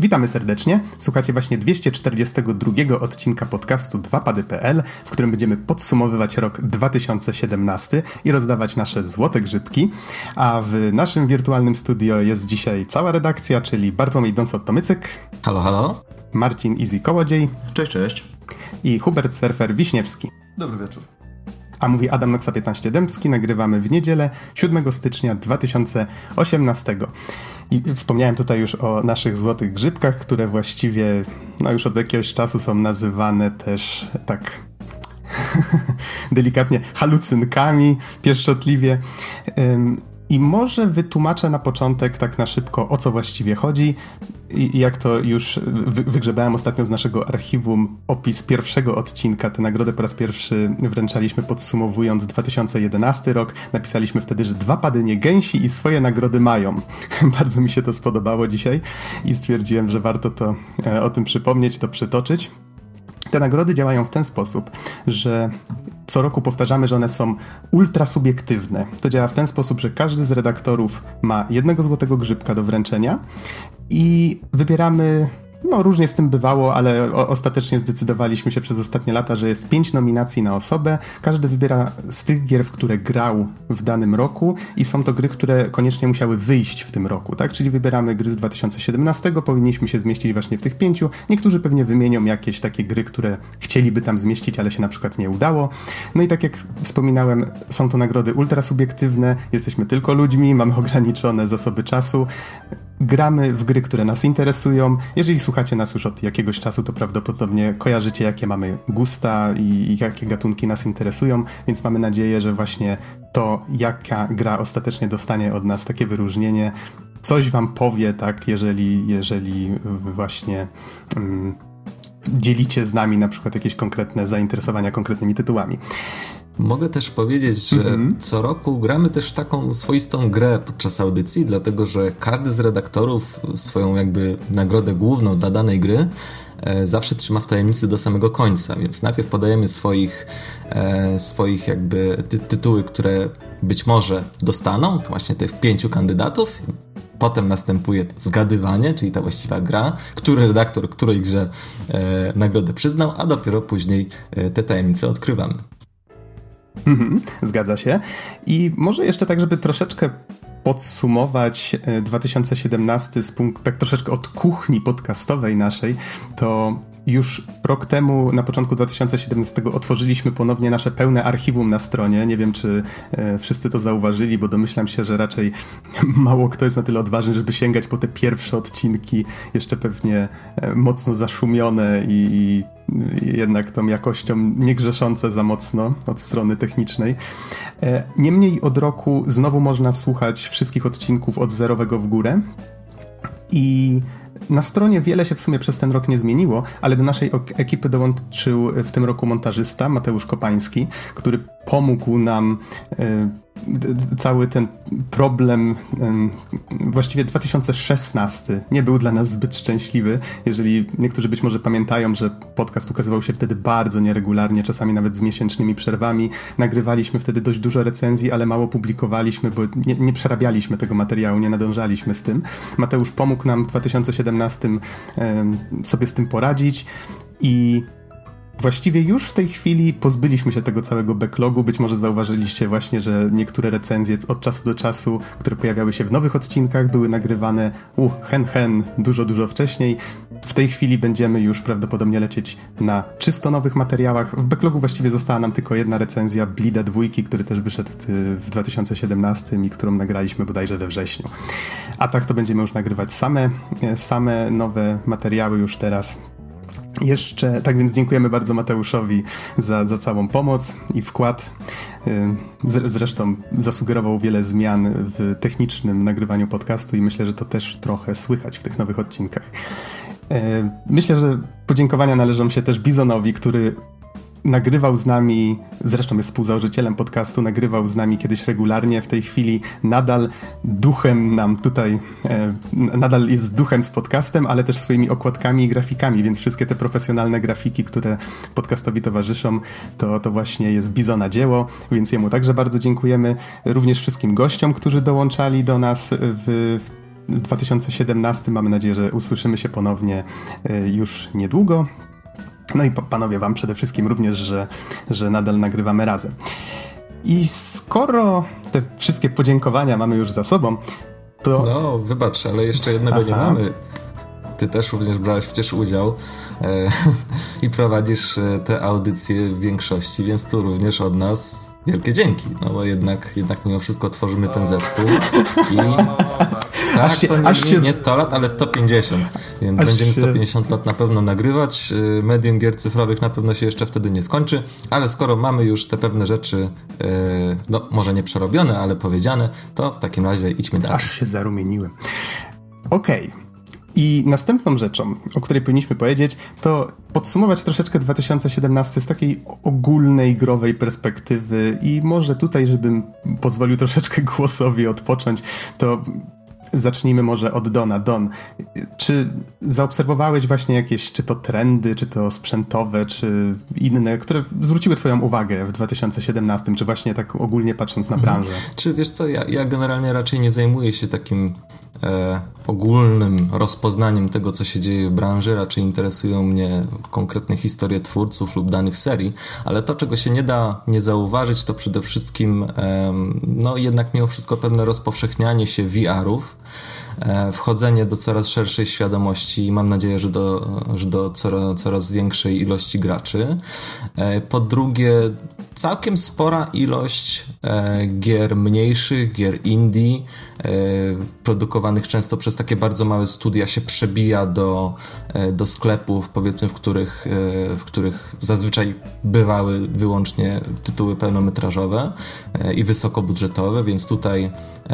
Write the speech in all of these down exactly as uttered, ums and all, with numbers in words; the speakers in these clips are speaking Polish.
Witamy serdecznie. Słuchacie właśnie dwieście czterdziestego drugiego odcinka podcastu dwa pady kropka p l, w którym będziemy podsumowywać rok dwa tysiące siedemnasty i rozdawać nasze złote grzybki. A w naszym wirtualnym studio jest dzisiaj cała redakcja, czyli Bartłomiej Donsot-Tomycyk. Halo, halo. Marcin Easy Kołodziej. Cześć, cześć. I Hubert Surfer Wiśniewski. Dobry wieczór. A mówi Adam Noxa piętnaście Dębski. Nagrywamy w niedzielę siódmego stycznia dwa tysiące osiemnastego. I wspomniałem tutaj już o naszych złotych grzybkach, które właściwie no już od jakiegoś czasu są nazywane też tak delikatnie halucynkami, pieszczotliwie. I może wytłumaczę na początek tak na szybko, o co właściwie chodzi. I jak to już wy- wygrzebałem ostatnio z naszego archiwum opis pierwszego odcinka. Tę nagrodę po raz pierwszy wręczaliśmy podsumowując dwa tysiące jedenasty rok. Napisaliśmy wtedy, że dwa pady nie gęsi i swoje nagrody mają. Bardzo mi się to spodobało dzisiaj i stwierdziłem, że warto to e, o tym przypomnieć, to przytoczyć. Te nagrody działają w ten sposób, że co roku powtarzamy, że one są ultrasubiektywne. To działa w ten sposób, że każdy z redaktorów ma jednego złotego grzybka do wręczenia i wybieramy, no różnie z tym bywało, ale o, ostatecznie zdecydowaliśmy się przez ostatnie lata, że jest pięć nominacji na osobę. Każdy wybiera z tych gier, w które grał w danym roku i są to gry, które koniecznie musiały wyjść w tym roku, tak? Czyli wybieramy gry z dwa tysiące siedemnastego, powinniśmy się zmieścić właśnie w tych pięciu. Niektórzy pewnie wymienią jakieś takie gry, które chcieliby tam zmieścić, ale się na przykład nie udało. No i tak jak wspominałem, są to nagrody ultrasubiektywne, jesteśmy tylko ludźmi, mamy ograniczone zasoby czasu. Gramy w gry, które nas interesują. Jeżeli słuchacie nas już od jakiegoś czasu, to prawdopodobnie kojarzycie, jakie mamy gusta i, i jakie gatunki nas interesują, więc mamy nadzieję, że właśnie to, jaka gra ostatecznie dostanie od nas takie wyróżnienie, coś wam powie, tak, jeżeli, jeżeli właśnie um, dzielicie z nami na przykład jakieś konkretne zainteresowania konkretnymi tytułami. Mogę też powiedzieć, że mm-hmm. co roku gramy też w taką swoistą grę podczas audycji, dlatego że każdy z redaktorów swoją jakby nagrodę główną dla danej gry e, zawsze trzyma w tajemnicy do samego końca, więc najpierw podajemy swoich, e, swoich jakby ty- tytuły, które być może dostaną, właśnie tych pięciu kandydatów. Potem następuje to zgadywanie, czyli ta właściwa gra, który redaktor której grze e, nagrodę przyznał, a dopiero później e, te tajemnice odkrywamy. Mhm, zgadza się. I może jeszcze tak, żeby troszeczkę podsumować dwa tysiące siedemnasty z punktu, tak troszeczkę od kuchni podcastowej naszej, to już rok temu, na początku dwa tysiące siedemnastego otworzyliśmy ponownie nasze pełne archiwum na stronie. Nie wiem, czy e, wszyscy to zauważyli, bo domyślam się, że raczej mało kto jest na tyle odważny, żeby sięgać po te pierwsze odcinki, jeszcze pewnie e, mocno zaszumione i, i jednak tą jakością nie grzeszące za mocno od strony technicznej. Niemniej od roku znowu można słuchać wszystkich odcinków od zerowego w górę i na stronie wiele się w sumie przez ten rok nie zmieniło, ale do naszej ekipy dołączył w tym roku montażysta Mateusz Kopański, który pomógł nam e, cały ten problem, e, właściwie dwa tysiące szesnasty nie był dla nas zbyt szczęśliwy. Jeżeli niektórzy być może pamiętają, że podcast ukazywał się wtedy bardzo nieregularnie, czasami nawet z miesięcznymi przerwami. Nagrywaliśmy wtedy dość dużo recenzji, ale mało publikowaliśmy, bo nie, nie przerabialiśmy tego materiału, nie nadążaliśmy z tym. Mateusz pomógł nam w dwa tysiące siedemnastym e, sobie z tym poradzić i właściwie już w tej chwili pozbyliśmy się tego całego backlogu. Być może zauważyliście właśnie, że niektóre recenzje od czasu do czasu, które pojawiały się w nowych odcinkach, były nagrywane uh, hen hen, dużo, dużo wcześniej. W tej chwili będziemy już prawdopodobnie lecieć na czysto nowych materiałach. W backlogu właściwie została nam tylko jedna recenzja Bleeda dwójki, który też wyszedł w, w dwa tysiące siedemnastym i którą nagraliśmy bodajże we wrześniu. A tak to będziemy już nagrywać same, same nowe materiały już teraz. Jeszcze, tak więc dziękujemy bardzo Mateuszowi za, za całą pomoc i wkład. Zresztą zasugerował wiele zmian w technicznym nagrywaniu podcastu i myślę, że to też trochę słychać w tych nowych odcinkach. Myślę, że podziękowania należą się też Bizonowi, który nagrywał z nami, zresztą jest współzałożycielem podcastu, nagrywał z nami kiedyś regularnie, w tej chwili nadal duchem nam tutaj, e, nadal jest duchem z podcastem, ale też swoimi okładkami i grafikami, więc wszystkie te profesjonalne grafiki, które podcastowi towarzyszą, to, to właśnie jest Bizona dzieło, więc jemu także bardzo dziękujemy. Również wszystkim gościom, którzy dołączali do nas w, w dwa tysiące siedemnasty. Mamy nadzieję, że usłyszymy się ponownie już niedługo. No i panowie, wam przede wszystkim również, że, że nadal nagrywamy razem. I skoro te wszystkie podziękowania mamy już za sobą, to... No, wybacz, ale jeszcze jednego Aha. nie mamy. Ty też również brałeś przecież udział e, i prowadzisz tę audycję w większości, więc tu również od nas wielkie dzięki, no bo jednak, jednak mimo wszystko tworzymy ten zespół i tak, aż się, to nie, aż się... nie sto lat, ale sto pięćdziesiąt, więc aż będziemy się... sto pięćdziesiąt lat na pewno nagrywać, medium gier cyfrowych na pewno się jeszcze wtedy nie skończy, ale skoro mamy już te pewne rzeczy, no może nie przerobione, ale powiedziane, to w takim razie idźmy dalej. Aż się zarumieniłem. Okej. Okay. I następną rzeczą, o której powinniśmy powiedzieć, to podsumować troszeczkę dwa tysiące siedemnasty z takiej ogólnej, growej perspektywy i może tutaj, żebym pozwolił troszeczkę głosowi odpocząć, to zacznijmy może od Dona. Don, czy zaobserwowałeś właśnie jakieś, czy to trendy, czy to sprzętowe, czy inne, które zwróciły twoją uwagę w dwa tysiące siedemnastym, czy właśnie tak ogólnie patrząc na branżę? Mhm. Czy wiesz co, ja, ja generalnie raczej nie zajmuję się takim e, ogólnym rozpoznaniem tego, co się dzieje w branży, raczej interesują mnie konkretne historie twórców lub danych serii, ale to, czego się nie da nie zauważyć, to przede wszystkim e, no jednak mimo wszystko pewne rozpowszechnianie się V R-ów, wchodzenie do coraz szerszej świadomości i mam nadzieję, że do, że do coraz, coraz większej ilości graczy. Po drugie, całkiem spora ilość gier mniejszych, gier indie, produkowanych często przez takie bardzo małe studia się przebija do, do sklepów, powiedzmy, w których, w których zazwyczaj bywały wyłącznie tytuły pełnometrażowe i wysokobudżetowe, więc tutaj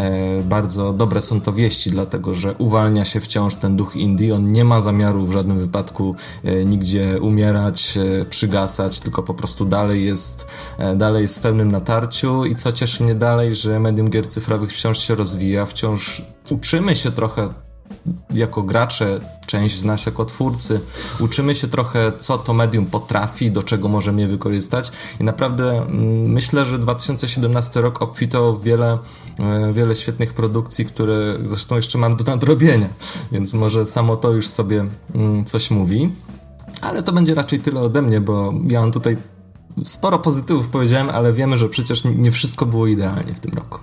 bardzo dobre są to wieści, dlatego że uwalnia się wciąż ten duch indie, on nie ma zamiaru w żadnym wypadku e, nigdzie umierać, e, przygasać, tylko po prostu dalej jest, e, dalej jest w pełnym natarciu i co cieszy mnie dalej, że medium gier cyfrowych wciąż się rozwija, wciąż uczymy się trochę jako gracze, część z nas jako twórcy, uczymy się trochę, co to medium potrafi, do czego możemy je wykorzystać i naprawdę mm, myślę, że dwa tysiące siedemnasty rok obfitował w wiele, e, wiele świetnych produkcji, które zresztą jeszcze mam do nadrobienia, więc może samo to już sobie mm, coś mówi, ale to będzie raczej tyle ode mnie, bo ja mam tutaj sporo pozytywów powiedziałem, ale wiemy, że przecież nie wszystko było idealnie w tym roku.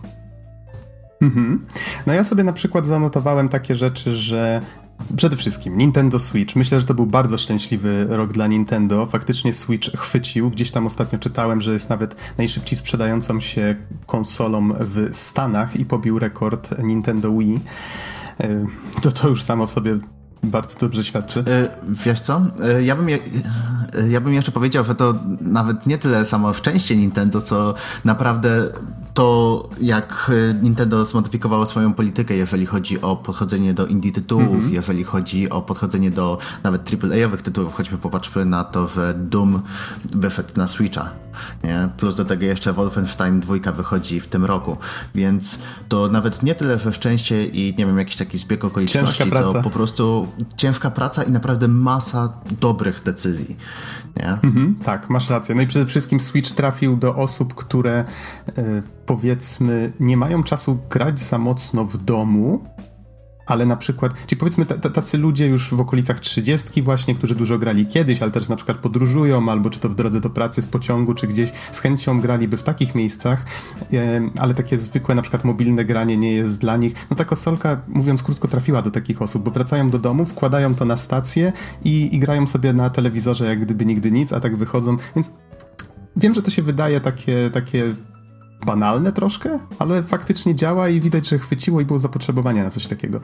Mhm. No ja sobie na przykład zanotowałem takie rzeczy, że przede wszystkim Nintendo Switch. Myślę, że to był bardzo szczęśliwy rok dla Nintendo. Faktycznie Switch chwycił. Gdzieś tam ostatnio czytałem, że jest nawet najszybciej sprzedającą się konsolą w Stanach i pobił rekord Nintendo Wii. To to już samo w sobie bardzo dobrze świadczy. Wiesz co? Ja bym, je, ja bym jeszcze powiedział, że to nawet nie tyle samo szczęście Nintendo, co naprawdę to, jak Nintendo zmodyfikowało swoją politykę, jeżeli chodzi o podchodzenie do indie tytułów, mm-hmm. jeżeli chodzi o podchodzenie do nawet triple A-owych tytułów, choćby popatrzmy na to, że Doom wyszedł na Switcha, nie? Plus do tego jeszcze Wolfenstein dwa wychodzi w tym roku, więc to nawet nie tyle, że szczęście i nie wiem, jakiś taki zbieg okoliczności, co po prostu ciężka praca i naprawdę masa dobrych decyzji, nie? Mhm, tak, masz rację. No i przede wszystkim Switch trafił do osób, które yy, powiedzmy nie mają czasu grać za mocno w domu, ale na przykład, czyli powiedzmy t- t- tacy ludzie już w okolicach trzydziestki właśnie, którzy dużo grali kiedyś, ale też na przykład podróżują, albo czy to w drodze do pracy, w pociągu, czy gdzieś z chęcią graliby w takich miejscach, e, ale takie zwykłe na przykład mobilne granie nie jest dla nich. No ta konsolka, mówiąc krótko, trafiła do takich osób, bo wracają do domu, wkładają to na stację i, i grają sobie na telewizorze jak gdyby nigdy nic, a tak wychodzą, więc wiem, że to się wydaje takie, takie banalne troszkę, ale faktycznie działa i widać, że chwyciło i było zapotrzebowanie na coś takiego.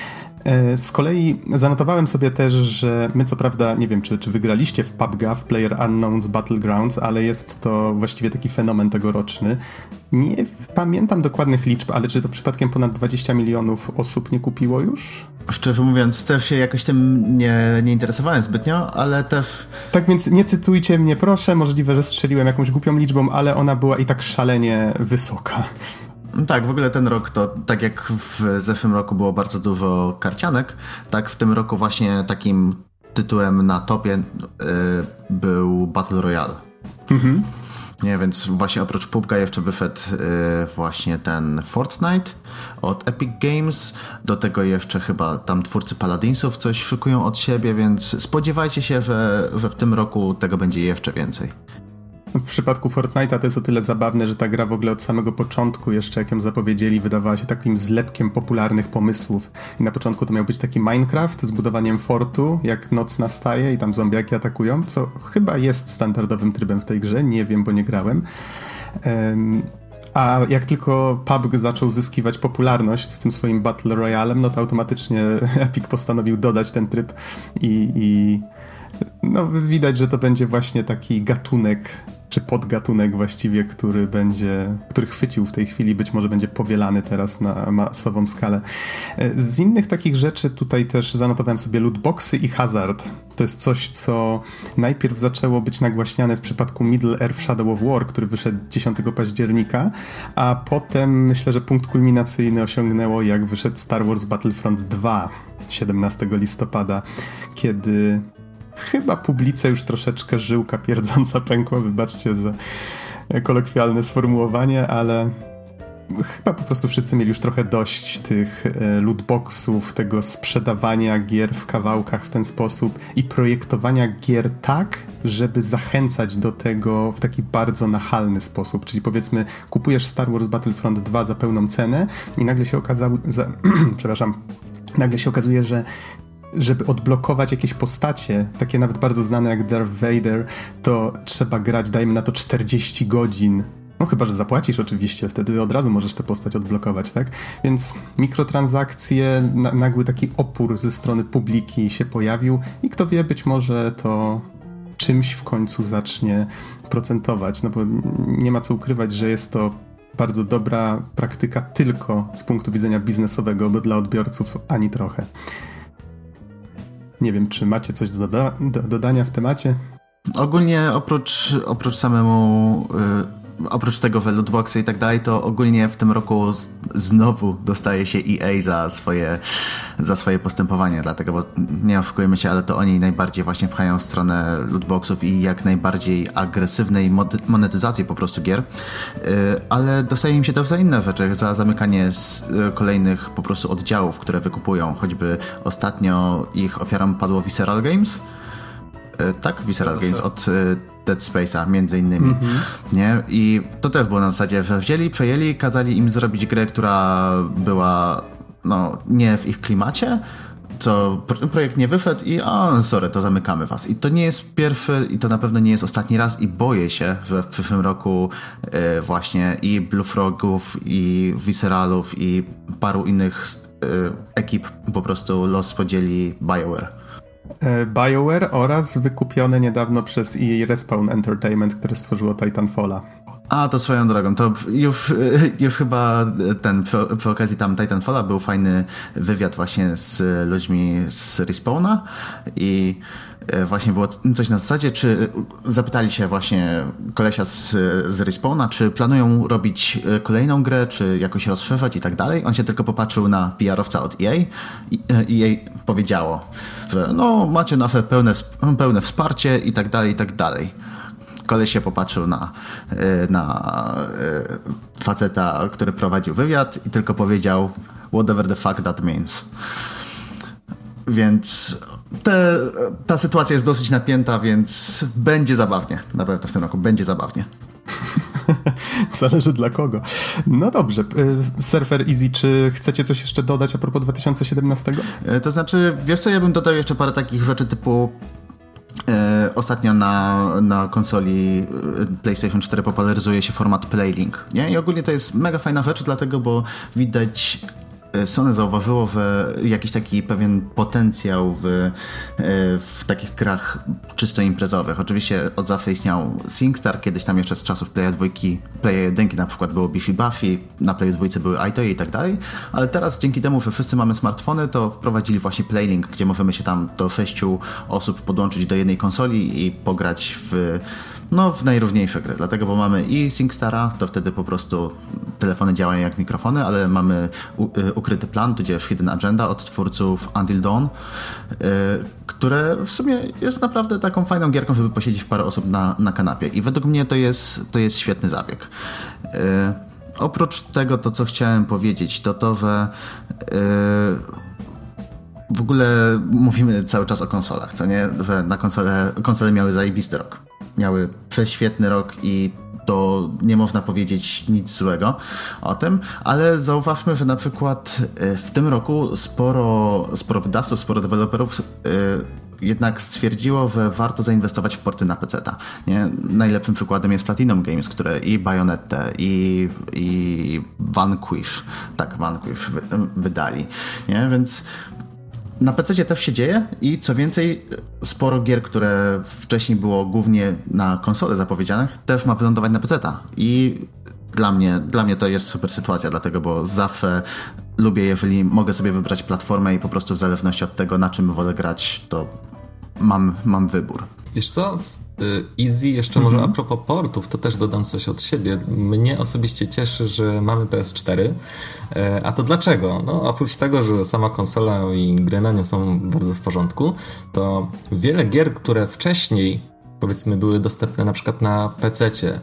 Z kolei zanotowałem sobie też, że my co prawda, nie wiem, czy, czy wygraliście w P U B G, w PlayerUnknown's Battlegrounds, ale jest to właściwie taki fenomen tegoroczny. Nie pamiętam dokładnych liczb, ale czy to przypadkiem ponad dwadzieścia milionów osób nie kupiło już? Szczerze mówiąc, też się jakoś tym nie, nie interesowałem zbytnio, ale też... Tak więc nie cytujcie mnie, proszę, możliwe, że strzeliłem jakąś głupią liczbą, ale ona była i tak szalenie wysoka. Tak, w ogóle ten rok to, tak jak w zeszłym roku było bardzo dużo karcianek, tak w tym roku właśnie takim tytułem na topie y, był Battle Royale. Mhm. Nie, więc właśnie oprócz P U B G jeszcze wyszedł yy, właśnie ten Fortnite od Epic Games, do tego jeszcze chyba tam twórcy Paladinsów coś szykują od siebie, więc spodziewajcie się, że, że w tym roku tego będzie jeszcze więcej. W przypadku Fortnite'a to jest o tyle zabawne, że ta gra w ogóle od samego początku, jeszcze jak ją zapowiedzieli, wydawała się takim zlepkiem popularnych pomysłów. I na początku to miał być taki Minecraft z budowaniem fortu, jak noc nastaje i tam zombiaki atakują, co chyba jest standardowym trybem w tej grze, nie wiem, bo nie grałem. Um, a jak tylko P U B G zaczął zyskiwać popularność z tym swoim Battle Royalem, no to automatycznie Epic postanowił dodać ten tryb i... i no widać, że to będzie właśnie taki gatunek, czy podgatunek właściwie, który będzie, który chwycił w tej chwili, być może będzie powielany teraz na masową skalę. Z innych takich rzeczy tutaj też zanotowałem sobie lootboxy i hazard. To jest coś, co najpierw zaczęło być nagłaśniane w przypadku Middle Earth Shadow of War, który wyszedł dziesiątego października, a potem myślę, że punkt kulminacyjny osiągnęło, jak wyszedł Star Wars Battlefront dwa siedemnastego listopada, kiedy chyba publice już troszeczkę żyłka pierdząca pękła, wybaczcie za kolokwialne sformułowanie, ale chyba po prostu wszyscy mieli już trochę dość tych lootboxów, tego sprzedawania gier w kawałkach w ten sposób i projektowania gier tak, żeby zachęcać do tego w taki bardzo nachalny sposób. Czyli powiedzmy, kupujesz Star Wars Battlefront dwa za pełną cenę i nagle się okazało, za, przepraszam, nagle się okazuje, że żeby odblokować jakieś postacie, takie nawet bardzo znane jak Darth Vader, to trzeba grać, dajmy na to czterdzieści godzin. No chyba, że zapłacisz oczywiście, wtedy od razu możesz tę postać odblokować, tak? Więc mikrotransakcje, na, nagły taki opór ze strony publiki się pojawił i kto wie, być może to czymś w końcu zacznie procentować, no bo nie ma co ukrywać, że jest to bardzo dobra praktyka tylko z punktu widzenia biznesowego, bo dla odbiorców ani trochę. Nie wiem, czy macie coś do, doda- do dodania w temacie? Ogólnie oprócz, oprócz samemu, yy, oprócz tego, że lootboxy i tak dalej, to ogólnie w tym roku z, znowu dostaje się E A za swoje, za swoje postępowanie, dlatego, bo nie oszukujmy się, ale to oni najbardziej właśnie pchają w stronę lootboxów i jak najbardziej agresywnej mod- monetyzacji po prostu gier, yy, ale dostaje im się też za inne rzeczy, za zamykanie z, yy, kolejnych po prostu oddziałów, które wykupują, choćby ostatnio ich ofiarą padło Visceral Games. Tak, Visceral Games od y, Dead Space'a między innymi, mm-hmm. nie? I to też było na zasadzie, że wzięli, przejęli, kazali im zrobić grę, która była no, nie w ich klimacie, co projekt nie wyszedł i o, sorry, to zamykamy was. I to nie jest pierwszy i to na pewno nie jest ostatni raz i boję się, że w przyszłym roku y, właśnie i Blue Frogów, i Visceralów, i paru innych y, ekip po prostu los podzieli BioWare. BioWare oraz wykupione niedawno przez E A Respawn Entertainment, które stworzyło Titanfalla. A, to swoją drogą, to już, już chyba ten, przy, przy okazji tam Titanfalla był fajny wywiad właśnie z ludźmi z Respawna i właśnie było coś na zasadzie, czy zapytali się właśnie kolesia z, z Respawna, czy planują robić kolejną grę, czy jakoś rozszerzać i tak dalej. On się tylko popatrzył na P R-owca od E A i E A powiedziało, że no macie nasze pełne, pełne wsparcie i tak dalej, i tak dalej. Koleś się popatrzył na, na faceta, który prowadził wywiad i tylko powiedział whatever the fuck that means. Więc te, ta sytuacja jest dosyć napięta, więc będzie zabawnie. Na pewno w tym roku będzie zabawnie. Zależy dla kogo. No dobrze. Surfer Easy, czy chcecie coś jeszcze dodać a propos dwa tysiące siedemnastego? To znaczy, wiesz co, ja bym dodał jeszcze parę takich rzeczy typu Yy, ostatnio na, na konsoli PlayStation cztery popularyzuje się format Playlink, nie? I ogólnie to jest mega fajna rzecz, dlatego, bo widać, Sony zauważyło, że jakiś taki pewien potencjał w, w takich grach czysto imprezowych. Oczywiście od zawsze istniał SingStar, kiedyś tam jeszcze z czasów Playa dwa, Playa jeden na przykład było Bishi Bashi, na Playu dwa były iToy i tak dalej, ale teraz dzięki temu, że wszyscy mamy smartfony, to wprowadzili właśnie Playlink, gdzie możemy się tam do sześciu osób podłączyć do jednej konsoli i pograć w No, w najróżniejsze gry, dlatego, bo mamy i SingStara, to wtedy po prostu telefony działają jak mikrofony, ale mamy u, y, ukryty plan, tudzież Hidden Agenda od twórców Until Dawn, y, które w sumie jest naprawdę taką fajną gierką, żeby posiedzieć parę osób na, na kanapie. I według mnie to jest, to jest świetny zabieg. Y, oprócz tego, to co chciałem powiedzieć, to to, że y, w ogóle mówimy cały czas o konsolach, co nie? Że na konsole, konsole miały zajebisty rok. Miały prześwietny rok i to nie można powiedzieć nic złego o tym, ale zauważmy, że na przykład w tym roku sporo, sporo wydawców, sporo deweloperów yy, jednak stwierdziło, że warto zainwestować w porty na peceta. Nie? Najlepszym przykładem jest Platinum Games, które i Bayonettę, i, i Vanquish, tak, Vanquish wy, wydali. Nie? Więc na pececie też się dzieje i co więcej, sporo gier, które wcześniej było głównie na konsole zapowiedzianych, też ma wylądować na peceta. I dla mnie, dla mnie to jest super sytuacja, dlatego, bo zawsze lubię, jeżeli mogę sobie wybrać platformę i po prostu w zależności od tego, na czym wolę grać, to mam, mam wybór. Wiesz co, Easy, jeszcze mm-hmm. może a propos portów, to też dodam coś od siebie. Mnie osobiście cieszy, że mamy P S cztery. A to dlaczego? No oprócz tego, że sama konsola i gry na nią są bardzo w porządku, to wiele gier, które wcześniej powiedzmy były dostępne na przykład na pececie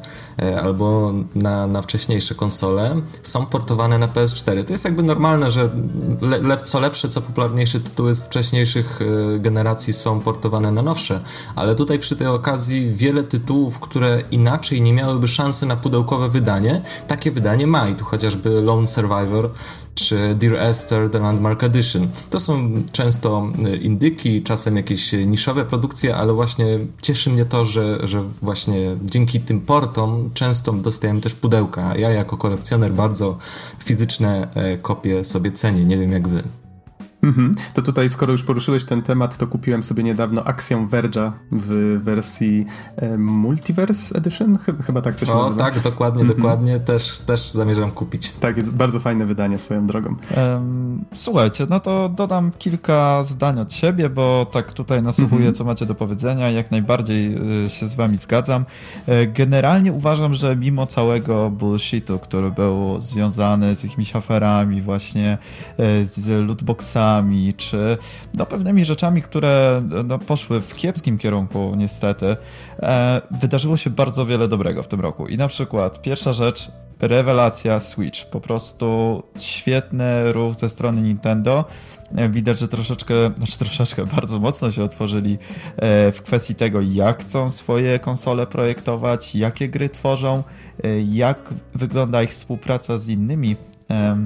albo na, na wcześniejsze konsole, są portowane na P S cztery. To jest jakby normalne, że le, le, co lepsze, co popularniejsze tytuły z wcześniejszych y, generacji są portowane na nowsze, ale tutaj przy tej okazji wiele tytułów, które inaczej nie miałyby szansy na pudełkowe wydanie, takie wydanie ma i tu chociażby Lone Survivor czy Dear Esther The Landmark Edition. To są często indyki, czasem jakieś niszowe produkcje, ale właśnie cieszy mnie to, że, że właśnie dzięki tym portom często dostajemy też pudełka. Ja jako kolekcjoner bardzo fizyczne kopie sobie cenię. Nie wiem jak wy. Mhm. To tutaj, skoro już poruszyłeś ten temat, to kupiłem sobie niedawno Axiom Verge'a w wersji e, Multiverse Edition, chyba, chyba tak to się o, nazywa. O tak, dokładnie, mhm. dokładnie, też, też zamierzam kupić. Tak, jest bardzo fajne wydanie swoją drogą. Um, słuchajcie, no to dodam kilka zdań od siebie, bo tak tutaj nasłuchuję, mhm. co macie do powiedzenia, jak najbardziej y, się z wami zgadzam. Y, generalnie uważam, że mimo całego bullshitu, który był związany z jakimiś aferami właśnie, y, z lootboxami, czy no, pewnymi rzeczami, które no, poszły w kiepskim kierunku niestety, e, wydarzyło się bardzo wiele dobrego w tym roku. I na przykład pierwsza rzecz, rewelacja Switch. Po prostu świetny ruch ze strony Nintendo. E, widać, że troszeczkę, znaczy troszeczkę, bardzo mocno się otworzyli e, w kwestii tego, jak chcą swoje konsole projektować, jakie gry tworzą, e, jak wygląda ich współpraca z innymi e,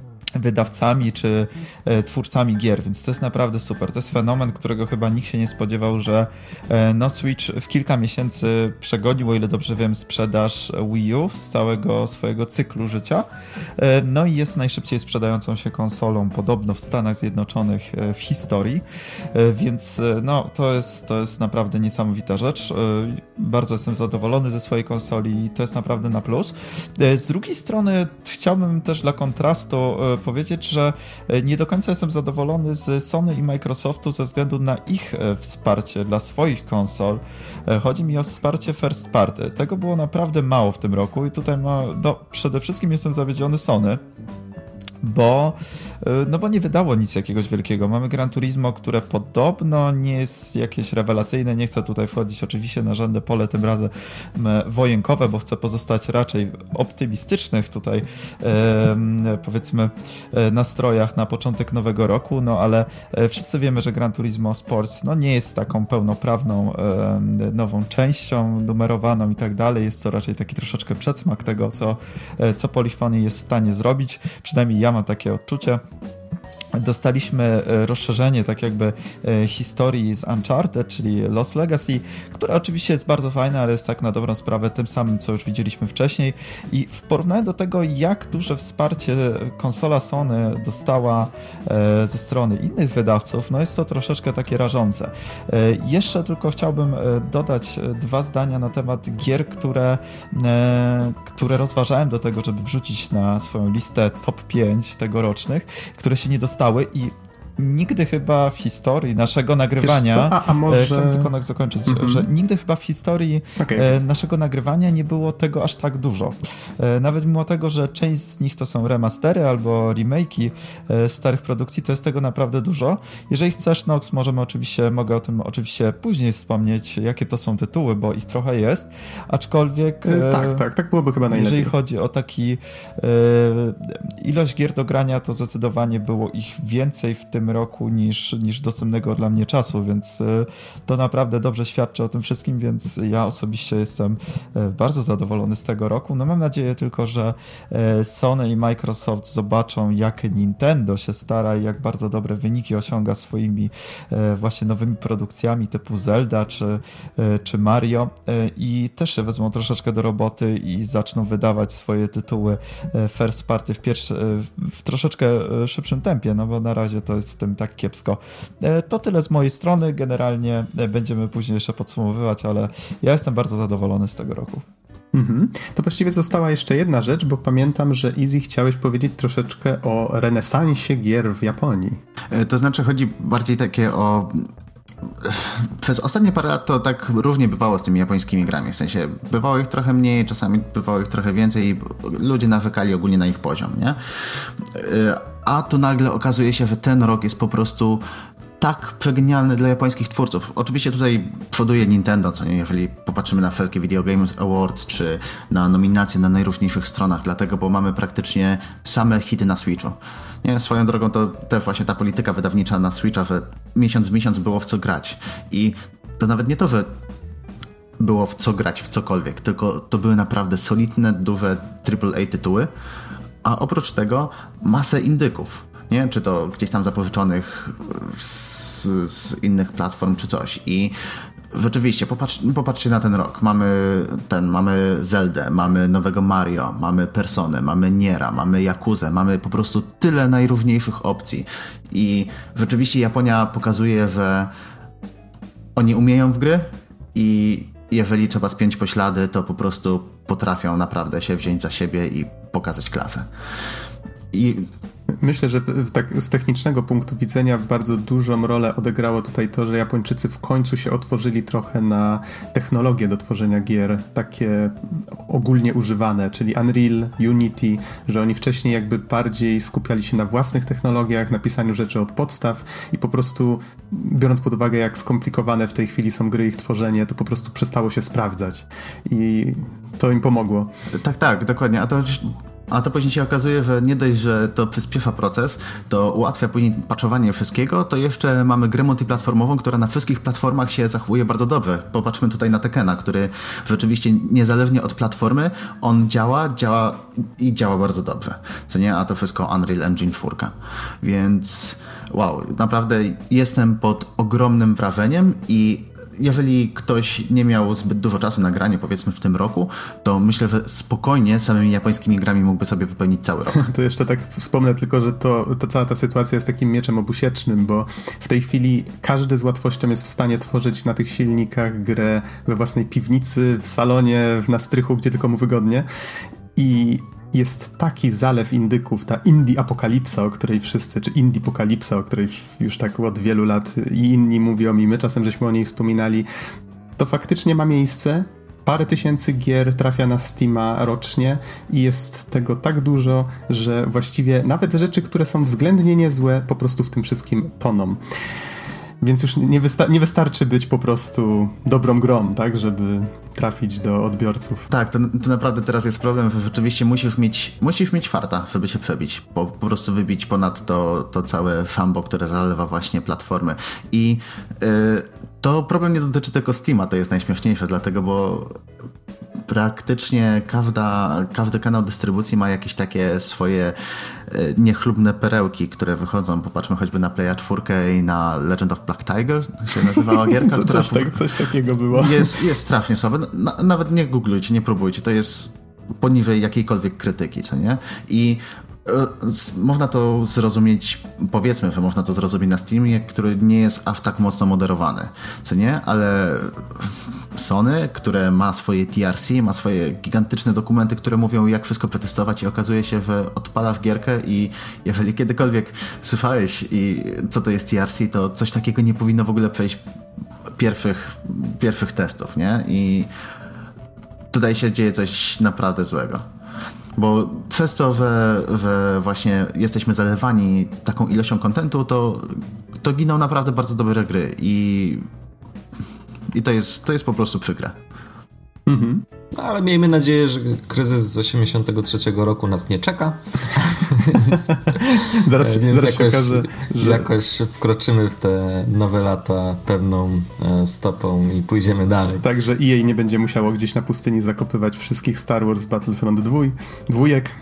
wydawcami czy e, twórcami gier, więc to jest naprawdę super. To jest fenomen, którego chyba nikt się nie spodziewał, że e, no Switch w kilka miesięcy przegonił, o ile dobrze wiem, sprzedaż Wii U z całego swojego cyklu życia. E, no i jest najszybciej sprzedającą się konsolą podobno w Stanach Zjednoczonych e, w historii, e, więc e, no to jest, to jest naprawdę niesamowita rzecz. E, bardzo jestem zadowolony ze swojej konsoli i to jest naprawdę na plus. E, z drugiej strony chciałbym też dla kontrastu e, powiedzieć, że nie do końca jestem zadowolony z Sony i Microsoftu ze względu na ich wsparcie dla swoich konsol. Chodzi mi o wsparcie first party. Tego było naprawdę mało w tym roku i tutaj no, no, przede wszystkim jestem zawiedziony Sony, bo, no bo nie wydało nic jakiegoś wielkiego. Mamy Gran Turismo, które podobno nie jest jakieś rewelacyjne. Nie chcę tutaj wchodzić oczywiście na żadne pole tym razem wojenkowe, bo chcę pozostać raczej optymistycznych tutaj e, powiedzmy e, nastrojach na początek nowego roku, no ale e, wszyscy wiemy, że Gran Turismo Sports no, nie jest taką pełnoprawną e, nową częścią, numerowaną i tak dalej. Jest to raczej taki troszeczkę przedsmak tego, co, e, co Polyphony jest w stanie zrobić. Przynajmniej ja mam takie odczucie. Dostaliśmy rozszerzenie tak jakby historii z Uncharted, czyli Lost Legacy, które oczywiście jest bardzo fajne, ale jest tak na dobrą sprawę tym samym, co już widzieliśmy wcześniej i w porównaniu do tego, jak duże wsparcie konsola Sony dostała ze strony innych wydawców, no jest to troszeczkę takie rażące. Jeszcze tylko chciałbym dodać dwa zdania na temat gier, które, które rozważałem do tego, żeby wrzucić na swoją listę top pięć tegorocznych, które się nie dostały i nigdy chyba w historii naszego nagrywania, a, a może... chciałem tylko tak zakończyć, mm-hmm. że nigdy chyba w historii okay. naszego nagrywania nie było tego aż tak dużo. Nawet mimo tego, że część z nich to są remastery albo remake'i starych produkcji, to jest tego naprawdę dużo. Jeżeli chcesz, Nox, możemy oczywiście, mogę o tym oczywiście później wspomnieć, jakie to są tytuły, bo ich trochę jest, aczkolwiek... E, tak, tak, tak byłoby chyba najlepiej. Jeżeli chodzi o taki e, ilość gier do grania, to zdecydowanie było ich więcej w tym roku niż, niż dostępnego dla mnie czasu, więc e, to naprawdę dobrze świadczy o tym wszystkim, więc ja osobiście jestem e, bardzo zadowolony z tego roku. No mam nadzieję tylko, że e, Sony i Microsoft zobaczą, jak Nintendo się stara i jak bardzo dobre wyniki osiąga swoimi e, właśnie nowymi produkcjami typu Zelda czy, e, czy Mario e, i też się wezmą troszeczkę do roboty i zaczną wydawać swoje tytuły e, first party w, pierwszy, e, w troszeczkę szybszym tempie, no bo na razie to jest z tym tak kiepsko. E, to tyle z mojej strony, generalnie e, będziemy później jeszcze podsumowywać, ale ja jestem bardzo zadowolony z tego roku. Mhm. To właściwie została jeszcze jedna rzecz, bo pamiętam, że Easy chciałeś powiedzieć troszeczkę o renesansie gier w Japonii. To znaczy chodzi bardziej takie o... Przez ostatnie parę lat to tak różnie bywało z tymi japońskimi grami, w sensie bywało ich trochę mniej, czasami bywało ich trochę więcej i ludzie narzekali ogólnie na ich poziom, nie? A tu nagle okazuje się, że ten rok jest po prostu tak przegenialny dla japońskich twórców. Oczywiście tutaj przoduje Nintendo, co nie, jeżeli popatrzymy na wszelkie Video Games Awards, czy na nominacje na najróżniejszych stronach, dlatego, bo mamy praktycznie same hity na Switchu. Nie, swoją drogą to też właśnie ta polityka wydawnicza na Switcha, że miesiąc w miesiąc było w co grać. I to nawet nie to, że było w co grać, w cokolwiek, tylko to były naprawdę solidne, duże triple A tytuły, a oprócz tego masę indyków. Nie? Czy to gdzieś tam zapożyczonych z, z innych platform, czy coś. I rzeczywiście, popatrz, popatrzcie na ten rok. Mamy ten, mamy Zeldę, mamy nowego Mario, mamy Personę, mamy Niera, mamy Yakuzę, mamy po prostu tyle najróżniejszych opcji. I rzeczywiście Japonia pokazuje, że oni umieją w gry i jeżeli trzeba spiąć poślady, to po prostu potrafią naprawdę się wziąć za siebie i pokazać klasę. I myślę, że tak z technicznego punktu widzenia bardzo dużą rolę odegrało tutaj to, że Japończycy w końcu się otworzyli trochę na technologię do tworzenia gier, takie ogólnie używane, czyli Unreal, Unity, że oni wcześniej jakby bardziej skupiali się na własnych technologiach, na pisaniu rzeczy od podstaw i po prostu, biorąc pod uwagę, jak skomplikowane w tej chwili są gry, ich tworzenie, to po prostu przestało się sprawdzać i to im pomogło. Tak, tak, dokładnie, a to A to później się okazuje, że nie dość, że to przyspiesza proces, to ułatwia później patchowanie wszystkiego, to jeszcze mamy grę multiplatformową, która na wszystkich platformach się zachowuje bardzo dobrze. Popatrzmy tutaj na Tekena, który rzeczywiście niezależnie od platformy, on działa, działa i działa bardzo dobrze. Co nie? A to wszystko Unreal Engine cztery. Więc wow, naprawdę jestem pod ogromnym wrażeniem i jeżeli ktoś nie miał zbyt dużo czasu na granie, powiedzmy w tym roku, to myślę, że spokojnie samymi japońskimi grami mógłby sobie wypełnić cały rok. To jeszcze tak wspomnę tylko, że to, to cała ta sytuacja jest takim mieczem obusiecznym, bo w tej chwili każdy z łatwością jest w stanie tworzyć na tych silnikach grę we własnej piwnicy, w salonie, na strychu, gdzie tylko mu wygodnie. I jest taki zalew indyków, ta indie apokalipsa, o której wszyscy, czy indie apokalipsa, o której już tak od wielu lat i inni mówią i my czasem żeśmy o niej wspominali, to faktycznie ma miejsce. Parę tysięcy gier trafia na Steama rocznie i jest tego tak dużo, że właściwie nawet rzeczy, które są względnie niezłe, po prostu w tym wszystkim toną. Więc już nie, wysta- nie wystarczy być po prostu dobrą grą, tak, żeby trafić do odbiorców. Tak, to, to naprawdę teraz jest problem, że rzeczywiście musisz mieć, musisz mieć farta, żeby się przebić, po, po prostu wybić ponad to, to całe szambo, które zalewa właśnie platformy. I yy, to problem nie dotyczy tylko Steama, to jest najśmieszniejsze, dlatego, bo praktycznie każda, każdy kanał dystrybucji ma jakieś takie swoje niechlubne perełki, które wychodzą. Popatrzmy choćby na Playa cztery i na Legend of Black Tiger, się nazywała gierka. Co, która coś, tak, coś takiego było. Jest, jest strasznie słabe. Na, nawet nie googlujcie, nie próbujcie. To jest poniżej jakiejkolwiek krytyki, co nie? I można to zrozumieć, powiedzmy, że można to zrozumieć na Steamie, który nie jest aż tak mocno moderowany, co nie? Ale Sony, które ma swoje T R C, ma swoje gigantyczne dokumenty, które mówią, jak wszystko przetestować i okazuje się, że odpalasz gierkę i jeżeli kiedykolwiek słyszałeś, i co to jest T R C, to coś takiego nie powinno w ogóle przejść pierwszych, pierwszych testów, nie? I tutaj się dzieje coś naprawdę złego. Bo przez to, że, że właśnie jesteśmy zalewani taką ilością kontentu, to, to giną naprawdę bardzo dobre gry i, i to jest, to jest po prostu przykre. Mhm. No, ale miejmy nadzieję, że kryzys z osiemdziesiątego trzeciego roku nas nie czeka. więc zaraz więc zaraz jakoś, się okaże, że... jakoś wkroczymy w te nowe lata pewną e, stopą i pójdziemy dalej. Także E A nie będzie musiało gdzieś na pustyni zakopywać wszystkich Star Wars Battlefront dwój, dwójek.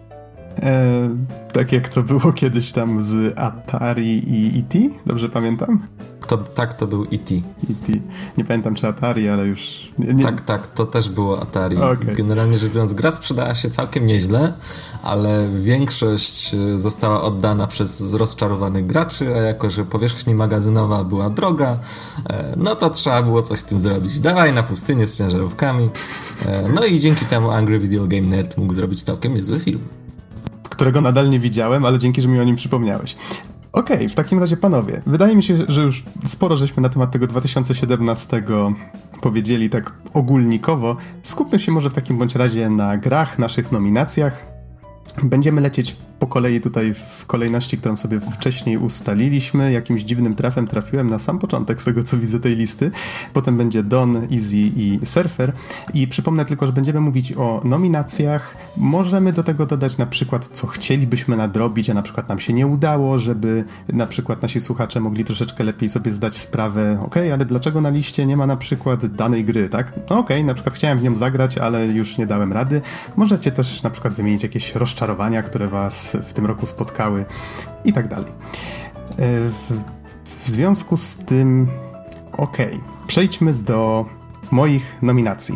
E, tak jak to było kiedyś tam z Atari i E T, dobrze pamiętam? To, tak, to był E T. E T. Nie pamiętam, czy Atari, ale już... Nie, nie... Tak, tak, to też było Atari. Okay. Generalnie rzecz biorąc, gra sprzedała się całkiem nieźle, ale większość została oddana przez rozczarowanych graczy, a jako, że powierzchnia magazynowa była droga, no to trzeba było coś z tym zrobić. Dawaj na pustynię z ciężarówkami. No i dzięki temu Angry Video Game Nerd mógł zrobić całkiem niezły film. Którego nadal nie widziałem, ale dzięki, że mi o nim przypomniałeś. Okej, okay, w takim razie panowie, wydaje mi się, że już sporo żeśmy na temat tego dwa tysiące siedemnastego powiedzieli tak ogólnikowo. Skupmy się może w takim bądź razie na grach, naszych nominacjach. Będziemy lecieć po kolei tutaj w kolejności, którą sobie wcześniej ustaliliśmy. Jakimś dziwnym trafem trafiłem na sam początek z tego, co widzę tej listy. Potem będzie Dawn, Easy i Surfer. I przypomnę tylko, że będziemy mówić o nominacjach. Możemy do tego dodać na przykład, co chcielibyśmy nadrobić, a na przykład nam się nie udało, żeby na przykład nasi słuchacze mogli troszeczkę lepiej sobie zdać sprawę, okej, okay, ale dlaczego na liście nie ma na przykład danej gry, tak? No okej, okay, na przykład chciałem w nią zagrać, ale już nie dałem rady. Możecie też na przykład wymienić jakieś rozczarowania, które was w tym roku spotkały i tak dalej. W, w związku z tym okej, okay, przejdźmy do moich nominacji.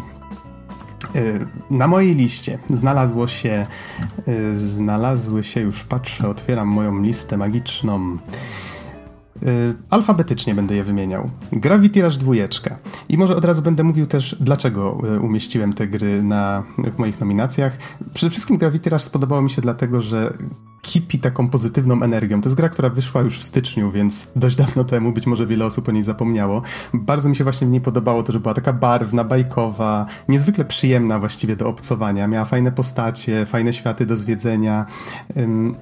Na mojej liście znalazło się znalazły się, już patrzę, otwieram moją listę magiczną. Alfabetycznie będę je wymieniał. Gravity Rush dwójeczka. I może od razu będę mówił też, dlaczego umieściłem te gry na, w moich nominacjach. Przede wszystkim Gravity Rush spodobało mi się dlatego, że kipi taką pozytywną energią. To jest gra, która wyszła już w styczniu, więc dość dawno temu, być może wiele osób o niej zapomniało. Bardzo mi się właśnie w niej podobało to, że była taka barwna, bajkowa, niezwykle przyjemna właściwie do obcowania. Miała fajne postacie, fajne światy do zwiedzenia. Ym,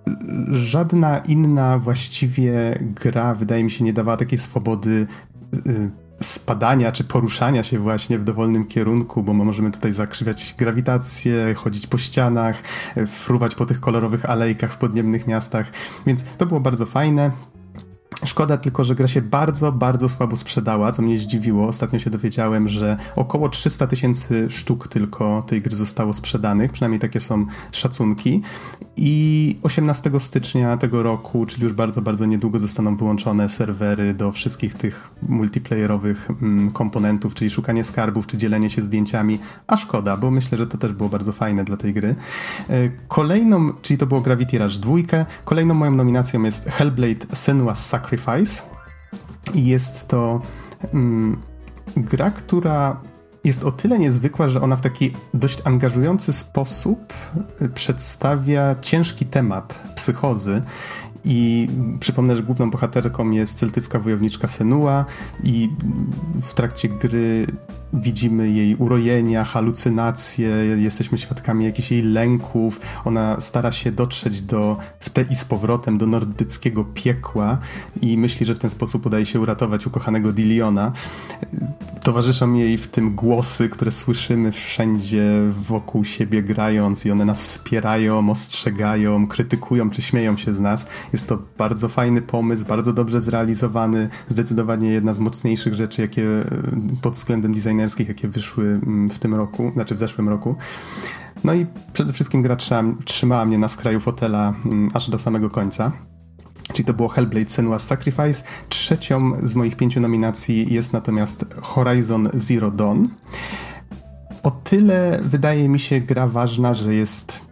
Żadna inna właściwie gra, wydaje mi się, nie dawała takiej swobody y, spadania czy poruszania się właśnie w dowolnym kierunku, bo możemy tutaj zakrzywiać grawitację, chodzić po ścianach, fruwać po tych kolorowych alejkach w podniebnych miastach, więc to było bardzo fajne. Szkoda tylko, że gra się bardzo, bardzo słabo sprzedała, co mnie zdziwiło. Ostatnio się dowiedziałem, że około trzysta tysięcy sztuk tylko tej gry zostało sprzedanych, przynajmniej takie są szacunki. I osiemnastego stycznia tego roku, czyli już bardzo, bardzo niedługo, zostaną wyłączone serwery do wszystkich tych multiplayerowych mm, komponentów, czyli szukanie skarbów, czy dzielenie się zdjęciami. A szkoda, bo myślę, że to też było bardzo fajne dla tej gry. Kolejną, czyli to było Gravity Rush dwa, kolejną moją nominacją jest Hellblade: Senua's Sacrifice. I jest to mm, gra, która jest o tyle niezwykła, że ona w taki dość angażujący sposób przedstawia ciężki temat psychozy. I przypomnę, że główną bohaterką jest celtycka wojowniczka Senua i w trakcie gry widzimy jej urojenia, halucynacje, jesteśmy świadkami jakichś jej lęków. Ona stara się dotrzeć do, w te i z powrotem do nordyckiego piekła i myśli, że w ten sposób udaje się uratować ukochanego Diliona. Towarzyszą jej w tym głosy, które słyszymy wszędzie wokół siebie grając i one nas wspierają, ostrzegają, krytykują czy śmieją się z nas. Jest to bardzo fajny pomysł, bardzo dobrze zrealizowany, zdecydowanie jedna z mocniejszych rzeczy, jakie pod względem designerskich, jakie wyszły w tym roku, znaczy w zeszłym roku. No i przede wszystkim gra trzymała mnie na skraju fotela aż do samego końca. Czyli to było Hellblade: Senua's Sacrifice. Trzecią z moich pięciu nominacji jest natomiast Horizon Zero Dawn. O tyle wydaje mi się gra ważna, że jest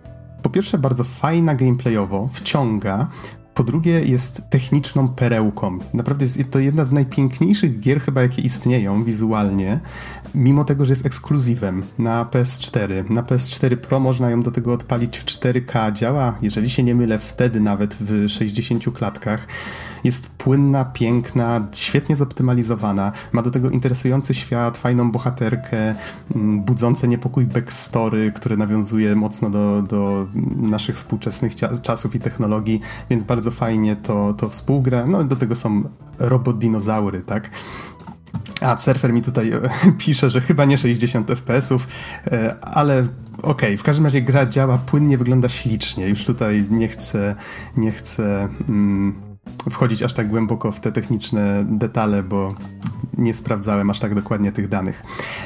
po pierwsze bardzo fajna gameplayowo, wciąga, po drugie jest techniczną perełką. Naprawdę jest to jedna z najpiękniejszych gier chyba, jakie istnieją wizualnie, mimo tego, że jest ekskluzywem na P S cztery. Na P S cztery Pro można ją do tego odpalić w cztery K. Działa, jeżeli się nie mylę, wtedy nawet w sześćdziesięciu klatkach. Jest płynna, piękna, świetnie zoptymalizowana. Ma do tego interesujący świat, fajną bohaterkę, budzące niepokój backstory, które nawiązuje mocno do, do naszych współczesnych cia- czasów i technologii, więc bardzo fajnie to, to współgra. No do tego są robot-dinozaury, tak? A Surfer mi tutaj pisze, że chyba nie sześćdziesiąt F P S-ów, ale okej, okay, w każdym razie gra działa płynnie, wygląda ślicznie. Już tutaj nie chcę, nie chcę mm, wchodzić aż tak głęboko w te techniczne detale, bo nie sprawdzałem aż tak dokładnie tych danych.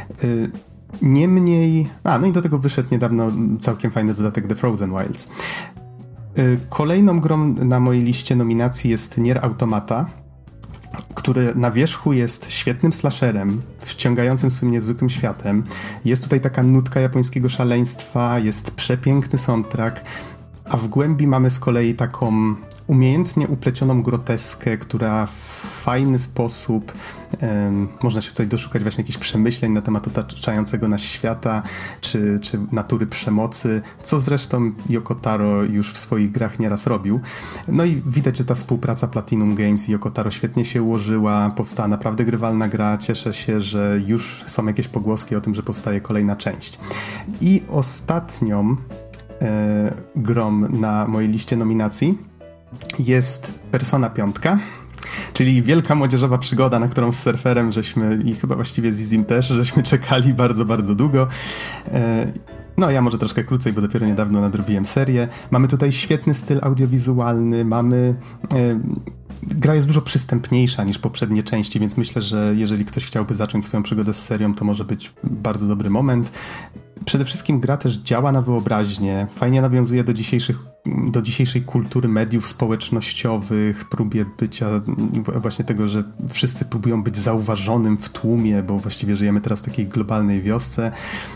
Niemniej... A, no i do tego wyszedł niedawno całkiem fajny dodatek The Frozen Wilds. Kolejną grą na mojej liście nominacji jest Nier Automata, który na wierzchu jest świetnym slasherem, wciągającym swym niezwykłym światem. Jest tutaj taka nutka japońskiego szaleństwa, jest przepiękny soundtrack, a w głębi mamy z kolei taką umiejętnie uplecioną groteskę, która w fajny sposób um, można się tutaj doszukać właśnie jakichś przemyśleń na temat otaczającego nas świata, czy, czy natury przemocy, co zresztą Yoko Taro już w swoich grach nieraz robił. No i widać, że ta współpraca Platinum Games i Yoko Taro świetnie się ułożyła, powstała naprawdę grywalna gra, cieszę się, że już są jakieś pogłoski o tym, że powstaje kolejna część. I ostatnią e, grą na mojej liście nominacji jest Persona pięć, czyli wielka młodzieżowa przygoda, na którą z Surferem żeśmy i chyba właściwie z Izim też, żeśmy czekali bardzo, bardzo długo. No ja może troszkę krócej, bo dopiero niedawno nadrobiłem serię. Mamy tutaj świetny styl audiowizualny, mamy... Gra jest dużo przystępniejsza niż poprzednie części, więc myślę, że jeżeli ktoś chciałby zacząć swoją przygodę z serią, to może być bardzo dobry moment. Przede wszystkim gra też działa na wyobraźnię, fajnie nawiązuje do dzisiejszych, do dzisiejszej kultury mediów społecznościowych, próbie bycia właśnie tego, że wszyscy próbują być zauważonym w tłumie, bo właściwie żyjemy teraz w takiej globalnej wiosce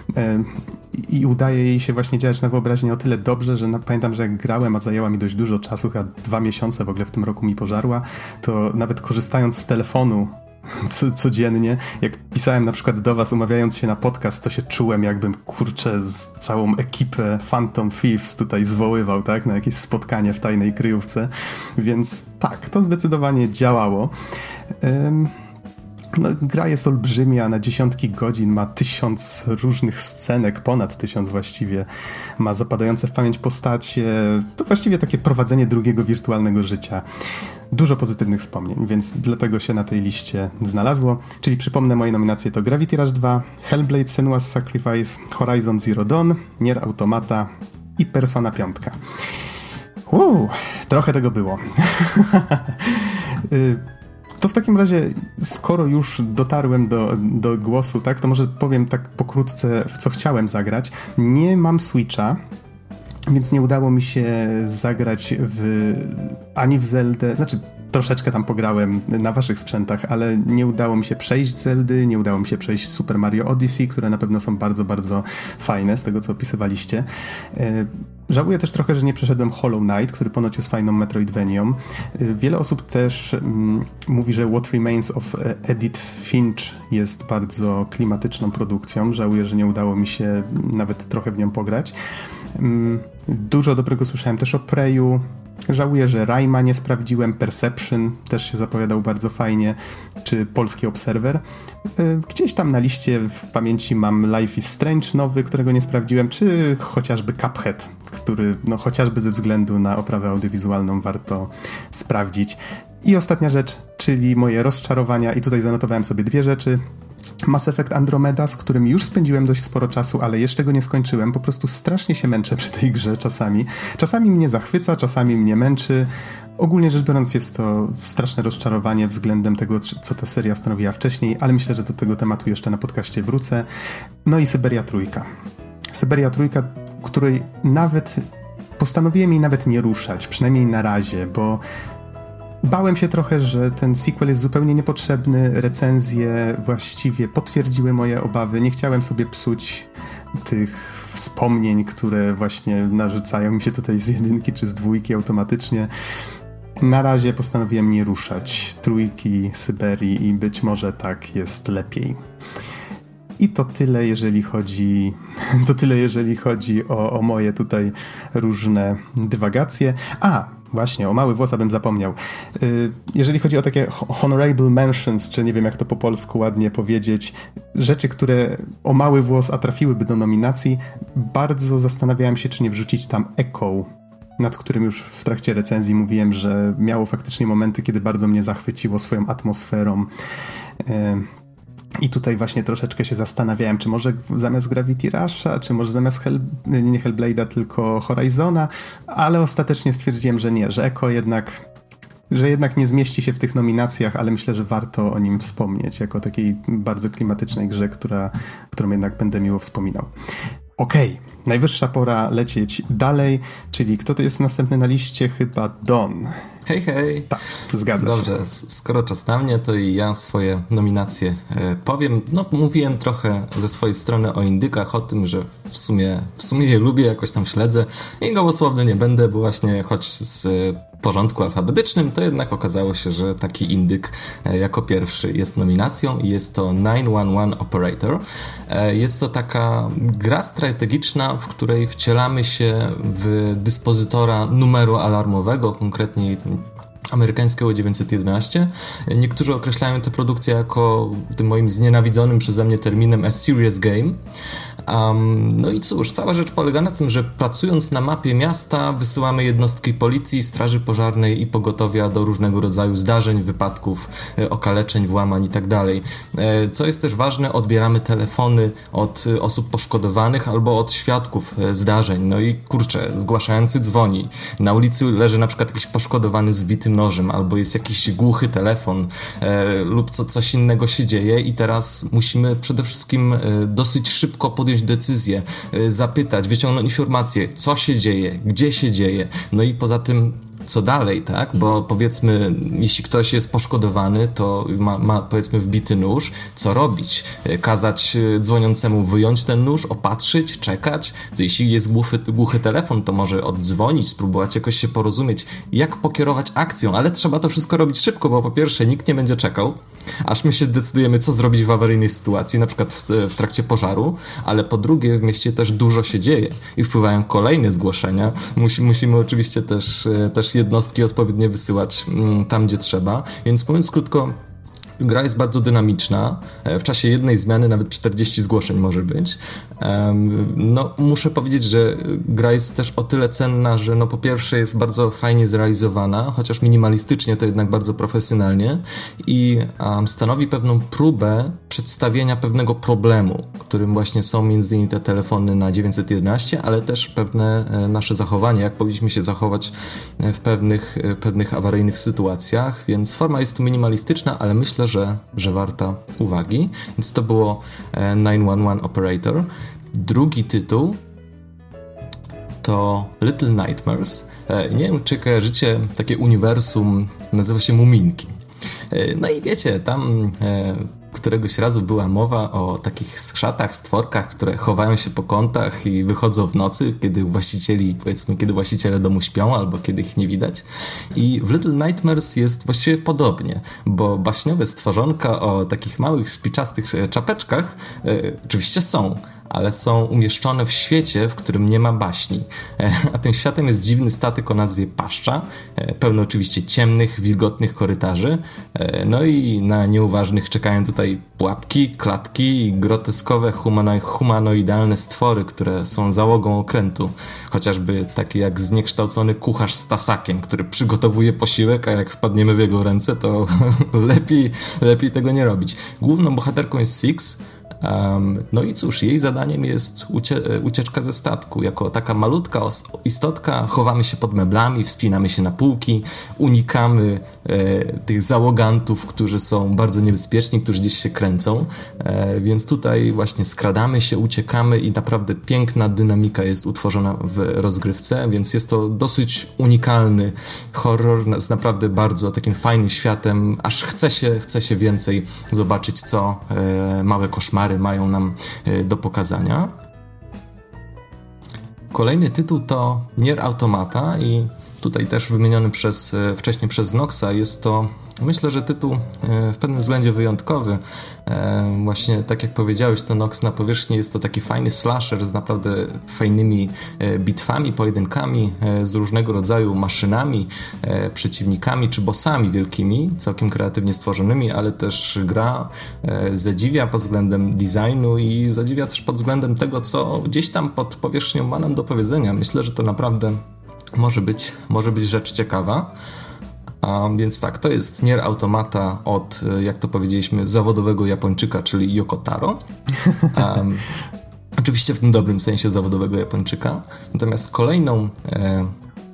i udaje jej się właśnie działać na wyobraźnię o tyle dobrze, że pamiętam, że jak grałem, a zajęła mi dość dużo czasu, chyba dwa miesiące w ogóle w tym roku mi pożarła, to nawet korzystając z telefonu Co, codziennie, jak pisałem na przykład do was, umawiając się na podcast, to się czułem, jakbym, kurczę, z całą ekipę Phantom Thieves tutaj zwoływał, tak, na jakieś spotkanie w tajnej kryjówce, więc tak, to zdecydowanie działało. Um, no, gra jest olbrzymia, na dziesiątki godzin, ma tysiąc różnych scenek, ponad tysiąc właściwie, ma zapadające w pamięć postacie, to właściwie takie prowadzenie drugiego wirtualnego życia. Dużo pozytywnych wspomnień, więc dlatego się na tej liście znalazło. Czyli przypomnę, moje nominacje to Gravity Rush dwa, Hellblade Senua's Sacrifice, Horizon Zero Dawn, Nier Automata i Persona pięć. Uuu, trochę tego było. To w takim razie, skoro już dotarłem do, do głosu, tak, to może powiem tak pokrótce, w co chciałem zagrać. Nie mam Switcha, więc nie udało mi się zagrać w, ani w Zeldę, znaczy troszeczkę tam pograłem na waszych sprzętach, ale nie udało mi się przejść Zeldy, nie udało mi się przejść Super Mario Odyssey, które na pewno są bardzo, bardzo fajne z tego, co opisywaliście. Żałuję też trochę, że nie przeszedłem Hollow Knight, który ponoć jest fajną Metroidvanią. Wiele osób też mm, mówi, że What Remains of Edith Finch jest bardzo klimatyczną produkcją. Żałuję, że nie udało mi się nawet trochę w nią pograć. Dużo dobrego słyszałem też o Preyu. Żałuję, że Rayma nie sprawdziłem, Perception też się zapowiadał bardzo fajnie, czy Polski Obserwer. Gdzieś tam na liście w pamięci mam Life is Strange nowy, którego nie sprawdziłem, czy chociażby Cuphead, który no chociażby ze względu na oprawę audiowizualną warto sprawdzić. I ostatnia rzecz, czyli moje rozczarowania, i tutaj zanotowałem sobie dwie rzeczy. Mass Effect Andromeda, z którym już spędziłem dość sporo czasu, ale jeszcze go nie skończyłem. Po prostu strasznie się męczę przy tej grze czasami. Czasami mnie zachwyca, czasami mnie męczy. Ogólnie rzecz biorąc jest to straszne rozczarowanie względem tego, co ta seria stanowiła wcześniej, ale myślę, że do tego tematu jeszcze na podcaście wrócę. No i Syberia Trójka. Syberia Trójka, której nawet postanowiłem jej nawet nie ruszać, przynajmniej na razie, bo bałem się trochę, że ten sequel jest zupełnie niepotrzebny, recenzje właściwie potwierdziły moje obawy, nie chciałem sobie psuć tych wspomnień, które właśnie narzucają mi się tutaj z jedynki czy z dwójki automatycznie. Na razie postanowiłem nie ruszać trójki, Syberii i być może tak jest lepiej. I to tyle, jeżeli chodzi, to tyle, jeżeli chodzi o, o moje tutaj różne dywagacje. A, właśnie, o mały włos, abym zapomniał. Jeżeli chodzi o takie honorable mentions, czy nie wiem jak to po polsku ładnie powiedzieć, rzeczy, które o mały włos, a trafiłyby do nominacji, bardzo zastanawiałem się, czy nie wrzucić tam Echo, nad którym już w trakcie recenzji mówiłem, że miało faktycznie momenty, kiedy bardzo mnie zachwyciło swoją atmosferą. I tutaj właśnie troszeczkę się zastanawiałem, czy może zamiast Gravity Rusha, czy może zamiast Hell, nie Hellblade'a, tylko Horizona, ale ostatecznie stwierdziłem, że nie, że Echo jednak, że jednak nie zmieści się w tych nominacjach, ale myślę, że warto o nim wspomnieć, jako takiej bardzo klimatycznej grze, która, którą jednak będę miło wspominał. Okej, okay. Najwyższa pora lecieć dalej, czyli kto to jest następny na liście? Chyba Don. Hej, hej. Tak, zgadzam Dobrze, się. Dobrze, skoro czas na mnie, to i ja swoje nominacje e, powiem. No, mówiłem trochę ze swojej strony o indykach, o tym, że w sumie, w sumie je lubię, jakoś tam śledzę i gołosłowny nie będę, bo właśnie choć z e, porządku alfabetycznym, to jednak okazało się, że taki indyk e, jako pierwszy jest nominacją i jest to dziewięć jeden jeden Operator. E, jest to taka gra strategiczna, w której wcielamy się w dyspozytora numeru alarmowego, konkretnie amerykańskiego dziewięćset jedenaście. Niektórzy określają tę produkcję jako tym moim znienawidzonym przeze mnie terminem a serious game. Um, no i cóż, cała rzecz polega na tym, że pracując na mapie miasta wysyłamy jednostki policji, straży pożarnej i pogotowia do różnego rodzaju zdarzeń, wypadków, e, okaleczeń, włamań i tak dalej. E, co jest też ważne, odbieramy telefony od e, osób poszkodowanych albo od świadków e, zdarzeń. No i kurczę, zgłaszający dzwoni. Na ulicy leży na przykład jakiś poszkodowany zbitym nożem albo jest jakiś głuchy telefon e, lub co, coś innego się dzieje i teraz musimy przede wszystkim e, dosyć szybko podjąć decyzję, zapytać, wyciągnąć informacje, co się dzieje, gdzie się dzieje, no i poza tym co dalej, tak? Bo powiedzmy, jeśli ktoś jest poszkodowany, to ma, ma powiedzmy wbity nóż, co robić? Kazać dzwoniącemu wyjąć ten nóż, opatrzyć, czekać? Jeśli jest głuchy, głuchy telefon, to może oddzwonić, spróbować jakoś się porozumieć, jak pokierować akcją, ale trzeba to wszystko robić szybko, bo po pierwsze nikt nie będzie czekał, aż my się zdecydujemy, co zrobić w awaryjnej sytuacji, na przykład w, w trakcie pożaru, ale po drugie w mieście też dużo się dzieje i wpływają kolejne zgłoszenia. Musi, musimy oczywiście też, też jednostki odpowiednio wysyłać tam, gdzie trzeba. Więc mówiąc krótko, gra jest bardzo dynamiczna. W czasie jednej zmiany nawet czterdzieści zgłoszeń może być. No, muszę powiedzieć, że gra jest też o tyle cenna, że no po pierwsze jest bardzo fajnie zrealizowana, chociaż minimalistycznie, to jednak bardzo profesjonalnie i um, stanowi pewną próbę przedstawienia pewnego problemu, którym właśnie są między innymi te telefony na dziewięćset jedenaście, ale też pewne e, nasze zachowanie, jak powinniśmy się zachować w pewnych, e, pewnych awaryjnych sytuacjach, więc forma jest tu minimalistyczna, ale myślę, że, że warta uwagi. Więc to było e, dziewięć jeden jeden Operator. Drugi tytuł to Little Nightmares. E, nie wiem, czy kojarzycie takie uniwersum, nazywa się Muminki. E, no i wiecie, tam e, któregoś razu była mowa o takich skrzatach, stworkach, które chowają się po kątach i wychodzą w nocy, kiedy właścicieli, powiedzmy, kiedy właściciele domu śpią albo kiedy ich nie widać. I w Little Nightmares jest właściwie podobnie, bo baśniowe stworzonka o takich małych, spiczastych czapeczkach e, oczywiście są, ale są umieszczone w świecie, w którym nie ma baśni. A tym światem jest dziwny statek o nazwie Paszcza, pełny oczywiście ciemnych, wilgotnych korytarzy. No i na nieuważnych czekają tutaj pułapki, klatki i groteskowe humano- humanoidalne stwory, które są załogą okrętu. Chociażby taki jak zniekształcony kucharz z tasakiem, który przygotowuje posiłek, a jak wpadniemy w jego ręce, to lepiej, lepiej tego nie robić. Główną bohaterką jest Six. Um, no i cóż, jej zadaniem jest ucie- ucieczka ze statku. Jako taka malutka os- istotka chowamy się pod meblami, wspinamy się na półki, unikamy e, tych załogantów, którzy są bardzo niebezpieczni, którzy gdzieś się kręcą, e, więc tutaj właśnie skradamy się, uciekamy i naprawdę piękna dynamika jest utworzona w rozgrywce, więc jest to dosyć unikalny horror z naprawdę bardzo takim fajnym światem, aż chce się, chce się więcej zobaczyć, co e, małe koszmary mają nam do pokazania. kolejny tytuł to Nier Automata i tutaj też wymieniony przez, wcześniej przez Noxa. Jest to, myślę, że tytuł w pewnym względzie wyjątkowy. Właśnie tak jak powiedziałeś, to Nox na powierzchni jest to taki fajny slasher z naprawdę fajnymi bitwami, pojedynkami, z różnego rodzaju maszynami, przeciwnikami czy bossami wielkimi, całkiem kreatywnie stworzonymi, ale też gra zadziwia pod względem designu i zadziwia też pod względem tego, co gdzieś tam pod powierzchnią ma nam do powiedzenia. Myślę, że to naprawdę może być, może być rzecz ciekawa. A więc tak, to jest Nier Automata od, jak to powiedzieliśmy, zawodowego Japończyka, czyli Yoko Taro. Um, oczywiście w tym dobrym sensie zawodowego Japończyka. Natomiast kolejną e,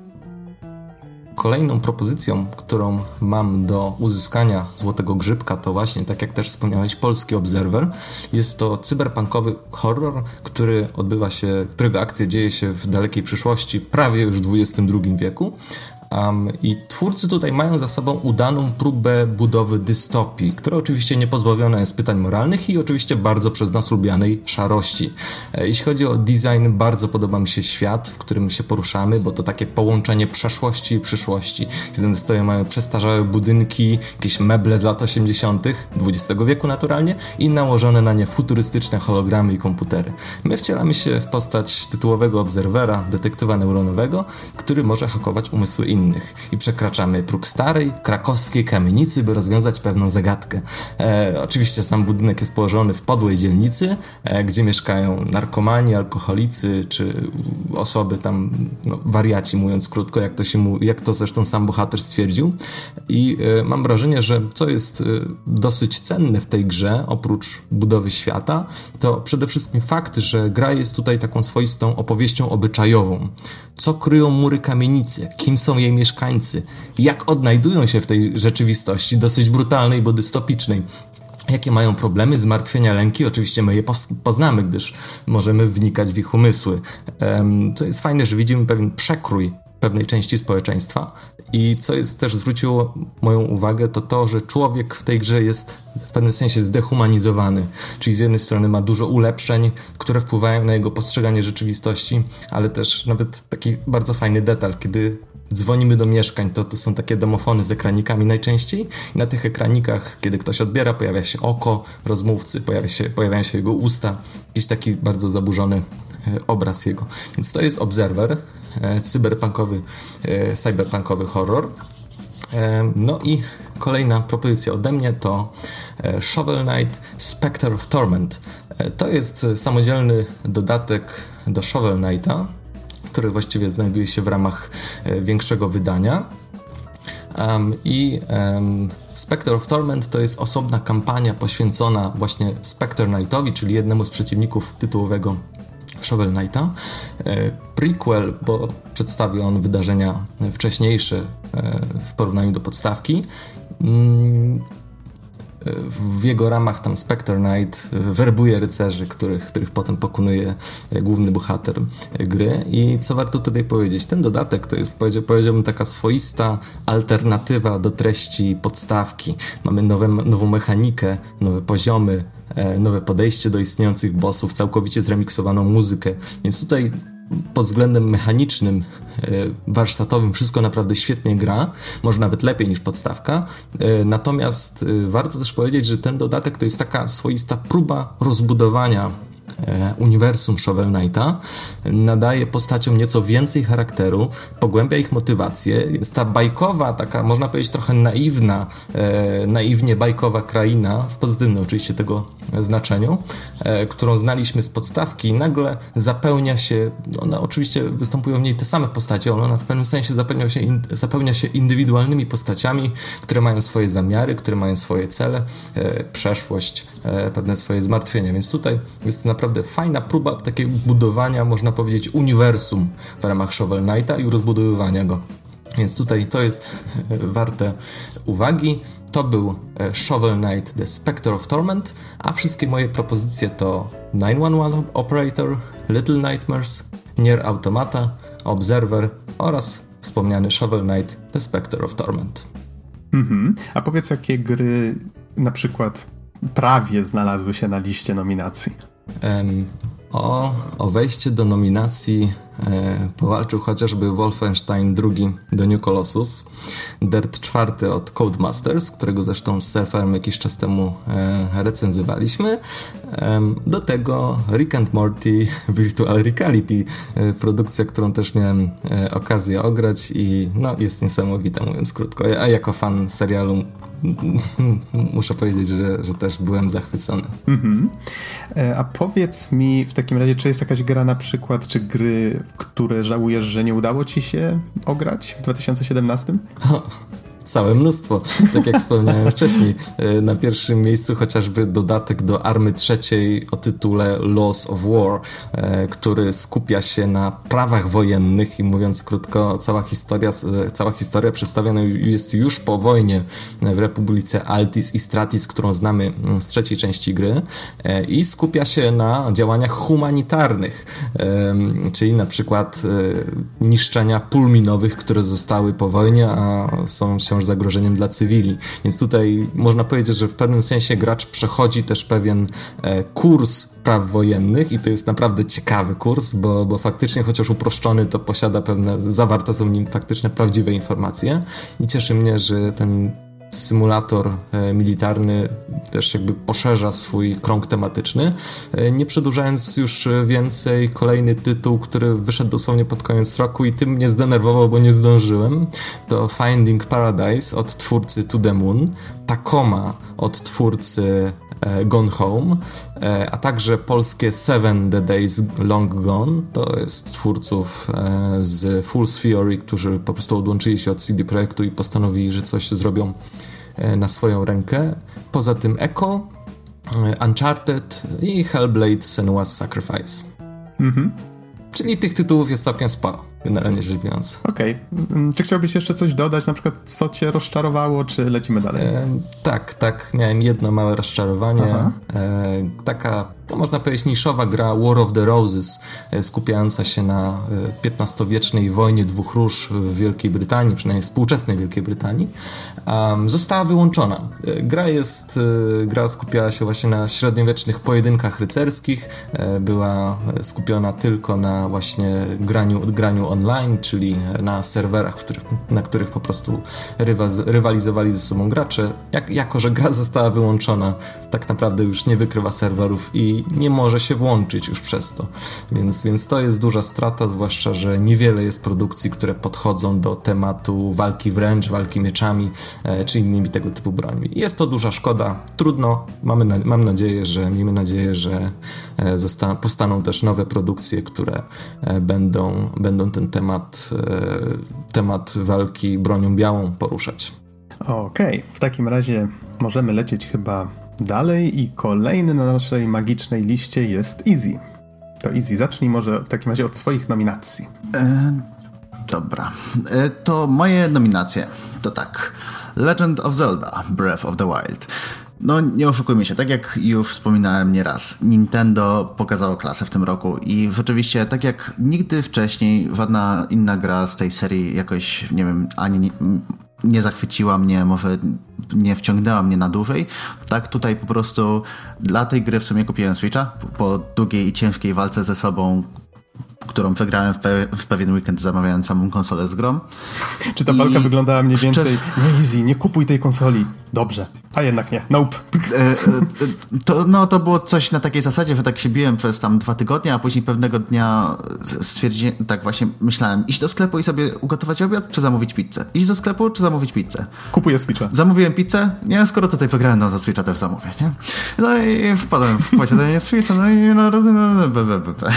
kolejną propozycją, którą mam do uzyskania Złotego Grzybka, to właśnie, tak jak też wspomniałeś, polski Observer. Jest to cyberpunkowy horror, który odbywa się, którego akcja dzieje się w dalekiej przyszłości, prawie już w dwudziestym drugim wieku. Um, I twórcy tutaj mają za sobą udaną próbę budowy dystopii, która oczywiście nie pozbawiona jest pytań moralnych i oczywiście bardzo przez nas lubianej szarości. E, jeśli chodzi o design, bardzo podoba mi się świat, w którym się poruszamy, bo to takie połączenie przeszłości i przyszłości. Z jednej strony mają przestarzałe budynki, jakieś meble z lat osiemdziesiątych dwudziestego wieku naturalnie i nałożone na nie futurystyczne hologramy i komputery. My wcielamy się w postać tytułowego obserwera, detektywa neuronowego, który może hakować umysły innych. I przekraczamy próg starej, krakowskiej kamienicy, by rozwiązać pewną zagadkę. E, oczywiście sam budynek jest położony w podłej dzielnicy, e, gdzie mieszkają narkomani, alkoholicy, czy osoby tam, no, wariaci, mówiąc krótko, jak to, się mu, jak to zresztą sam bohater stwierdził. I e, mam wrażenie, że co jest e, dosyć cenne w tej grze, oprócz budowy świata, to przede wszystkim fakt, że gra jest tutaj taką swoistą opowieścią obyczajową. Co kryją mury kamienicy, kim są jej mieszkańcy, jak odnajdują się w tej rzeczywistości dosyć brutalnej, bo dystopicznej. Jakie mają problemy, zmartwienia, lęki? Oczywiście my je poznamy, gdyż możemy wnikać w ich umysły. Um, co jest fajne, że widzimy pewien przekrój pewnej części społeczeństwa i co jest też zwróciło moją uwagę, to to, że człowiek w tej grze jest w pewnym sensie zdehumanizowany, czyli z jednej strony ma dużo ulepszeń, które wpływają na jego postrzeganie rzeczywistości, ale też nawet taki bardzo fajny detal, kiedy dzwonimy do mieszkań, to, to są takie domofony z ekranikami najczęściej i na tych ekranikach, kiedy ktoś odbiera, pojawia się oko rozmówcy, pojawia się, pojawiają się jego usta, jakiś taki bardzo zaburzony e, obraz jego. Więc to jest Observer, e, cyberpunkowy, e, cyberpunkowy horror. E, no i kolejna propozycja ode mnie to e, Shovel Knight Spectre of Torment. E, to jest samodzielny dodatek do Shovel Knighta, który właściwie znajduje się w ramach e, większego wydania. Um, I um, Spectre of Torment to jest osobna kampania poświęcona właśnie Spectre Knightowi, czyli jednemu z przeciwników tytułowego Shovel Knighta. E, prequel, bo przedstawi on wydarzenia wcześniejsze e, w porównaniu do podstawki. Mm, W jego ramach tam Spectre Knight werbuje rycerzy, których, których potem pokonuje główny bohater gry. I co warto tutaj powiedzieć? Ten dodatek to jest, powiedziałbym, taka swoista alternatywa do treści podstawki. Mamy nowe, nową mechanikę, nowe poziomy, nowe podejście do istniejących bossów, całkowicie zremiksowaną muzykę. Więc tutaj pod względem mechanicznym, warsztatowym wszystko naprawdę świetnie gra, może nawet lepiej niż podstawka, natomiast warto też powiedzieć, że ten dodatek to jest taka swoista próba rozbudowania uniwersum Shovel Knighta, nadaje postaciom nieco więcej charakteru, pogłębia ich motywację. Jest ta bajkowa, taka można powiedzieć trochę naiwna, e, naiwnie bajkowa kraina, w pozytywnym oczywiście tego znaczeniu, e, którą znaliśmy z podstawki, nagle zapełnia się, one oczywiście występują w niej te same postacie, ona w pewnym sensie zapełnia się, in, zapełnia się indywidualnymi postaciami, które mają swoje zamiary, które mają swoje cele, e, przeszłość, e, pewne swoje zmartwienia, więc tutaj jest naprawdę fajna próba takiego budowania, można powiedzieć, uniwersum w ramach Shovel Knighta i rozbudowywania go. Więc tutaj to jest e, warte uwagi. To był e, Shovel Knight The Spectre of Torment, a wszystkie moje propozycje to nine one one Operator, Little Nightmares, Nier Automata, Observer oraz wspomniany Shovel Knight The Spectre of Torment. Mhm. A powiedz, jakie gry na przykład prawie znalazły się na liście nominacji? Um, O, o wejście do nominacji e, powalczył chociażby Wolfenstein drugi The New Colossus, Dirt czwarty od Codemasters, którego zresztą z Surferem jakiś czas temu e, recenzywaliśmy. E, do tego Rick and Morty Virtual Reality, e, produkcja, którą też miałem e, okazję ograć i no, jest niesamowita, mówiąc krótko. A jako fan serialu muszę powiedzieć, że, że też byłem zachwycony. Mm-hmm. A powiedz mi w takim razie, czy jest jakaś gra na przykład, czy gry, które żałujesz, że nie udało ci się ograć w dwa tysiące siedemnastym? Całe mnóstwo, tak jak wspomniałem wcześniej. Na pierwszym miejscu chociażby dodatek do Army trzeciej o tytule Laws of War, który skupia się na prawach wojennych i mówiąc krótko, cała historia, cała historia przedstawiona jest już po wojnie w Republice Altis i Stratis, którą znamy z trzeciej części gry i skupia się na działaniach humanitarnych, czyli na przykład niszczenia pól minowych, które zostały po wojnie, a są wciąż zagrożeniem dla cywili. Więc tutaj można powiedzieć, że w pewnym sensie gracz przechodzi też pewien e, kurs praw wojennych i to jest naprawdę ciekawy kurs, bo, bo faktycznie, chociaż uproszczony, to posiada pewne, zawarte są w nim faktyczne prawdziwe informacje i cieszy mnie, że ten symulator e, militarny też jakby poszerza swój krąg tematyczny. E, nie przedłużając już więcej, kolejny tytuł, który wyszedł dosłownie pod koniec roku i tym mnie zdenerwował, bo nie zdążyłem, to Finding Paradise od twórcy To The Moon, Tacoma od twórcy e, Gone Home, e, a także polskie Seven The Days Long Gone, to jest twórców e, z Fool's Theory, którzy po prostu odłączyli się od C D Projektu i postanowili, że coś zrobią e, na swoją rękę. Poza tym Echo, e, Uncharted i Hellblade Senua's Sacrifice. Mhm. Czyli tych tytułów jest całkiem sporo, generalnie rzecz biorąc. Okej. Okay. Czy chciałbyś jeszcze coś dodać, na przykład co cię rozczarowało, czy lecimy dalej? E, tak, tak. Miałem jedno małe rozczarowanie. E, taka, to można powiedzieć, niszowa gra War of the Roses, e, skupiająca się na piętnastowiecznej wojnie dwóch róż w Wielkiej Brytanii, przynajmniej współczesnej Wielkiej Brytanii, um, została wyłączona. E, gra jest, e, gra skupiała się właśnie na średniowiecznych pojedynkach rycerskich, e, była skupiona tylko na właśnie graniu, graniu online, czyli na serwerach, w których, na których po prostu rywa, rywalizowali ze sobą gracze. Jak, jako że gra została wyłączona, tak naprawdę już nie wykrywa serwerów i nie może się włączyć już przez to. Więc, więc to jest duża strata, zwłaszcza, że niewiele jest produkcji, które podchodzą do tematu walki wręcz, walki mieczami, e, czy innymi tego typu brońmi. Jest to duża szkoda. Trudno. Mamy na, mam nadzieję, że miejmy nadzieję, że e, zosta- powstaną też nowe produkcje, które e, będą, będą ten temat, e, temat walki bronią białą poruszać. Okej, okay. W takim razie możemy lecieć chyba dalej i kolejny na naszej magicznej liście jest Easy. To Easy, zacznij może w takim razie od swoich nominacji. E, dobra, e, to moje nominacje to tak. Legend of Zelda Breath of the Wild. No nie oszukujmy się, tak jak już wspominałem nieraz, Nintendo pokazało klasę w tym roku i rzeczywiście tak jak nigdy wcześniej żadna inna gra z tej serii jakoś, nie wiem, ani nie, nie zachwyciła mnie, może nie wciągnęła mnie na dłużej, tak tutaj po prostu dla tej gry w sumie kupiłem Switcha po długiej i ciężkiej walce ze sobą, którą przegrałem w, pe- w pewien weekend, zamawiając samą konsolę z grą. Czy ta I walka wyglądała mniej więcej szczer... nie Easy, nie kupuj tej konsoli. Dobrze. A jednak nie. Nope. E, e, to, no, to było coś na takiej zasadzie, że tak się biłem przez tam dwa tygodnie, a później pewnego dnia stwierdziłem, tak właśnie myślałem, iść do sklepu i sobie ugotować obiad, czy zamówić pizzę? Iść do sklepu, czy zamówić pizzę? Kupuję Switcha. Zamówiłem pizzę? Nie, skoro tutaj wygrałem, no to Switcha też zamówię, nie? No i wpadłem w posiadanie Switcha, no i no rozumiem, no, be, be, be, be.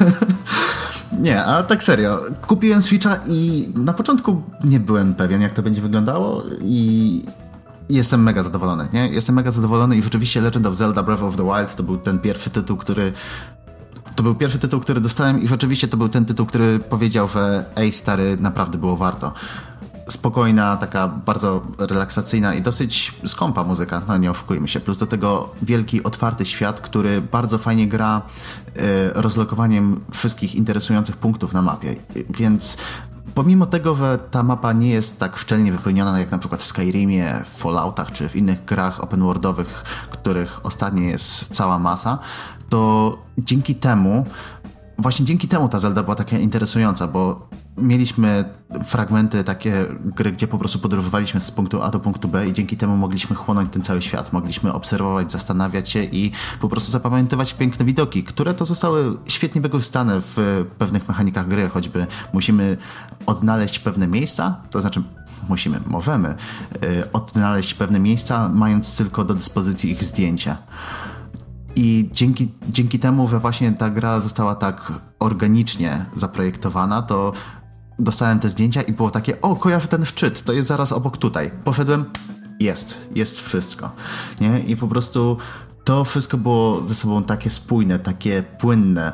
Nie, a tak serio. Kupiłem Switcha i na początku nie byłem pewien, jak to będzie wyglądało i jestem mega zadowolony, nie? Jestem mega zadowolony i rzeczywiście Legend of Zelda Breath of the Wild to był ten pierwszy tytuł, który to był pierwszy tytuł, który dostałem i rzeczywiście to był ten tytuł, który powiedział, że ej stary, naprawdę było warto. Spokojna, taka bardzo relaksacyjna i dosyć skąpa muzyka, no nie oszukujmy się. Plus do tego wielki, otwarty świat, który bardzo fajnie gra y, rozlokowaniem wszystkich interesujących punktów na mapie. Więc pomimo tego, że ta mapa nie jest tak szczelnie wypełniona jak na przykład w Skyrimie, w Falloutach czy w innych grach open worldowych, których ostatnio jest cała masa, to dzięki temu, właśnie dzięki temu ta Zelda była taka interesująca, bo mieliśmy fragmenty takie gry, gdzie po prostu podróżowaliśmy z punktu A do punktu B i dzięki temu mogliśmy chłonąć ten cały świat, mogliśmy obserwować, zastanawiać się i po prostu zapamiętywać piękne widoki, które to zostały świetnie wykorzystane w pewnych mechanikach gry, choćby musimy odnaleźć pewne miejsca, to znaczy musimy, możemy yy, odnaleźć pewne miejsca, mając tylko do dyspozycji ich zdjęcia. I dzięki, dzięki temu, że właśnie ta gra została tak organicznie zaprojektowana, to dostałem te zdjęcia i było takie, o, kojarzę ten szczyt, to jest zaraz obok tutaj. Poszedłem, jest, jest wszystko. Nie? I po prostu to wszystko było ze sobą takie spójne, takie płynne,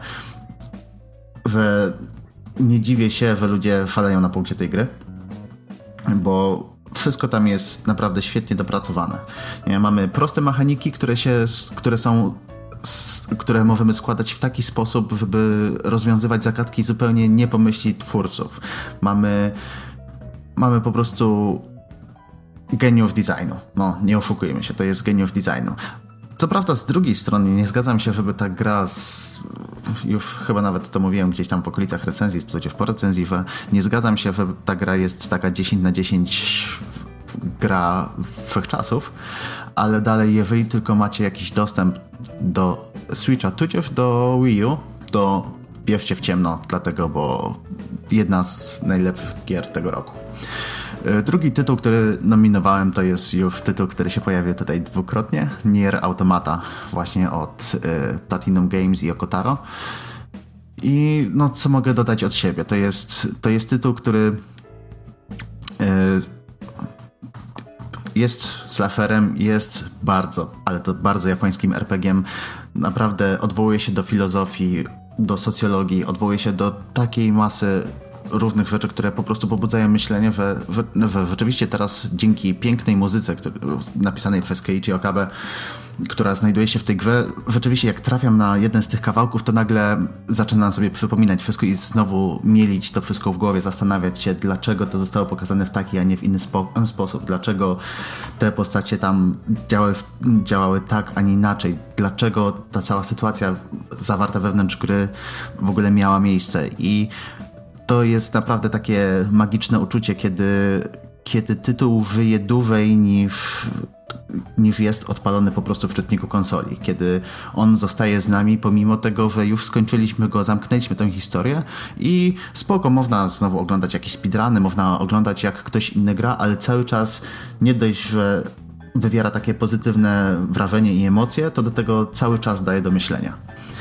że nie dziwię się, że ludzie szaleją na punkcie tej gry, bo wszystko tam jest naprawdę świetnie dopracowane. Nie? Mamy proste mechaniki, które, się, które są które możemy składać w taki sposób, żeby rozwiązywać zagadki zupełnie nie po myśli twórców. Mamy, mamy po prostu geniusz designu. No, nie oszukujmy się, to jest geniusz designu. Co prawda z drugiej strony nie zgadzam się, żeby ta gra, z, już chyba nawet to mówiłem gdzieś tam w okolicach recenzji, tudzież po recenzji, że nie zgadzam się, że ta gra jest taka dziesięć na dziesięć gra wszechczasów, ale dalej, jeżeli tylko macie jakiś dostęp do Switcha, tudzież do Wii U, to bierzcie w ciemno, dlatego, bo jedna z najlepszych gier tego roku. Drugi tytuł, który nominowałem, to jest już tytuł, który się pojawił tutaj dwukrotnie, Nier Automata, właśnie od y, Platinum Games i Yoko-Taro. I no, co mogę dodać od siebie? To jest, to jest tytuł, który y, jest slasherem, jest bardzo, ale to bardzo japońskim er pe gie em. Naprawdę odwołuje się do filozofii, do socjologii, odwołuje się do takiej masy różnych rzeczy, które po prostu pobudzają myślenie, że, że, że rzeczywiście teraz dzięki pięknej muzyce który, napisanej przez Keiichi Okabe, która znajduje się w tej grze, rzeczywiście jak trafiam na jeden z tych kawałków, to nagle zaczynam sobie przypominać wszystko i znowu mielić to wszystko w głowie, zastanawiać się, dlaczego to zostało pokazane w taki, a nie w inny spo- sposób, dlaczego te postacie tam działały, działały tak, a nie inaczej, dlaczego ta cała sytuacja zawarta wewnątrz gry w ogóle miała miejsce. I to jest naprawdę takie magiczne uczucie, kiedy, kiedy tytuł żyje dłużej niż, niż jest odpalony po prostu w czytniku konsoli. Kiedy on zostaje z nami, pomimo tego, że już skończyliśmy go, zamknęliśmy tę historię i spoko, można znowu oglądać jakieś speedruny, można oglądać jak ktoś inny gra, ale cały czas nie dość, że wywiera takie pozytywne wrażenie i emocje, to do tego cały czas daje do myślenia.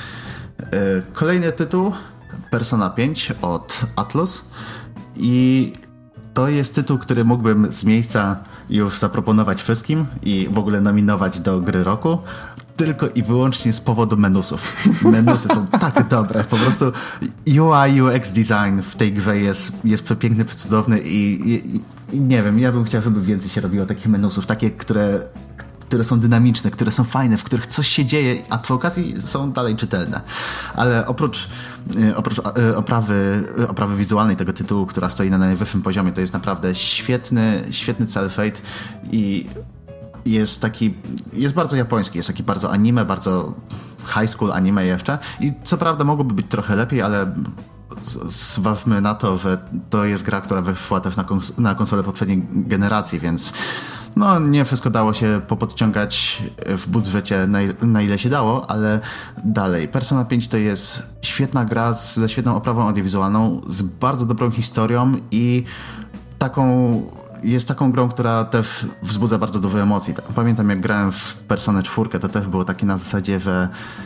Kolejny tytuł, Persona pięć od Atlus, i to jest tytuł, który mógłbym z miejsca już zaproponować wszystkim i w ogóle nominować do gry roku, tylko i wyłącznie z powodu menusów. Menusy są tak dobre, po prostu U I U X design w tej grze jest, jest przepiękny, przecudowny i, i, i nie wiem, ja bym chciał, żeby więcej się robiło takich menusów, takie, które które są dynamiczne, które są fajne, w których coś się dzieje, a przy okazji są dalej czytelne. Ale oprócz, oprócz oprawy, oprawy wizualnej tego tytułu, która stoi na najwyższym poziomie, to jest naprawdę świetny, świetny cel shade i jest taki, jest bardzo japoński, jest taki bardzo anime, bardzo high school anime jeszcze i co prawda mogłoby być trochę lepiej, ale zważmy na to, że to jest gra, która wyszła też na, kons- na konsolę poprzedniej generacji, więc no nie wszystko dało się popodciągać w budżecie na, na ile się dało, ale dalej. Persona pięć to jest świetna gra z, ze świetną oprawą audiowizualną, z bardzo dobrą historią i taką jest taką grą, która też wzbudza bardzo dużo emocji. Pamiętam jak grałem w Personę cztery, to też było takie na zasadzie, że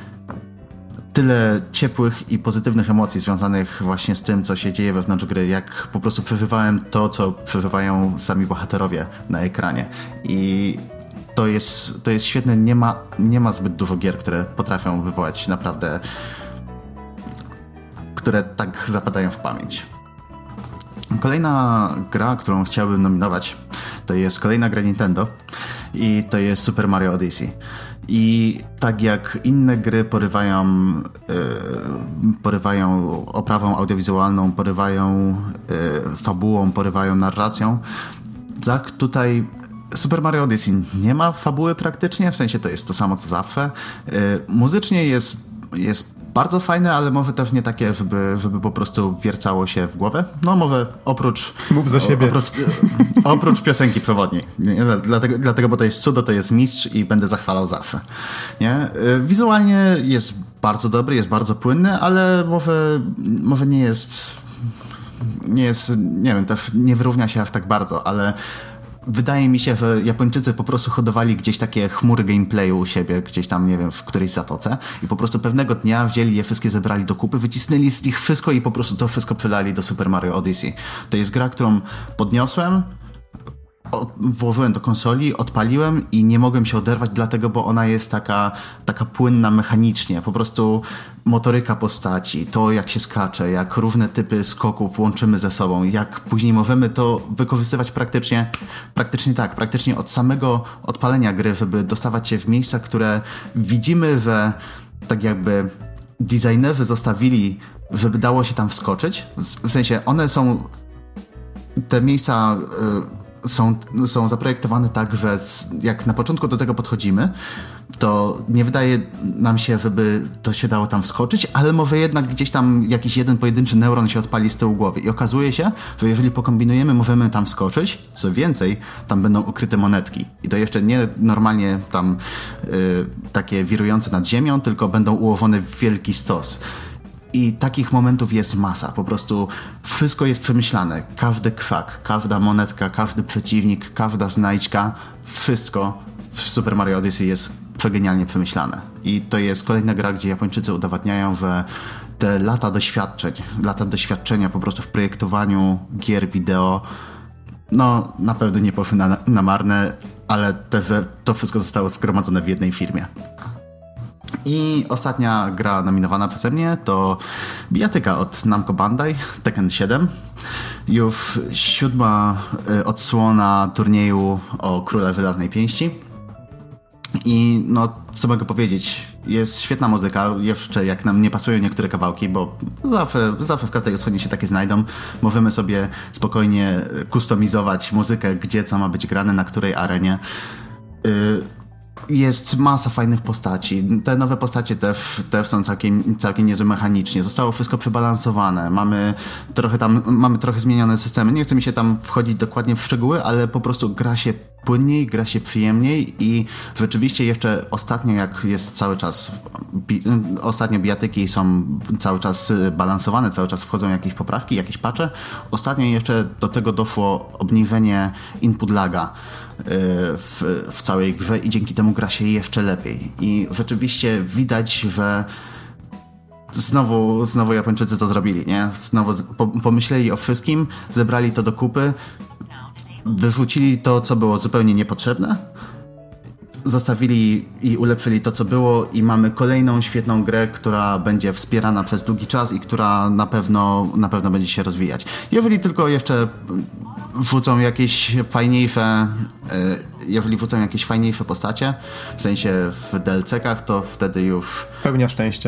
tyle ciepłych i pozytywnych emocji związanych właśnie z tym, co się dzieje wewnątrz gry, jak po prostu przeżywałem to, co przeżywają sami bohaterowie na ekranie. I to jest, to jest świetne. Nie ma, nie ma zbyt dużo gier, które potrafią wywołać naprawdę, które tak zapadają w pamięć. Kolejna gra, którą chciałbym nominować, to jest kolejna gra Nintendo i to jest Super Mario Odyssey. I tak jak inne gry porywają, yy, porywają oprawą audiowizualną, porywają yy, fabułą, porywają narracją, tak tutaj Super Mario Odyssey nie ma fabuły praktycznie, w sensie to jest to samo co zawsze. Yy, muzycznie jest jest bardzo fajne, ale może też nie takie, żeby, żeby po prostu wiercało się w głowę. No może oprócz... Mów za siebie. Oprócz, oprócz piosenki przewodniej. Nie? Dlatego, dlatego, bo to jest cudo, to jest mistrz i będę zachwalał zawsze. Nie? Wizualnie jest bardzo dobry, jest bardzo płynny, ale może, może nie jest... Nie jest, nie wiem, też nie wyróżnia się aż tak bardzo, ale wydaje mi się, że Japończycy po prostu hodowali gdzieś takie chmury gameplayu u siebie, gdzieś tam, nie wiem, w którejś zatoce i po prostu pewnego dnia wzięli je wszystkie, zebrali do kupy, wycisnęli z nich wszystko i po prostu to wszystko przelali do Super Mario Odyssey. To jest gra, którą podniosłem, włożyłem do konsoli, odpaliłem i nie mogłem się oderwać dlatego, bo ona jest taka, taka płynna mechanicznie. Po prostu motoryka postaci, to jak się skacze, jak różne typy skoków łączymy ze sobą, jak później możemy to wykorzystywać praktycznie, praktycznie tak, praktycznie od samego odpalenia gry, żeby dostawać się w miejsca, które widzimy, że tak jakby designerzy zostawili, żeby dało się tam wskoczyć. W sensie one są, te miejsca... Yy, Są, są zaprojektowane tak, że jak na początku do tego podchodzimy, to nie wydaje nam się, żeby to się dało tam wskoczyć, ale może jednak gdzieś tam jakiś jeden pojedynczy neuron się odpali z tyłu głowy i okazuje się, że jeżeli pokombinujemy, możemy tam wskoczyć, co więcej, tam będą ukryte monetki i to jeszcze nie normalnie tam y, takie wirujące nad ziemią, tylko będą ułożone w wielki stos. I takich momentów jest masa. Po prostu wszystko jest przemyślane. Każdy krzak, każda monetka, każdy przeciwnik, każda znajdźka, wszystko w Super Mario Odyssey jest przegenialnie przemyślane. I to jest kolejna gra, gdzie Japończycy udowadniają, że te lata doświadczeń, lata doświadczenia po prostu w projektowaniu gier wideo, no na pewno nie poszły na, na marne, ale też, że to wszystko zostało zgromadzone w jednej firmie. I ostatnia gra nominowana przeze mnie to bijatyka od Namco Bandai, Tekken siedem. Już siódma odsłona turnieju o Króla Żelaznej Pięści. I no, co mogę powiedzieć, jest świetna muzyka, jeszcze jak nam nie pasują niektóre kawałki, bo zawsze, zawsze w każdej odsłonie się takie znajdą. Możemy sobie spokojnie kustomizować muzykę, gdzie co ma być grane, na której arenie. Yy, Jest masa fajnych postaci. Te nowe postacie też, też są całkiem, całkiem niezłe mechanicznie. Zostało wszystko przebalansowane. Mamy trochę tam, mamy trochę zmienione systemy. Nie chce mi się tam wchodzić dokładnie w szczegóły, ale po prostu gra się płynniej, gra się przyjemniej i rzeczywiście jeszcze ostatnio, jak jest cały czas, bi, ostatnio bijatyki są cały czas balansowane, cały czas wchodzą jakieś poprawki, jakieś patche. Ostatnio jeszcze do tego doszło obniżenie input laga w, w całej grze i dzięki temu gra się jeszcze lepiej. I rzeczywiście widać, że znowu, znowu Japończycy to zrobili, nie? Znowu pomyśleli o wszystkim, zebrali to do kupy, wyrzucili to, co było zupełnie niepotrzebne, zostawili i ulepszyli to, co było i mamy kolejną świetną grę, która będzie wspierana przez długi czas i która na pewno, na pewno będzie się rozwijać. Jeżeli tylko jeszcze wrzucą jakieś fajniejsze, jeżeli wrzucą jakieś fajniejsze postacie, w sensie w D L C-kach, to wtedy już... Pełnia szczęścia.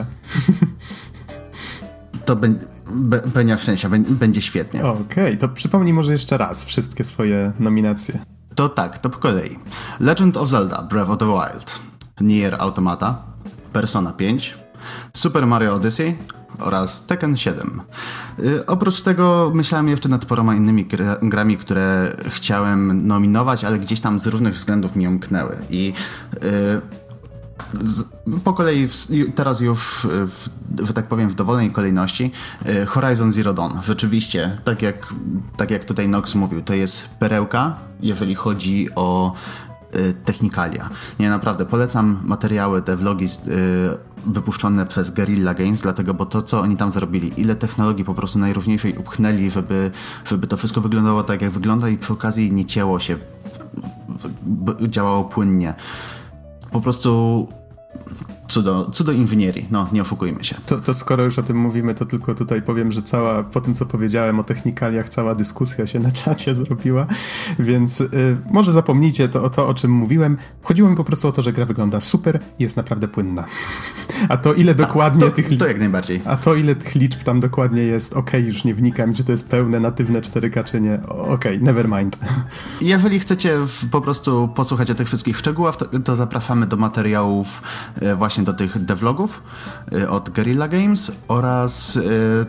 To będzie... Pełnia szczęścia, będzie świetnie. Okej, okay, to przypomnij może jeszcze raz wszystkie swoje nominacje. To tak, to po kolei. Legend of Zelda Breath of the Wild, Nier Automata, Persona pięć, Super Mario Odyssey oraz Tekken siedem. Yy, oprócz tego myślałem jeszcze nad paroma innymi gra- grami, które chciałem nominować, ale gdzieś tam z różnych względów mi umknęły. I yy, z, po kolei w, teraz już, w, że tak powiem, w dowolnej kolejności yy, Horizon Zero Dawn. Rzeczywiście, tak jak, tak jak tutaj Nox mówił, to jest perełka, jeżeli chodzi o yy, technikalia. Nie, naprawdę, polecam materiały, te vlogi yy, wypuszczone przez Guerrilla Games, dlatego, bo to, co oni tam zrobili, ile technologii po prostu najróżniejszej upchnęli, żeby, żeby to wszystko wyglądało tak, jak wygląda i przy okazji nie cięło się, w, w, w, działało płynnie. Po prostu cudo, cudo inżynierii, no nie oszukujmy się. To, to skoro już o tym mówimy, to tylko tutaj powiem, że cała, po tym co powiedziałem o technikaliach, cała dyskusja się na czacie zrobiła, więc y, może zapomnijcie to o to, o czym mówiłem. Chodziło mi po prostu o to, że gra wygląda super i jest naprawdę płynna. A to ile dokładnie to, tych... To jak najbardziej. A to ile tych liczb tam dokładnie jest, okej, okay, już nie wnikam, czy to jest pełne, natywne cztery K, czy nie. Okej, okay, never mind. Jeżeli chcecie po prostu posłuchać o tych wszystkich szczegółach, to, to zapraszamy do materiałów właśnie do tych devlogów od Guerrilla Games oraz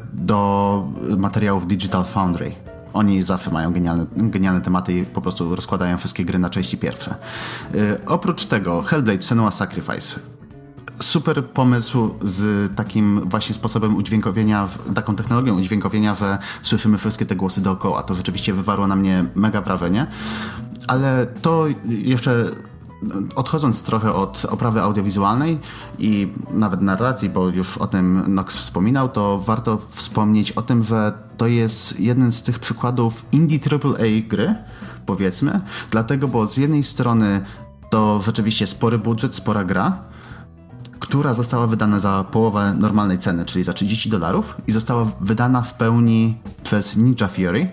do materiałów Digital Foundry. Oni zawsze mają genialne, genialne tematy i po prostu rozkładają wszystkie gry na części pierwsze. Yy, oprócz tego Hellblade Senua's Sacrifice. Super pomysł z takim właśnie sposobem udźwiękowienia, taką technologią udźwiękowienia, że słyszymy wszystkie te głosy dookoła. To rzeczywiście wywarło na mnie mega wrażenie. Ale to jeszcze... Odchodząc trochę od oprawy audiowizualnej i nawet narracji, bo już o tym Nox wspominał, to warto wspomnieć o tym, że to jest jeden z tych przykładów indie triple A gry, powiedzmy, dlatego, bo z jednej strony to rzeczywiście spory budżet, spora gra, która została wydana za połowę normalnej ceny, czyli za trzydzieści dolarów i została wydana w pełni przez Ninja Theory,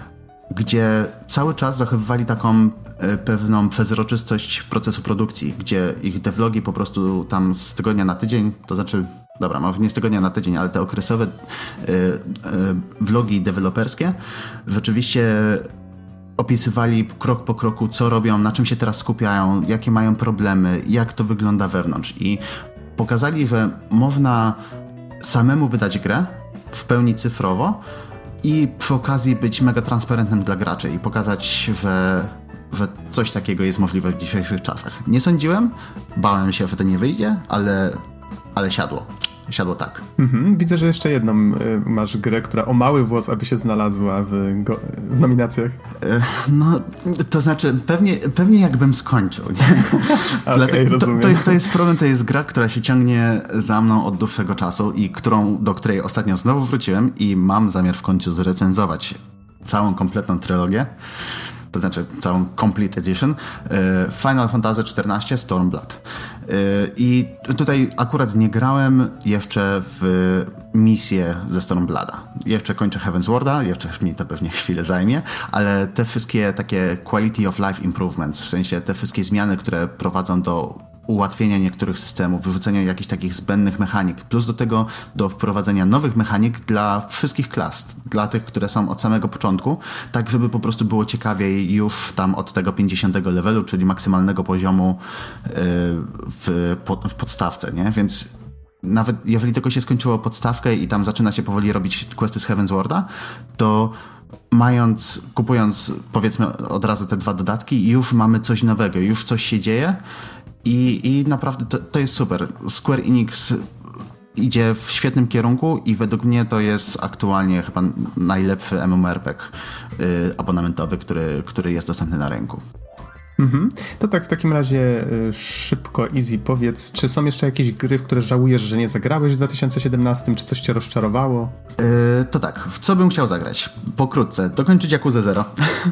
gdzie cały czas zachowywali taką e, pewną przezroczystość procesu produkcji, gdzie ich devlogi po prostu tam z tygodnia na tydzień, to znaczy, dobra, może nie z tygodnia na tydzień, ale te okresowe e, e, vlogi deweloperskie rzeczywiście opisywali krok po kroku, co robią, na czym się teraz skupiają, jakie mają problemy, jak to wygląda wewnątrz i pokazali, że można samemu wydać grę w pełni cyfrowo, i przy okazji być mega transparentnym dla graczy i pokazać, że, że coś takiego jest możliwe w dzisiejszych czasach. Nie sądziłem, bałem się, że to nie wyjdzie, ale, ale siadło. Siadło tak. Mhm. Widzę, że jeszcze jedną y, masz grę, która o mały włos, aby się znalazła w, go, w nominacjach. Y, no, to znaczy, pewnie, pewnie jakbym skończył. Okay, Dlatego, to, to, to jest problem, to jest gra, która się ciągnie za mną od dłuższego czasu i którą, do której ostatnio znowu wróciłem i mam zamiar w końcu zrecenzować całą kompletną trylogię. To znaczy całą Complete Edition, Final Fantasy czternaście Stormblood. I tutaj akurat nie grałem jeszcze w misję ze Stormblooda. Jeszcze kończę Heavenswarda, jeszcze mi to pewnie chwilę zajmie, ale te wszystkie takie quality of life improvements, w sensie te wszystkie zmiany, które prowadzą do ułatwienia niektórych systemów, wyrzucenia jakichś takich zbędnych mechanik, plus do tego do wprowadzenia nowych mechanik dla wszystkich klas, dla tych, które są od samego początku, tak żeby po prostu było ciekawiej już tam od tego pięćdziesiątego levelu, czyli maksymalnego poziomu yy, w, w podstawce, nie? Więc nawet jeżeli tylko się skończyło podstawkę i tam zaczyna się powoli robić questy z Heavenswarda, to mając, kupując powiedzmy od razu te dwa dodatki, już mamy coś nowego, już coś się dzieje. I, i naprawdę to, to jest super. Square Enix idzie w świetnym kierunku i według mnie to jest aktualnie chyba najlepszy MMORPG yy, abonamentowy, który, który jest dostępny na rynku. Mhm. To tak w takim razie y, szybko, easy powiedz, czy są jeszcze jakieś gry, w które żałujesz, że nie zagrałeś w dwa tysiące siedemnastym, czy coś cię rozczarowało? Yy, to tak, w co bym chciał zagrać? Pokrótce, dokończyć Yakuzę Zero,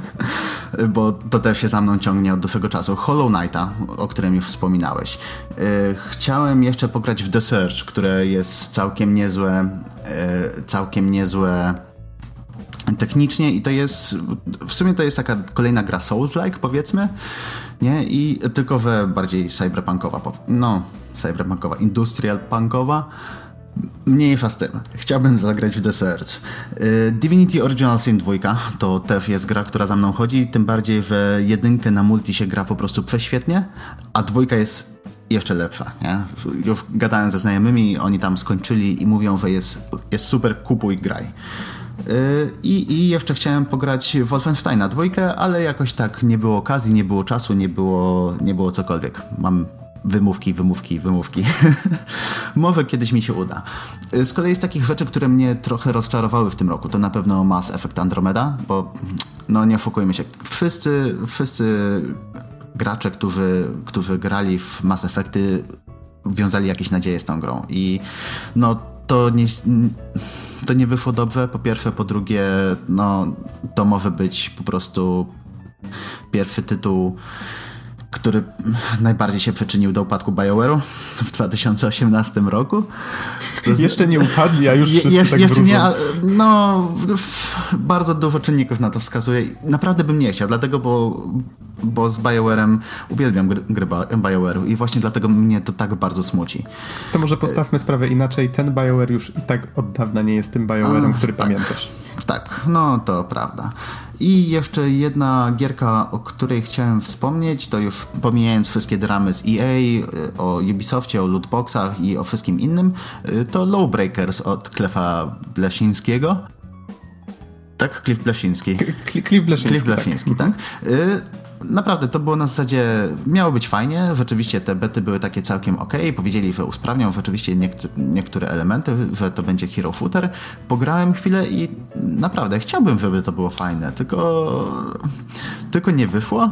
bo to też się za mną ciągnie od dłuższego czasu. Hollow Knighta, o którym już wspominałeś. Yy, chciałem jeszcze pograć w The Surge, które jest całkiem niezłe, yy, całkiem niezłe technicznie i to jest, w sumie to jest taka kolejna gra Souls-like, powiedzmy, nie? I tylko, że bardziej cyberpunkowa, no, cyberpunkowa, industrial punkowa, mniejsza z tym. Chciałbym zagrać w The Surge. Divinity Original Sin dwa to też jest gra, która za mną chodzi, tym bardziej, że jedynkę na multi się gra po prostu prześwietnie, a dwójka jest jeszcze lepsza, nie? Już gadałem ze znajomymi, oni tam skończyli i mówią, że jest, jest super, kupuj, graj. I, I jeszcze chciałem pograć w Wolfensteina dwójkę, ale jakoś tak nie było okazji, nie było czasu, nie było, nie było cokolwiek. Mam wymówki, wymówki, wymówki. Może kiedyś mi się uda. Z kolei z takich rzeczy, które mnie trochę rozczarowały w tym roku, to na pewno Mass Effect Andromeda, bo no nie oszukujmy się, wszyscy, wszyscy gracze, którzy, którzy grali w Mass Effecty, wiązali jakieś nadzieje z tą grą i no to nie... To nie wyszło dobrze, po pierwsze, po drugie, no to może być po prostu pierwszy tytuł, który najbardziej się przyczynił do upadku BioWare'u w dwa tysiące osiemnastym roku. To z... Jeszcze nie upadli, a już wszyscy Je, tak jeszcze wróżą. nie, no bardzo dużo czynników na to wskazuje. Naprawdę bym nie chciał, dlatego, bo bo z BioWare'em uwielbiam gry, gry BioWare'u i właśnie dlatego mnie to tak bardzo smuci. To może postawmy sprawę inaczej. Ten BioWare już i tak od dawna nie jest tym BioWare'em, który tak, pamiętasz. Tak, no to prawda. I jeszcze jedna gierka, o której chciałem wspomnieć, to już pomijając wszystkie dramy z E A, o Ubisoftie, o lootboxach i o wszystkim innym, to Lawbreakers od Cliffa Bleszyńskiego. Tak? Cliff Bleszyński. Cliff Bleszyński, Cliff Bleszyński, tak. tak. Y- Naprawdę, to było na zasadzie, miało być fajnie, rzeczywiście te bety były takie całkiem okej, powiedzieli, że usprawnią rzeczywiście niektó- niektóre elementy, że to będzie hero shooter. Pograłem chwilę i naprawdę chciałbym, żeby to było fajne, tylko, tylko nie wyszło.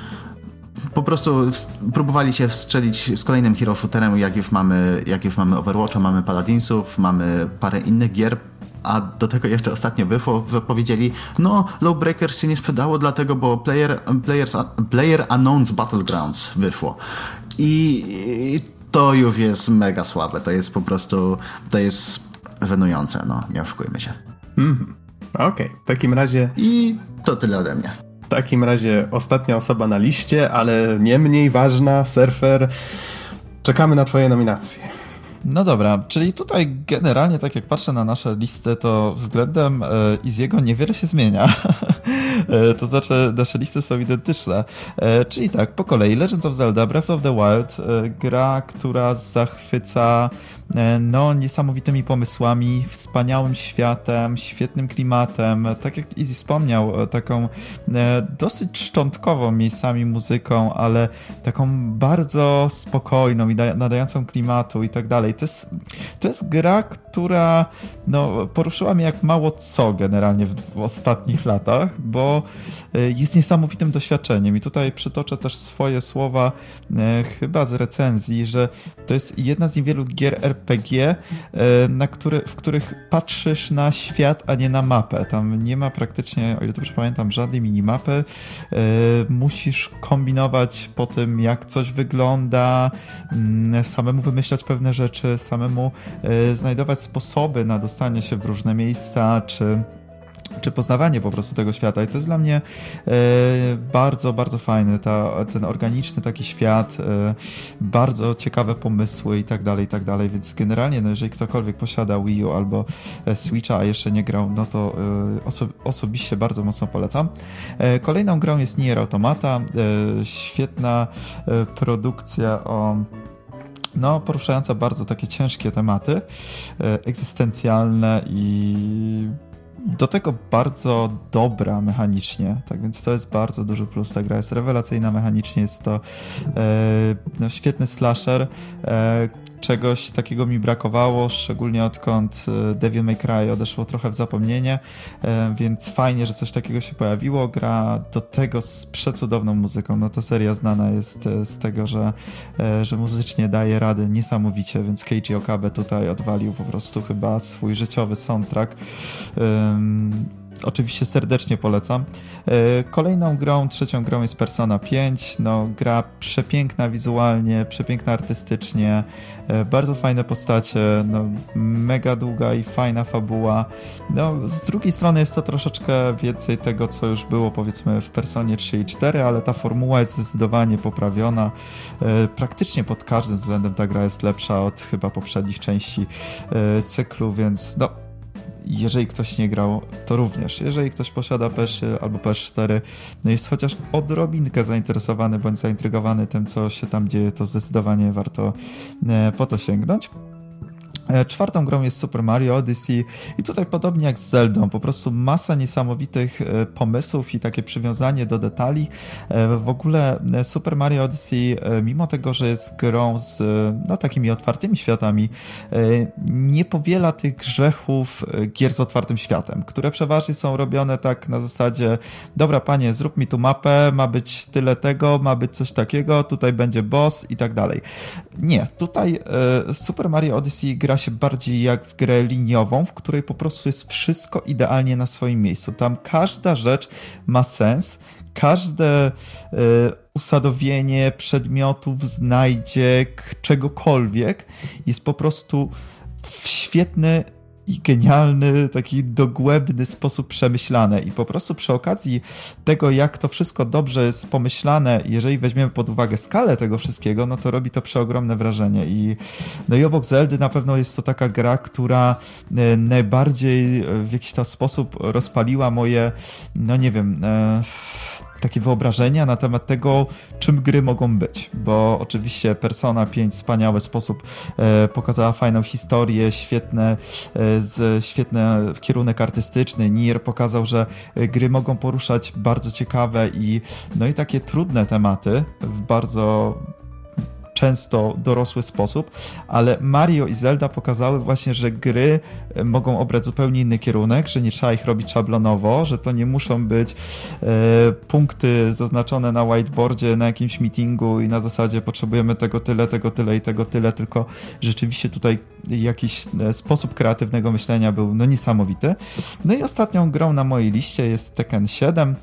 Po prostu próbowali się wstrzelić z kolejnym hero shooterem, jak już mamy, jak już mamy Overwatcha, mamy Paladinsów, mamy parę innych gier, a do tego jeszcze ostatnio wyszło, że powiedzieli, no Lawbreakers się nie sprzedało dlatego, bo Player, players, player Unknown's Battlegrounds wyszło. I, I to już jest mega słabe, to jest po prostu, to jest żenujące, no nie oszukujmy się. Mm, Okej, okay. W takim razie... I to tyle ode mnie. W takim razie ostatnia osoba na liście, ale nie mniej ważna, Surfer. Czekamy na twoje nominacje. No dobra, czyli tutaj generalnie tak jak patrzę na nasze listy, to względem Easy'ego niewiele się zmienia. To znaczy nasze listy są identyczne. Czyli tak, po kolei Legends of Zelda Breath of the Wild, gra, która zachwyca no niesamowitymi pomysłami, wspaniałym światem, świetnym klimatem, tak jak Easy wspomniał, taką dosyć szczątkową miejscami muzyką, ale taką bardzo spokojną i nadającą klimatu i tak dalej. To jest, to jest gra, która no, poruszyła mnie jak mało co generalnie w, w ostatnich latach, bo jest niesamowitym doświadczeniem i tutaj przytoczę też swoje słowa e, chyba z recenzji, że to jest jedna z niewielu gier R P G, e, na który, w których patrzysz na świat, a nie na mapę. Tam nie ma praktycznie, o ile dobrze pamiętam, żadnej minimapy. E, musisz kombinować po tym, jak coś wygląda, m, samemu wymyślać pewne rzeczy, samemu e, znajdować sposoby na dostanie się w różne miejsca, czy czy poznawanie po prostu tego świata i to jest dla mnie e, bardzo, bardzo fajny, ta, ten organiczny taki świat, e, bardzo ciekawe pomysły i tak dalej, i tak dalej, więc generalnie, no jeżeli ktokolwiek posiada Wii U albo e, Switcha, a jeszcze nie grał, no to e, oso- osobiście bardzo mocno polecam. E, kolejną grą jest Nier Automata, e, świetna e, produkcja o no, poruszająca bardzo takie ciężkie tematy, e, egzystencjalne i do tego bardzo dobra mechanicznie, tak więc to jest bardzo duży plus. Ta gra jest rewelacyjna mechanicznie, jest to e, no, świetny slasher. E, czegoś takiego mi brakowało, szczególnie odkąd Devil May Cry odeszło trochę w zapomnienie, e, więc fajnie, że coś takiego się pojawiło. Gra do tego z przecudowną muzyką. No ta seria znana jest z tego, że, e, że muzycznie daje radę niesamowicie, więc Keiji Okabe tutaj odwalił po prostu chyba swój życiowy soundtrack. Um, Oczywiście serdecznie polecam. Kolejną grą, trzecią grą jest Persona pięć. No, gra przepiękna wizualnie, przepiękna artystycznie, bardzo fajne postacie, no, mega długa i fajna fabuła. No, z drugiej strony jest to troszeczkę więcej tego, co już było powiedzmy w Personie trzy i cztery, ale ta formuła jest zdecydowanie poprawiona. Praktycznie pod każdym względem ta gra jest lepsza od chyba poprzednich części cyklu, więc no, jeżeli ktoś nie grał, to również. Jeżeli ktoś posiada P S trzy albo P S cztery, no jest chociaż odrobinkę zainteresowany bądź zaintrygowany tym, co się tam dzieje, to zdecydowanie warto po to sięgnąć. Czwartą grą jest Super Mario Odyssey i tutaj podobnie jak z Zeldą, po prostu masa niesamowitych pomysłów i takie przywiązanie do detali. W ogóle Super Mario Odyssey, mimo tego, że jest grą z no, takimi otwartymi światami, nie powiela tych grzechów gier z otwartym światem, które przeważnie są robione tak na zasadzie, dobra panie, zrób mi tu mapę, ma być tyle tego, ma być coś takiego, tutaj będzie boss i tak dalej. Nie, tutaj Super Mario Odyssey gra się bardziej jak w grę liniową, w której po prostu jest wszystko idealnie na swoim miejscu. Tam każda rzecz ma sens, każde y, usadowienie przedmiotów, znajdziek, czegokolwiek jest po prostu w świetny i genialny, taki dogłębny sposób przemyślane i po prostu przy okazji tego, jak to wszystko dobrze jest pomyślane, jeżeli weźmiemy pod uwagę skalę tego wszystkiego, no to robi to przeogromne wrażenie i no i obok Zeldy na pewno jest to taka gra, która najbardziej w jakiś tam sposób rozpaliła moje, no nie wiem, e, takie wyobrażenia na temat tego, czym gry mogą być, bo oczywiście Persona pięć w wspaniały sposób e, pokazała fajną historię, świetne, e, z, świetny kierunek artystyczny. Nier pokazał, że gry mogą poruszać bardzo ciekawe i no i takie trudne tematy w bardzo często dorosły sposób, ale Mario i Zelda pokazały właśnie, że gry mogą obrać zupełnie inny kierunek, że nie trzeba ich robić szablonowo, że to nie muszą być e, punkty zaznaczone na whiteboardzie na jakimś meetingu i na zasadzie potrzebujemy tego tyle, tego tyle i tego tyle, tylko rzeczywiście tutaj jakiś sposób kreatywnego myślenia był no niesamowity. No i ostatnią grą na mojej liście jest Tekken siedem.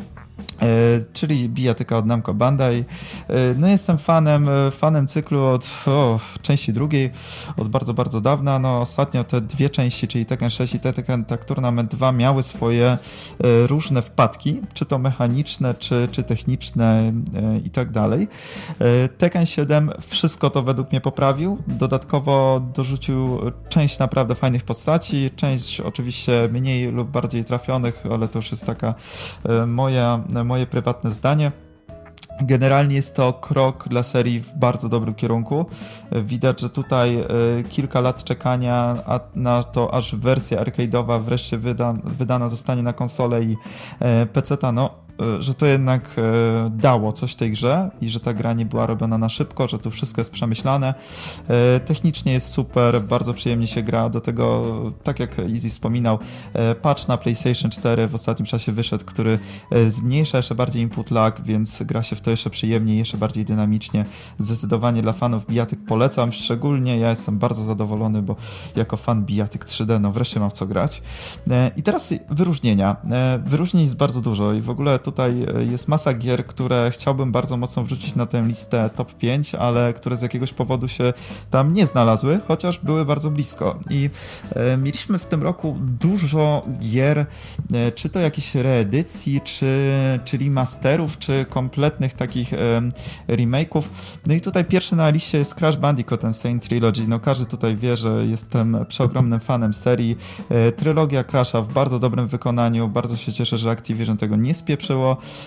E, czyli bijatyka od Namco Bandai. E, no jestem fanem, fanem cyklu od o, części drugiej, od bardzo, bardzo dawna. No ostatnio te dwie części, czyli Tekken sześć i Tekken Tag Tournament dwa miały swoje e, różne wpadki, czy to mechaniczne, czy, czy techniczne e, i tak dalej. E, Tekken siedem wszystko to według mnie poprawił. Dodatkowo dorzucił część naprawdę fajnych postaci, część oczywiście mniej lub bardziej trafionych, ale to już jest taka e, moja moje prywatne zdanie. Generalnie jest to krok dla serii w bardzo dobrym kierunku. Widać, że tutaj kilka lat czekania na to, aż wersja arcade'owa wreszcie wyda, wydana zostanie na konsolę i peceta, no że to jednak dało coś tej grze i że ta gra nie była robiona na szybko, że tu wszystko jest przemyślane. Technicznie jest super, bardzo przyjemnie się gra, do tego, tak jak Easy wspominał, patch na PlayStation cztery w ostatnim czasie wyszedł, który zmniejsza jeszcze bardziej input lag, więc gra się w to jeszcze przyjemniej, jeszcze bardziej dynamicznie. Zdecydowanie dla fanów bijatyk polecam, szczególnie ja jestem bardzo zadowolony, bo jako fan bijatyk trzy D, no wreszcie mam w co grać. I teraz wyróżnienia. Wyróżnień jest bardzo dużo i w ogóle tutaj jest masa gier, które chciałbym bardzo mocno wrzucić na tę listę top pięć, ale które z jakiegoś powodu się tam nie znalazły, chociaż były bardzo blisko. I e, mieliśmy w tym roku dużo gier, e, czy to jakichś reedycji, czy, czy remasterów, czy kompletnych takich e, remake'ów. No i tutaj pierwszy na liście jest Crash Bandicoot and Sane Trilogy. No każdy tutaj wie, że jestem przeogromnym fanem serii. E, trylogia Crasha w bardzo dobrym wykonaniu. Bardzo się cieszę, że Activision tego nie spieprzyło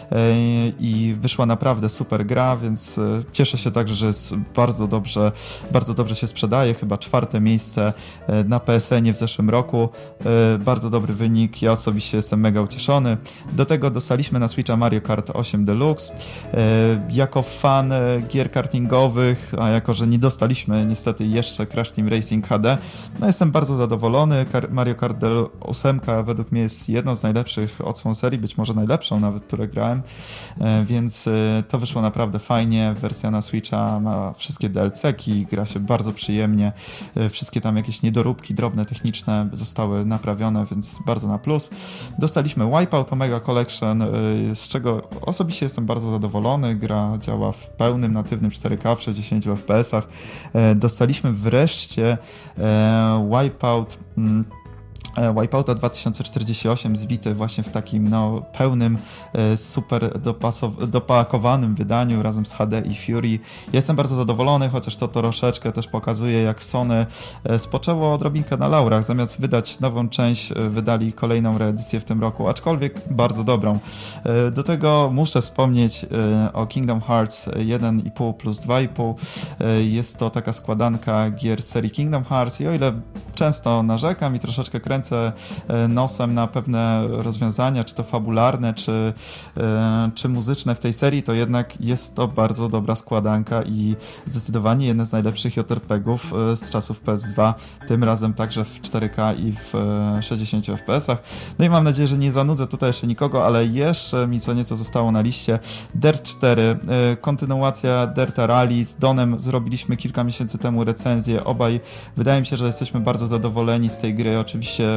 i wyszła naprawdę super gra, więc cieszę się także, że jest bardzo dobrze, bardzo dobrze się sprzedaje, chyba czwarte miejsce na P S N-ie w zeszłym roku, bardzo dobry wynik, ja osobiście jestem mega ucieszony. Do tego dostaliśmy na Switcha Mario Kart osiem Deluxe. Jako fan gier kartingowych, a jako, że nie dostaliśmy niestety jeszcze Crash Team Racing H D, no jestem bardzo zadowolony. Mario Kart osiem według mnie jest jedną z najlepszych odsłon serii, być może najlepszą nawet, które grałem, więc to wyszło naprawdę fajnie. Wersja na Switcha ma wszystkie D L C-ki, gra się bardzo przyjemnie, wszystkie tam jakieś niedoróbki drobne, techniczne zostały naprawione, więc bardzo na plus. Dostaliśmy Wipeout Omega Collection, z czego osobiście jestem bardzo zadowolony. Gra działa w pełnym, natywnym cztery K w sześćdziesięciu F P S-ach. Dostaliśmy wreszcie Wipeout Wipeouta dwa tysiące czterdzieści osiem zwity właśnie w takim no, pełnym, super dopasow- dopakowanym wydaniu razem z H D i Fury. Ja jestem bardzo zadowolony, chociaż to troszeczkę też pokazuje, jak Sony spoczęło odrobinkę na laurach. Zamiast wydać nową część, wydali kolejną reedycję w tym roku, aczkolwiek bardzo dobrą. Do tego muszę wspomnieć o Kingdom Hearts jeden i pół plus dwa i pół. Jest to taka składanka gier z serii Kingdom Hearts i o ile często narzekam i troszeczkę kręcę nosem na pewne rozwiązania, czy to fabularne, czy, czy muzyczne w tej serii, to jednak jest to bardzo dobra składanka i zdecydowanie jeden z najlepszych J R P G-ów z czasów P S dwa, tym razem także w cztery K i w sześćdziesięciu F P S-ach. No i mam nadzieję, że nie zanudzę tutaj jeszcze nikogo, ale jeszcze mi co nieco zostało na liście. Dirt cztery, kontynuacja Dirta Rally. Z Donem zrobiliśmy kilka miesięcy temu recenzję. Obaj wydaje mi się, że jesteśmy bardzo zadowoleni z tej gry. Oczywiście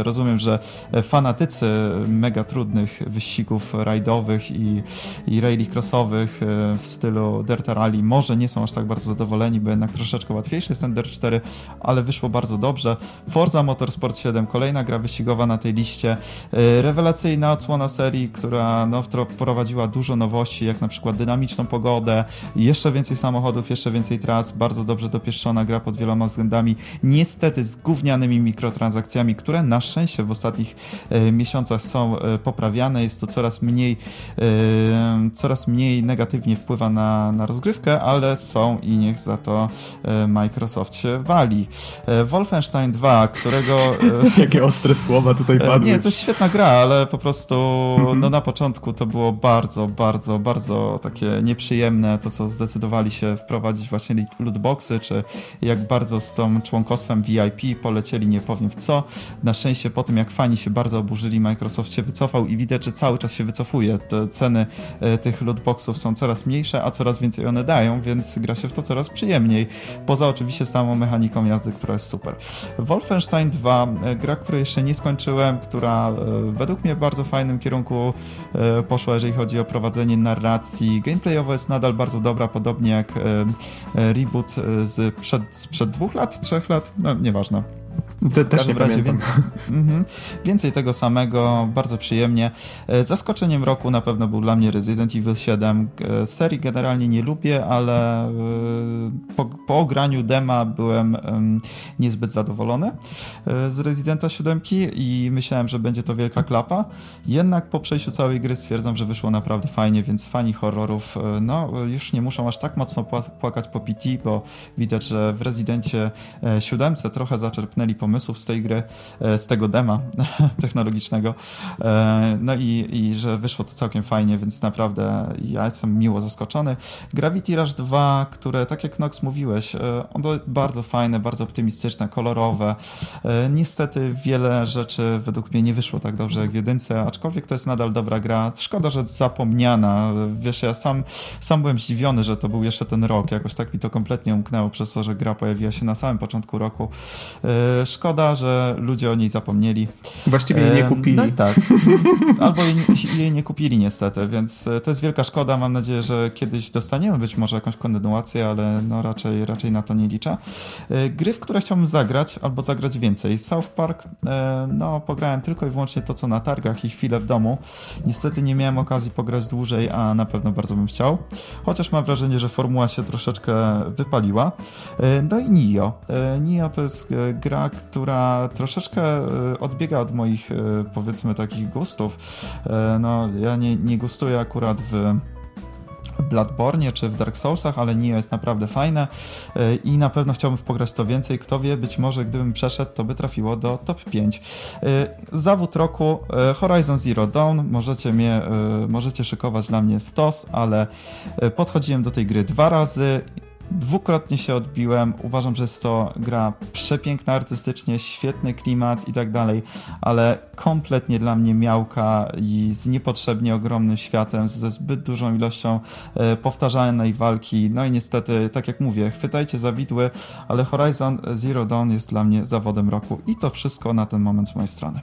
rozumiem, że fanatycy mega trudnych wyścigów rajdowych i, i rallycrossowych w stylu Dirt Rally może nie są aż tak bardzo zadowoleni, bo jednak troszeczkę łatwiejszy jest ten Dirt cztery, ale wyszło bardzo dobrze. Forza Motorsport siedem, kolejna gra wyścigowa na tej liście. Rewelacyjna odsłona serii, która no, wprowadziła dużo nowości, jak na przykład dynamiczną pogodę, jeszcze więcej samochodów, jeszcze więcej tras, bardzo dobrze dopieszczona gra pod wieloma względami, niestety z gównianymi mikrotransakcjami, które na szczęście w ostatnich e, miesiącach są e, poprawiane, jest to coraz mniej e, coraz mniej negatywnie wpływa na, na rozgrywkę, ale są i niech za to e, Microsoft się wali. E, Wolfenstein dwa, którego... E, Jakie ostre słowa tutaj padły. Nie, to jest świetna gra, ale po prostu mm-hmm. no na początku to było bardzo, bardzo, bardzo takie nieprzyjemne, to co zdecydowali się wprowadzić właśnie lootboxy, czy jak bardzo z tą członkostwem V I P polecieli nie powiem w co. Na szczęście po tym jak fani się bardzo oburzyli, Microsoft się wycofał i widać, że cały czas się wycofuje. Te ceny e, tych lootboxów są coraz mniejsze, a coraz więcej one dają, więc gra się w to coraz przyjemniej. Poza oczywiście samą mechaniką jazdy, która jest super. Wolfenstein dwa, e, gra, której jeszcze nie skończyłem, która e, według mnie w bardzo fajnym kierunku e, poszła, jeżeli chodzi o prowadzenie narracji. Gameplayowo jest nadal bardzo dobra, podobnie jak e, e, reboot z przed, sprzed dwóch lat, trzech lat, no nieważne. To też nie pamiętam. Więcej, mm-hmm, więcej tego samego, bardzo przyjemnie. Zaskoczeniem roku na pewno był dla mnie Resident Evil siedem. Serii generalnie nie lubię, ale po, po ograniu dema byłem niezbyt zadowolony z Residenta siedem i myślałem, że będzie to wielka klapa. Jednak po przejściu całej gry stwierdzam, że wyszło naprawdę fajnie, więc fani horrorów no, już nie muszą aż tak mocno płakać po P T, bo widać, że w Residencie siedem trochę zaczerpnęli pomysłów z tej gry, z tego dema technologicznego. No i, i że wyszło to całkiem fajnie, więc naprawdę ja jestem miło zaskoczony. Gravity Rush dwa, które tak jak Nox mówiłeś, ono bardzo fajne, bardzo optymistyczne, kolorowe. Niestety wiele rzeczy według mnie nie wyszło tak dobrze jak w jedynce, aczkolwiek to jest nadal dobra gra. Szkoda, że zapomniana. Wiesz, ja sam, sam byłem zdziwiony, że to był jeszcze ten rok. Jakoś tak mi to kompletnie umknęło przez to, że gra pojawiła się na samym początku roku. Szkoda, że ludzie o niej zapomnieli. Właściwie jej nie kupili. No i tak. Albo jej, jej nie kupili niestety, więc to jest wielka szkoda. Mam nadzieję, że kiedyś dostaniemy być może jakąś kontynuację, ale no raczej, raczej na to nie liczę. Gry, w które chciałbym zagrać, albo zagrać więcej. South Park, no pograłem tylko i wyłącznie to, co na targach i chwilę w domu. Niestety nie miałem okazji pograć dłużej, a na pewno bardzo bym chciał. Chociaż mam wrażenie, że formuła się troszeczkę wypaliła. No i Nioh. Nioh to jest gra, która troszeczkę odbiega od moich, powiedzmy, takich gustów. No, ja nie, nie gustuję akurat w Bloodborne czy w Dark Soulsach, ale Nioh jest naprawdę fajne i na pewno chciałbym pograć to więcej. Kto wie, być może gdybym przeszedł, to by trafiło do top pięć. Zawód roku Horizon Zero Dawn. Możecie mnie, możecie szykować dla mnie stos, ale podchodziłem do tej gry dwa razy. Dwukrotnie się odbiłem, uważam, że jest to gra przepiękna artystycznie, świetny klimat i tak dalej, ale kompletnie dla mnie miałka i z niepotrzebnie ogromnym światem, ze zbyt dużą ilością e, powtarzanej walki, no i niestety, tak jak mówię, chwytajcie za widły, ale Horizon Zero Dawn jest dla mnie zawodem roku i to wszystko na ten moment z mojej strony.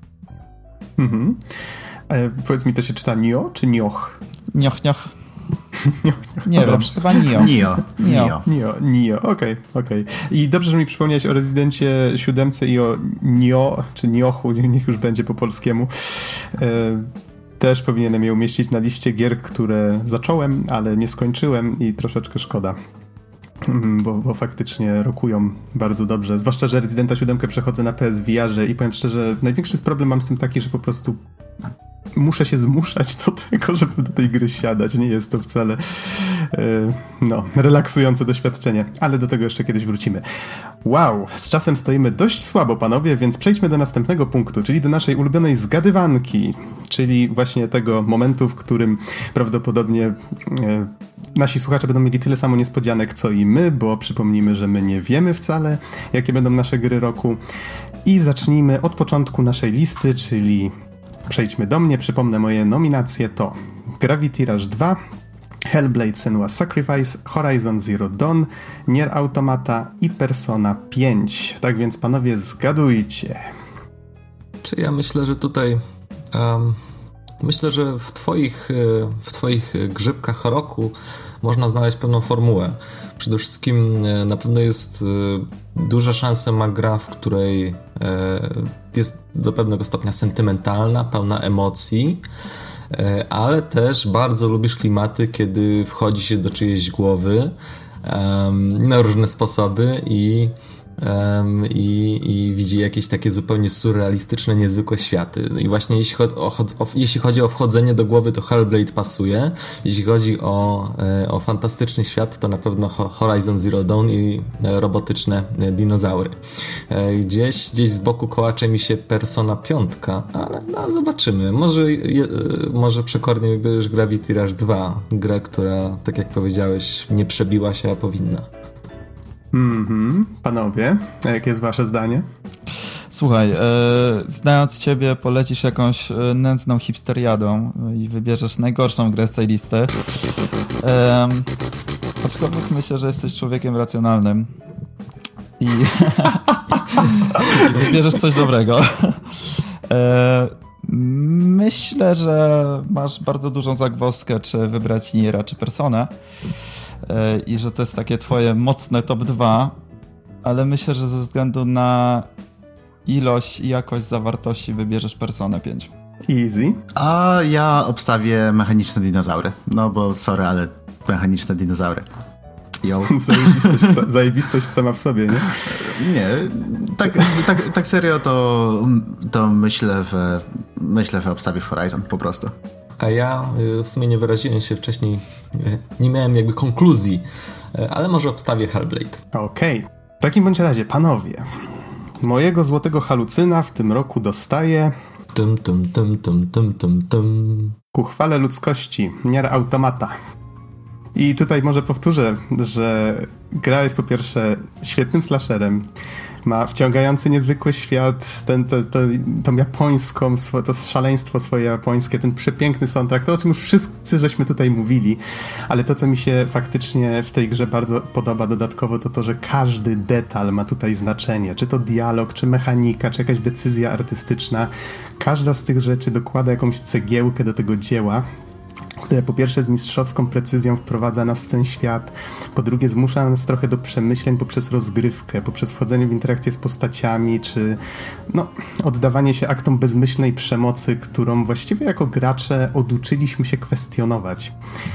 Mhm. E, powiedz mi, to się czyta Nioh czy Nioh? Nioh, nioh. Nie no wiem, dobrze. chyba Nioh. Nioh. Nioh. Nioh, Nioh, okej, okej. I dobrze, że mi przypomniałeś o Rezydencie siódemce i o Nioh, czy Niohu, niech już będzie po polskiemu. E, też powinienem je umieścić na liście gier, które zacząłem, ale nie skończyłem i troszeczkę szkoda. Bo, bo faktycznie rokują bardzo dobrze. Zwłaszcza, że Residenta siódemkę przechodzę na P S V R-ze i powiem szczerze, największy problem mam z tym taki, że po prostu muszę się zmuszać do tego, żeby do tej gry siadać. Nie jest to wcale e, no, relaksujące doświadczenie, ale do tego jeszcze kiedyś wrócimy. Wow, z czasem stoimy dość słabo, panowie, więc przejdźmy do następnego punktu, czyli do naszej ulubionej zgadywanki, czyli właśnie tego momentu, w którym prawdopodobnie e, nasi słuchacze będą mieli tyle samo niespodzianek, co i my, bo przypomnijmy, że my nie wiemy wcale, jakie będą nasze gry roku. I zacznijmy od początku naszej listy, czyli przejdźmy do mnie. Przypomnę moje nominacje to Gravity Rush dwa, Hellblade Senua's Sacrifice, Horizon Zero Dawn, Nier Automata i Persona pięć. Tak więc panowie, zgadujcie. Czy ja myślę, że tutaj um, myślę, że w twoich, w twoich grzybkach roku można znaleźć pewną formułę. Przede wszystkim na pewno jest duża szansa ma gra, w której jest do pewnego stopnia sentymentalna, pełna emocji, ale też bardzo lubisz klimaty, kiedy wchodzi się do czyjejś głowy um, na różne sposoby i Um, i, i widzi jakieś takie zupełnie surrealistyczne, niezwykłe światy. I właśnie jeśli chodzi o, o, jeśli chodzi o wchodzenie do głowy, to Hellblade pasuje. Jeśli chodzi o, o fantastyczny świat, to na pewno Horizon Zero Dawn i robotyczne dinozaury. Gdzieś, gdzieś z boku kołacze mi się Persona piątka, ale no, zobaczymy. Może, je, może przekornie wybierzesz Gravity Rush dwa, grę, która, tak jak powiedziałeś, nie przebiła się, a powinna. Mhm. Panowie, a jakie jest wasze zdanie? Słuchaj, e, znając ciebie, polecisz jakąś e, nędzną hipsteriadą i wybierzesz najgorszą grę z tej listy. E, aczkolwiek myślę, że jesteś człowiekiem racjonalnym i wybierzesz coś dobrego. E, myślę, że masz bardzo dużą zagwozdkę, czy wybrać Niera, czy Personę. I że to jest takie twoje mocne top dwa, ale myślę, że ze względu na ilość i jakość zawartości wybierzesz Personę pięć. Easy. A ja obstawię mechaniczne dinozaury. No bo sorry, ale mechaniczne dinozaury. Yo. Zajebistość, zajebistość sama w sobie, nie? Nie, tak, tak, tak serio to, to myślę, że myślę, że obstawisz Horizon po prostu. A ja w sumie nie wyraziłem się wcześniej, nie miałem jakby konkluzji, ale może obstawię Hellblade. Okej. Okay. W takim bądź razie, panowie, mojego złotego halucyna w tym roku dostaję... Tum, tum, tum, tum, tum, tum, tum. Ku chwale ludzkości, Nier Automata. I tutaj może powtórzę, że gra jest po pierwsze świetnym slasherem, ma wciągający niezwykły świat, ten, to, to, tą japońską, to szaleństwo swoje japońskie, ten przepiękny soundtrack, to o czym już wszyscy żeśmy tutaj mówili, ale to, co mi się faktycznie w tej grze bardzo podoba dodatkowo, to to, że każdy detal ma tutaj znaczenie, czy to dialog, czy mechanika, czy jakaś decyzja artystyczna, każda z tych rzeczy dokłada jakąś cegiełkę do tego dzieła, które po pierwsze z mistrzowską precyzją wprowadza nas w ten świat, po drugie zmusza nas trochę do przemyśleń poprzez rozgrywkę, poprzez wchodzenie w interakcję z postaciami, czy no, oddawanie się aktom bezmyślnej przemocy, którą właściwie jako gracze oduczyliśmy się kwestionować.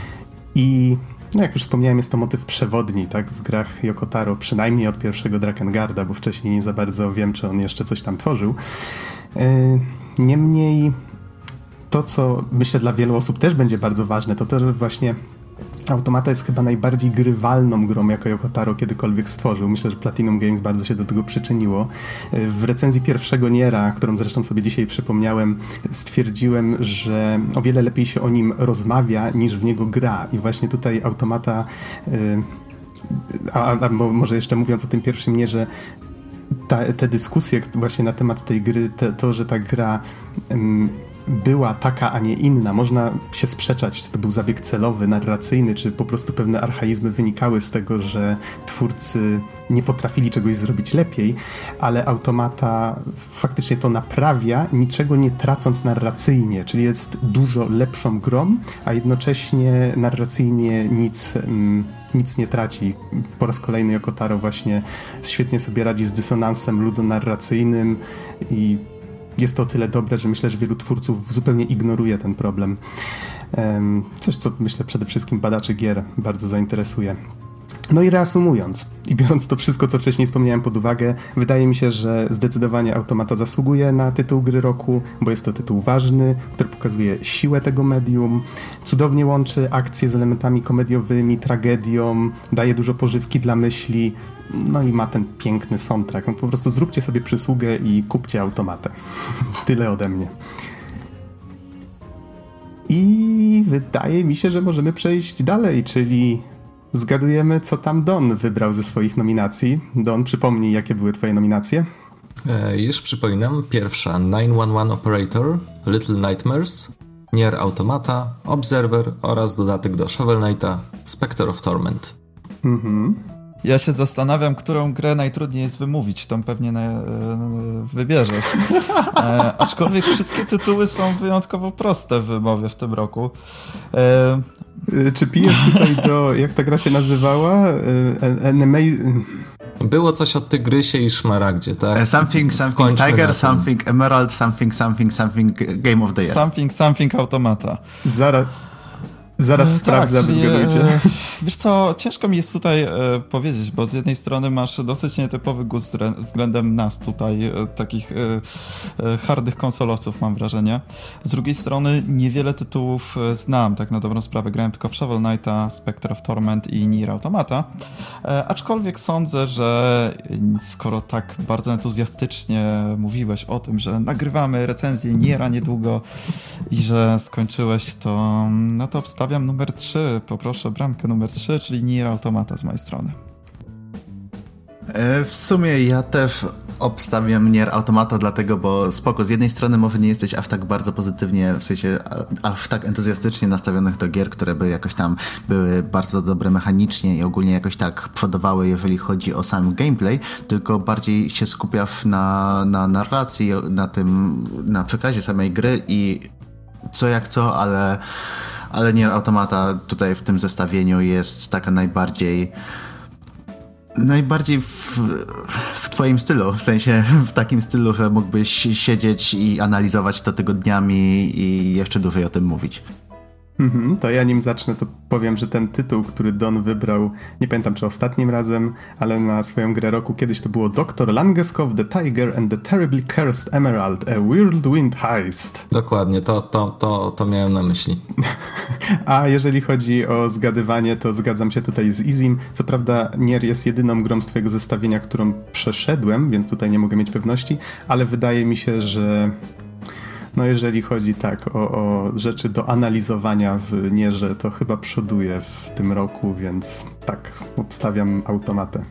I no jak już wspomniałem, jest to motyw przewodni, tak, w grach Yoko Taro, przynajmniej od pierwszego Drakengard, bo wcześniej nie za bardzo wiem, czy on jeszcze coś tam tworzył. Yy, niemniej to, co myślę dla wielu osób też będzie bardzo ważne, to to, że właśnie Automata jest chyba najbardziej grywalną grą, jaką Yoko Taro kiedykolwiek stworzył. Myślę, że Platinum Games bardzo się do tego przyczyniło. W recenzji pierwszego Niera, którą zresztą sobie dzisiaj przypomniałem, stwierdziłem, że o wiele lepiej się o nim rozmawia, niż w niego gra. I właśnie tutaj Automata, a, a może jeszcze mówiąc o tym pierwszym Nierze, ta, te dyskusje właśnie na temat tej gry, te, to, że ta gra um, była taka, a nie inna. Można się sprzeczać, czy to był zabieg celowy, narracyjny, czy po prostu pewne archaizmy wynikały z tego, że twórcy nie potrafili czegoś zrobić lepiej, ale Automata faktycznie to naprawia, niczego nie tracąc narracyjnie, czyli jest dużo lepszą grą, a jednocześnie narracyjnie nic, nic nie traci. Po raz kolejny Yoko Taro właśnie świetnie sobie radzi z dysonansem ludonarracyjnym i jest to o tyle dobre, że myślę, że wielu twórców zupełnie ignoruje ten problem. Coś, co myślę przede wszystkim badaczy gier bardzo zainteresuje. No i reasumując i biorąc to wszystko, co wcześniej wspomniałem pod uwagę, wydaje mi się, że zdecydowanie Automata zasługuje na tytuł gry roku, bo jest to tytuł ważny, który pokazuje siłę tego medium, cudownie łączy akcje z elementami komediowymi, tragedią, daje dużo pożywki dla myśli, no i ma ten piękny soundtrack. No po prostu zróbcie sobie przysługę i kupcie Automatę. Tyle ode mnie. I wydaje mi się, że możemy przejść dalej, czyli zgadujemy, co tam Don wybrał ze swoich nominacji. Don, przypomnij, jakie były twoje nominacje? E, już przypominam. Pierwsza nine one one Operator, Little Nightmares, Nier Automata, Observer oraz dodatek do Shovel Knighta, Spectre of Torment. Mhm. Ja się zastanawiam, którą grę najtrudniej jest wymówić, tą pewnie na, e, wybierzesz. E, aczkolwiek wszystkie tytuły są wyjątkowo proste w wymowie w tym roku. E, Czy pijesz tutaj do, jak ta gra się nazywała? Anime... Było coś o Tygrysie i Szmaragdzie, tak? Something, something Tiger, something Emerald, something, something, something Game of the Year. Something, something Automata. Zaraz... Zaraz sprawdzę, tak, zgadujcie. E, wiesz co, ciężko mi jest tutaj e, powiedzieć, bo z jednej strony masz dosyć nietypowy gust względem nas tutaj, e, takich e, e, hardych konsolowców, mam wrażenie. Z drugiej strony niewiele tytułów znam, tak na dobrą sprawę. Grałem tylko w Shovel Knighta, Spectre of Torment i Nier Automata. E, aczkolwiek sądzę, że skoro tak bardzo entuzjastycznie mówiłeś o tym, że nagrywamy recenzję Niera niedługo i że skończyłeś to, no to obstawiam numer trzy, poproszę bramkę numer trzy, czyli Nier Automata z mojej strony. W sumie ja też obstawiam Nier Automata, dlatego, bo spoko, z jednej strony może nie jesteś aż tak bardzo pozytywnie, w sensie aż tak entuzjastycznie nastawionych do gier, które by jakoś tam były bardzo dobre mechanicznie i ogólnie jakoś tak przodowały, jeżeli chodzi o sam gameplay, tylko bardziej się skupiasz na, na narracji, na tym, na przekazie samej gry i co jak co, ale ale Nier Automata tutaj w tym zestawieniu jest taka najbardziej najbardziej w, w twoim stylu, w sensie w takim stylu, że mógłbyś siedzieć i analizować to tygodniami i jeszcze dłużej o tym mówić. Mhm, to ja nim zacznę, to powiem, że ten tytuł, który Don wybrał, nie pamiętam czy ostatnim razem, ale na swoją grę roku kiedyś to było doktor Langeskov, The Tiger and the Terribly Cursed Emerald, a Whirlwind Heist. Dokładnie, to, to, to, to miałem na myśli. A jeżeli chodzi o zgadywanie, to zgadzam się tutaj z Izim. Co prawda Nier jest jedyną grą z twojego zestawienia, którą przeszedłem, więc tutaj nie mogę mieć pewności, ale wydaje mi się, że no jeżeli chodzi tak o, o rzeczy do analizowania w Nierze, to chyba przoduje w tym roku, więc tak, obstawiam Automatę.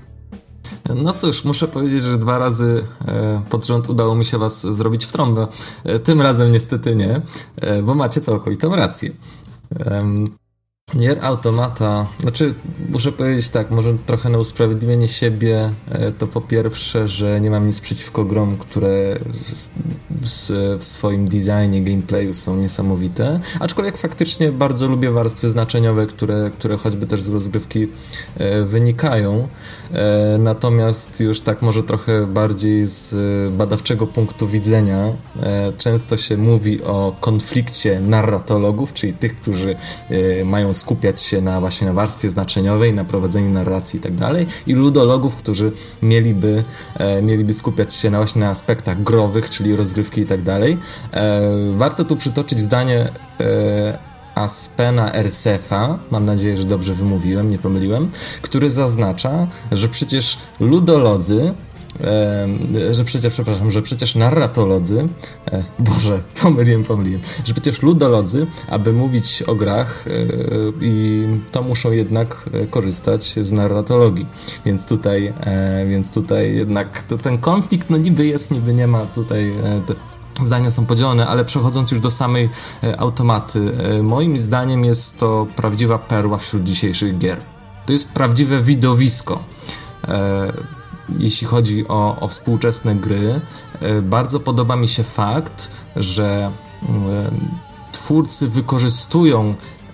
No cóż, muszę powiedzieć, że dwa razy e, pod rząd udało mi się was zrobić w trąbę. E, tym razem niestety nie, e, bo macie całkowitą rację. E, Nier Automata, znaczy muszę powiedzieć tak, może trochę na usprawiedliwienie siebie, to po pierwsze, że nie mam nic przeciwko grom, które w, w swoim designie, gameplayu są niesamowite, aczkolwiek faktycznie bardzo lubię warstwy znaczeniowe, które, które choćby też z rozgrywki wynikają, natomiast już tak może trochę bardziej z badawczego punktu widzenia często się mówi o konflikcie narratologów, czyli tych, którzy mają skupiać się na właśnie na warstwie znaczeniowej, na prowadzeniu narracji i tak dalej, i ludologów, którzy mieliby, e, mieliby skupiać się na właśnie na aspektach growych, czyli rozgrywki i tak dalej. E, warto tu przytoczyć zdanie e, Aspena Ersefa, mam nadzieję, że dobrze wymówiłem, nie pomyliłem, który zaznacza, że przecież ludolodzy E, że przecież, przepraszam, że przecież narratolodzy, e, Boże, pomyliłem, pomyliłem, że przecież ludolodzy, aby mówić o grach e, i to muszą jednak korzystać z narratologii, więc tutaj, e, więc tutaj jednak to, ten konflikt, no niby jest, niby nie ma, tutaj e, te zdania są podzielone, ale przechodząc już do samej e, Automaty, e, moim zdaniem jest to prawdziwa perła wśród dzisiejszych gier. To jest prawdziwe widowisko. E, Jeśli chodzi o, o współczesne gry, bardzo podoba mi się fakt, że twórcy wykorzystują,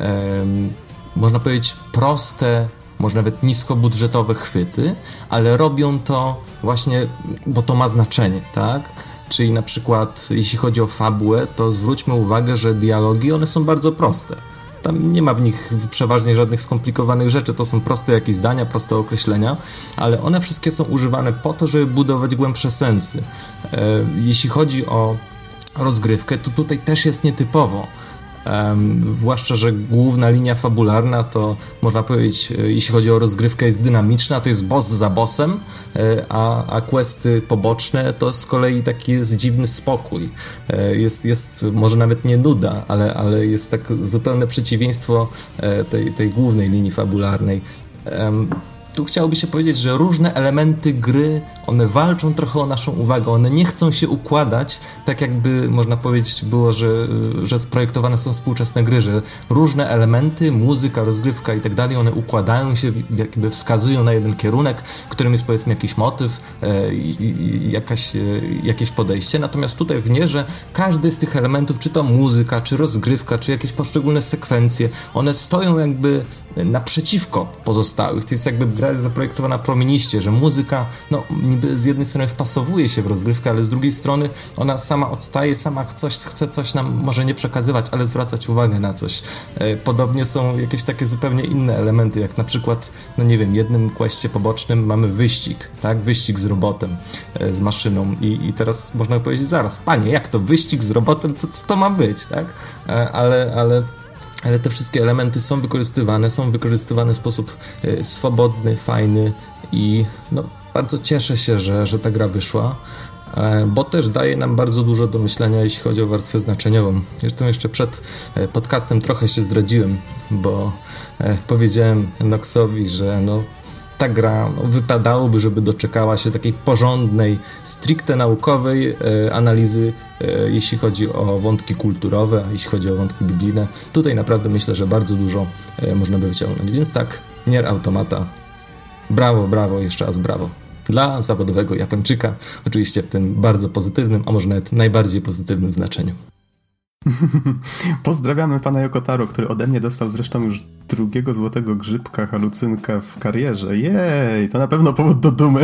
można powiedzieć, proste, może nawet niskobudżetowe chwyty, ale robią to właśnie, bo to ma znaczenie, tak? Czyli na przykład, jeśli chodzi o fabułę, to zwróćmy uwagę, że dialogi, one są bardzo proste. Tam nie ma w nich przeważnie żadnych skomplikowanych rzeczy, to są proste jakieś zdania, proste określenia, ale one wszystkie są używane po to, żeby budować głębsze sensy. E, jeśli chodzi o rozgrywkę, to tutaj też jest nietypowo. Um, zwłaszcza, że główna linia fabularna to, można powiedzieć, jeśli chodzi o rozgrywkę, jest dynamiczna, to jest boss za bossem, a, a questy poboczne to z kolei taki jest dziwny spokój. Jest, jest może nawet nie nuda, ale, ale jest tak zupełne przeciwieństwo tej, tej głównej linii fabularnej. Um, tu chciałoby się powiedzieć, że różne elementy gry, one walczą trochę o naszą uwagę, one nie chcą się układać, tak jakby można powiedzieć było, że, że sprojektowane są współczesne gry, że różne elementy, muzyka, rozgrywka i tak dalej, one układają się, jakby wskazują na jeden kierunek, w którym jest powiedzmy jakiś motyw e, i, i jakaś, e, jakieś podejście, natomiast tutaj w Nierze każdy z tych elementów, czy to muzyka, czy rozgrywka, czy jakieś poszczególne sekwencje, one stoją jakby naprzeciwko pozostałych. To jest jakby gra jest zaprojektowana promieniście, że muzyka, no niby z jednej strony wpasowuje się w rozgrywkę, ale z drugiej strony ona sama odstaje, sama coś, chce coś nam może nie przekazywać, ale zwracać uwagę na coś. Podobnie są jakieś takie zupełnie inne elementy, jak na przykład, no nie wiem, jednym questie pobocznym mamy wyścig, tak? Wyścig z robotem, z maszyną i, i teraz można powiedzieć, zaraz, panie, jak to wyścig z robotem, co, co to ma być, tak? Ale, ale ale te wszystkie elementy są wykorzystywane, są wykorzystywane w sposób y, swobodny, fajny i no, bardzo cieszę się, że, że ta gra wyszła, e, bo też daje nam bardzo dużo do myślenia, jeśli chodzi o warstwę znaczeniową. Zresztą jeszcze przed e, podcastem trochę się zdradziłem, bo e, powiedziałem Noxowi, że no, ta gra no, wypadałoby, żeby doczekała się takiej porządnej, stricte naukowej e, analizy, e, jeśli chodzi o wątki kulturowe, jeśli chodzi o wątki biblijne. Tutaj naprawdę myślę, że bardzo dużo e, można by wyciągnąć. Więc tak, Nier Automata. Brawo, brawo, jeszcze raz brawo. Dla zawodowego Japończyka, oczywiście w tym bardzo pozytywnym, a może nawet najbardziej pozytywnym znaczeniu. Pozdrawiamy pana Yokotaro, który ode mnie dostał zresztą już drugiego złotego grzybka halucynka w karierze. Jej, to na pewno powód do dumy.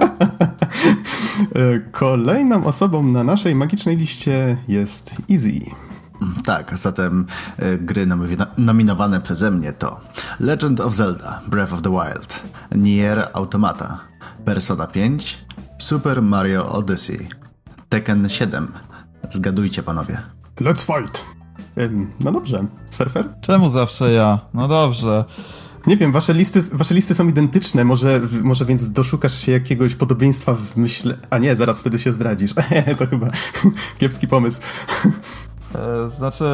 Kolejną osobą na naszej magicznej liście jest Easy. Tak, zatem y, gry nomina- nominowane przeze mnie to Legend of Zelda Breath of the Wild, Nier Automata, Persona pięć, Super Mario Odyssey, Tekken siedem. Zgadujcie, panowie. Let's fight! Ym, no dobrze. Surfer? Czemu zawsze ja? No dobrze. Nie wiem, wasze listy, wasze listy są identyczne, może, może więc doszukasz się jakiegoś podobieństwa w myśle... A nie, zaraz wtedy się zdradzisz. To chyba kiepski pomysł. E, znaczy...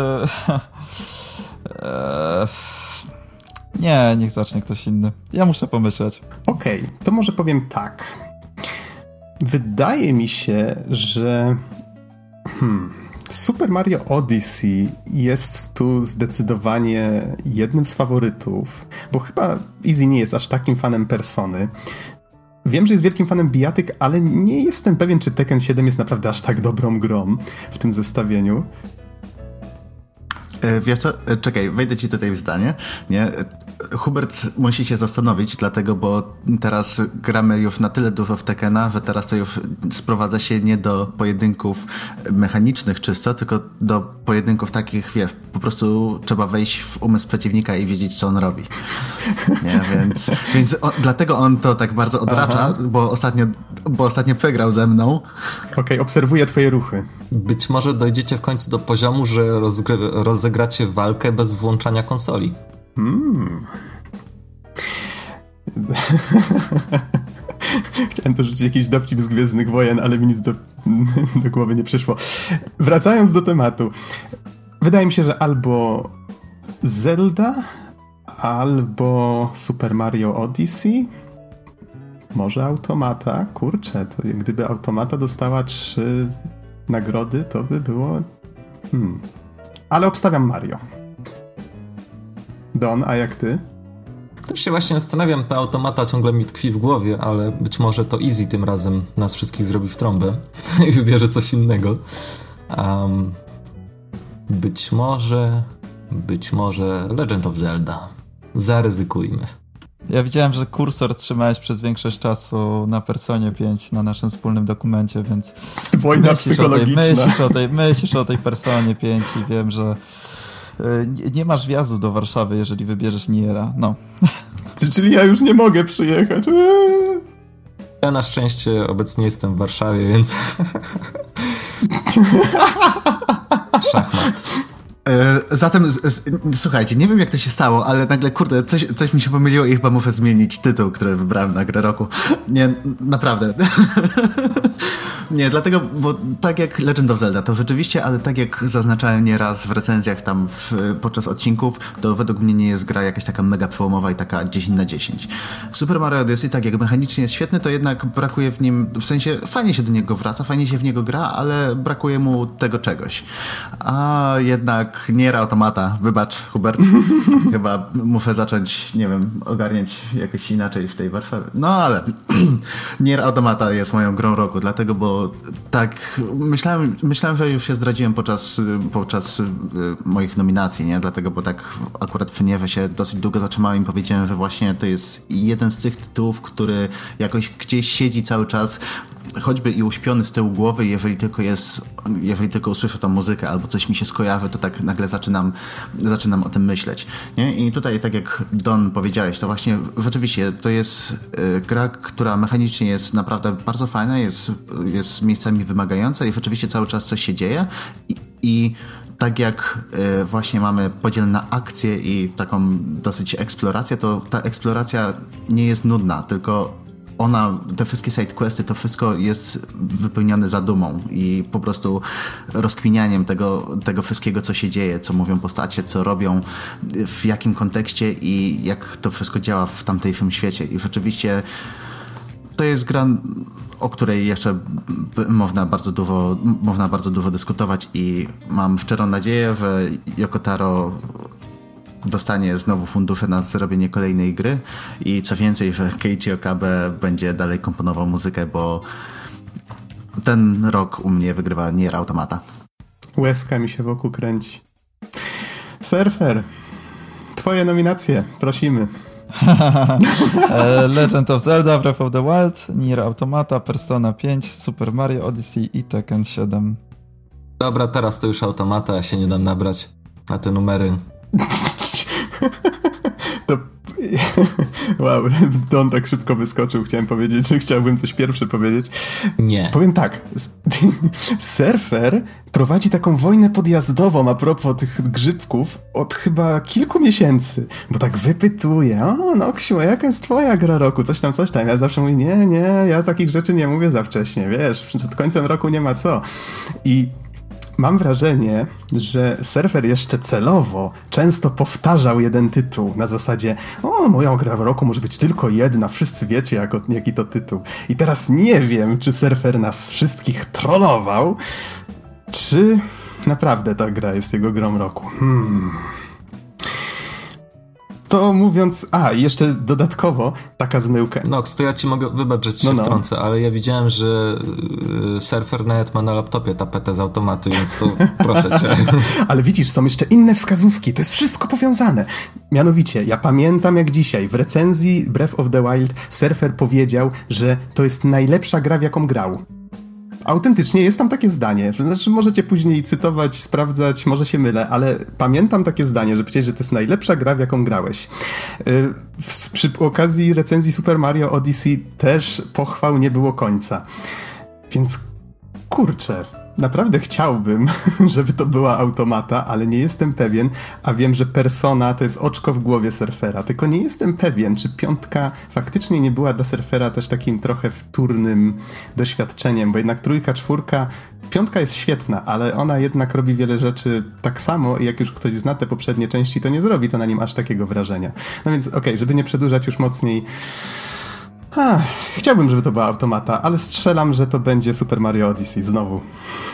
E, nie, niech zacznie ktoś inny. Ja muszę pomyśleć. Okej, okay, to może powiem tak. Wydaje mi się, że... Hmm... Super Mario Odyssey jest tu zdecydowanie jednym z faworytów, bo chyba Easy nie jest aż takim fanem Persony. Wiem, że jest wielkim fanem bijatyk, ale nie jestem pewien, czy Tekken siedem jest naprawdę aż tak dobrą grą w tym zestawieniu. E, wiesz co? E, czekaj, wejdę ci tutaj w zdanie. Nie? Hubert musi się zastanowić, dlatego, bo teraz gramy już na tyle dużo w Tekkena, że teraz to już sprowadza się nie do pojedynków mechanicznych czysto, tylko do pojedynków takich, wiesz, po prostu trzeba wejść w umysł przeciwnika i wiedzieć, co on robi. Nie? Więc, więc on, dlatego on to tak bardzo odracza, bo ostatnio, bo ostatnio przegrał ze mną. Okej, okay, obserwuję twoje ruchy. Być może dojdziecie w końcu do poziomu, że rozgry- rozegracie walkę bez włączania konsoli. Hmm. Chciałem tu rzucić jakiś dowcip z Gwiezdnych Wojen, ale mi nic do, do głowy nie przyszło. Wracając do tematu. Wydaje mi się, że albo Zelda, albo Super Mario Odyssey, może Automata. Kurczę, to gdyby Automata dostała trzy nagrody, to by było... Hmm. Ale obstawiam Mario. Don, a jak ty? Też się właśnie zastanawiam, ta Automata ciągle mi tkwi w głowie, ale być może to Easy tym razem nas wszystkich zrobi w trąbę i wybierze coś innego. Um, być może... Być może Legend of Zelda. Zaryzykujmy. Ja widziałem, że kursor trzymałeś przez większość czasu na Personie pięć na naszym wspólnym dokumencie, więc wojna myślisz psychologiczna. O tej, myślisz, o tej, myślisz o tej Personie pięć i wiem, że nie, nie masz wjazdu do Warszawy, jeżeli wybierzesz Niera. No. Czyli ja już nie mogę przyjechać. Ja na szczęście obecnie jestem w Warszawie, więc... Szachmat. Zatem, z, z, słuchajcie, nie wiem jak to się stało, ale nagle, kurde, coś, coś mi się pomyliło i chyba muszę zmienić tytuł, który wybrałem na grę roku. Nie, naprawdę. Nie, dlatego, bo tak jak Legend of Zelda, to rzeczywiście, ale tak jak zaznaczałem nieraz w recenzjach tam w, podczas odcinków, to według mnie nie jest gra jakaś taka mega przełomowa i taka dziesięć na dziesięć. Super Mario Odyssey, tak jak mechanicznie jest świetny, to jednak brakuje w nim, w sensie fajnie się do niego wraca, fajnie się w niego gra, ale brakuje mu tego czegoś. A jednak Nier Automata, wybacz Hubert, chyba muszę zacząć, nie wiem, ogarniać jakoś inaczej w tej Warszawie. No ale Nier Automata jest moją grą roku, dlatego, bo tak, myślałem, myślałem, że już się zdradziłem podczas, podczas moich nominacji, nie? Dlatego, bo tak akurat przy Nierze się dosyć długo zatrzymałem i powiedziałem, że właśnie to jest jeden z tych tytułów, który jakoś gdzieś siedzi cały czas, choćby i uśpiony z tyłu głowy, jeżeli tylko jest, jeżeli tylko usłyszę tą muzykę albo coś mi się skojarzy, to tak nagle zaczynam, zaczynam o tym myśleć. Nie? I tutaj, tak jak Don powiedziałeś, to właśnie rzeczywiście to jest y, gra, która mechanicznie jest naprawdę bardzo fajna, jest, jest miejscami wymagająca i rzeczywiście cały czas coś się dzieje i, i tak jak y, właśnie mamy podział na akcję i taką dosyć eksplorację, to ta eksploracja nie jest nudna, tylko ona, te wszystkie sidequesty, to wszystko jest wypełnione zadumą i po prostu rozkminianiem tego, tego wszystkiego, co się dzieje, co mówią postacie, co robią, w jakim kontekście i jak to wszystko działa w tamtejszym świecie. I rzeczywiście to jest gra, o której jeszcze można bardzo dużo, można bardzo dużo dyskutować i mam szczerą nadzieję, że Yoko Taro dostanie znowu fundusze na zrobienie kolejnej gry i co więcej, że Keiichi Okabe będzie dalej komponował muzykę, bo ten rok u mnie wygrywa Nier Automata. Łezka mi się wokół kręci. Surfer, twoje nominacje, prosimy. Legend of Zelda, Breath of the Wild, Nier Automata, Persona pięć, Super Mario Odyssey i Tekken siedem. Dobra, teraz to już Automata, ja się nie dam nabrać na te numery. To... Wow, Don tak szybko wyskoczył. Chciałem powiedzieć, że chciałbym coś pierwszy powiedzieć. Nie. Powiem tak. Surfer prowadzi taką wojnę podjazdową a propos tych grzybków od chyba kilku miesięcy, bo tak wypytuje: o, Noksiu, a jaka jest twoja gra roku? Coś tam, coś tam. Ja zawsze mówię: nie, nie, ja takich rzeczy nie mówię za wcześnie, wiesz, przed końcem roku nie ma co. I mam wrażenie, że Surfer jeszcze celowo często powtarzał jeden tytuł na zasadzie: o, moja gra w roku może być tylko jedna, wszyscy wiecie jak, jaki to tytuł. I teraz nie wiem, czy Surfer nas wszystkich trollował, czy naprawdę ta gra jest jego grą roku. Hmm... To mówiąc... A, i jeszcze dodatkowo taka zmyłka. Nox, to ja ci mogę... Wybacz, że ci się no, no. wtrącę, ale ja widziałem, że yy, Surfer nawet ma na laptopie tapetę z automatu, więc to proszę cię. Ale widzisz, są jeszcze inne wskazówki. To jest wszystko powiązane. Mianowicie, ja pamiętam jak dzisiaj w recenzji Breath of the Wild Surfer powiedział, że to jest najlepsza gra, w jaką grał. Autentycznie jest tam takie zdanie. Znaczy, możecie później cytować, sprawdzać, może się mylę, ale pamiętam takie zdanie, że przecież że to jest najlepsza gra, w jaką grałeś. Yy, w, przy okazji recenzji Super Mario Odyssey też pochwał nie było końca. Więc kurczę, naprawdę chciałbym, żeby to była Automata, ale nie jestem pewien, a wiem, że Persona to jest oczko w głowie Surfera, tylko nie jestem pewien, czy piątka faktycznie nie była dla Surfera też takim trochę wtórnym doświadczeniem, bo jednak trójka, czwórka, piątka jest świetna, ale ona jednak robi wiele rzeczy tak samo i jak już ktoś zna te poprzednie części, to nie zrobi to na nim aż takiego wrażenia. No więc okej, okay, żeby nie przedłużać już mocniej, Ach, chciałbym, żeby to była Automata, ale strzelam, że to będzie Super Mario Odyssey znowu.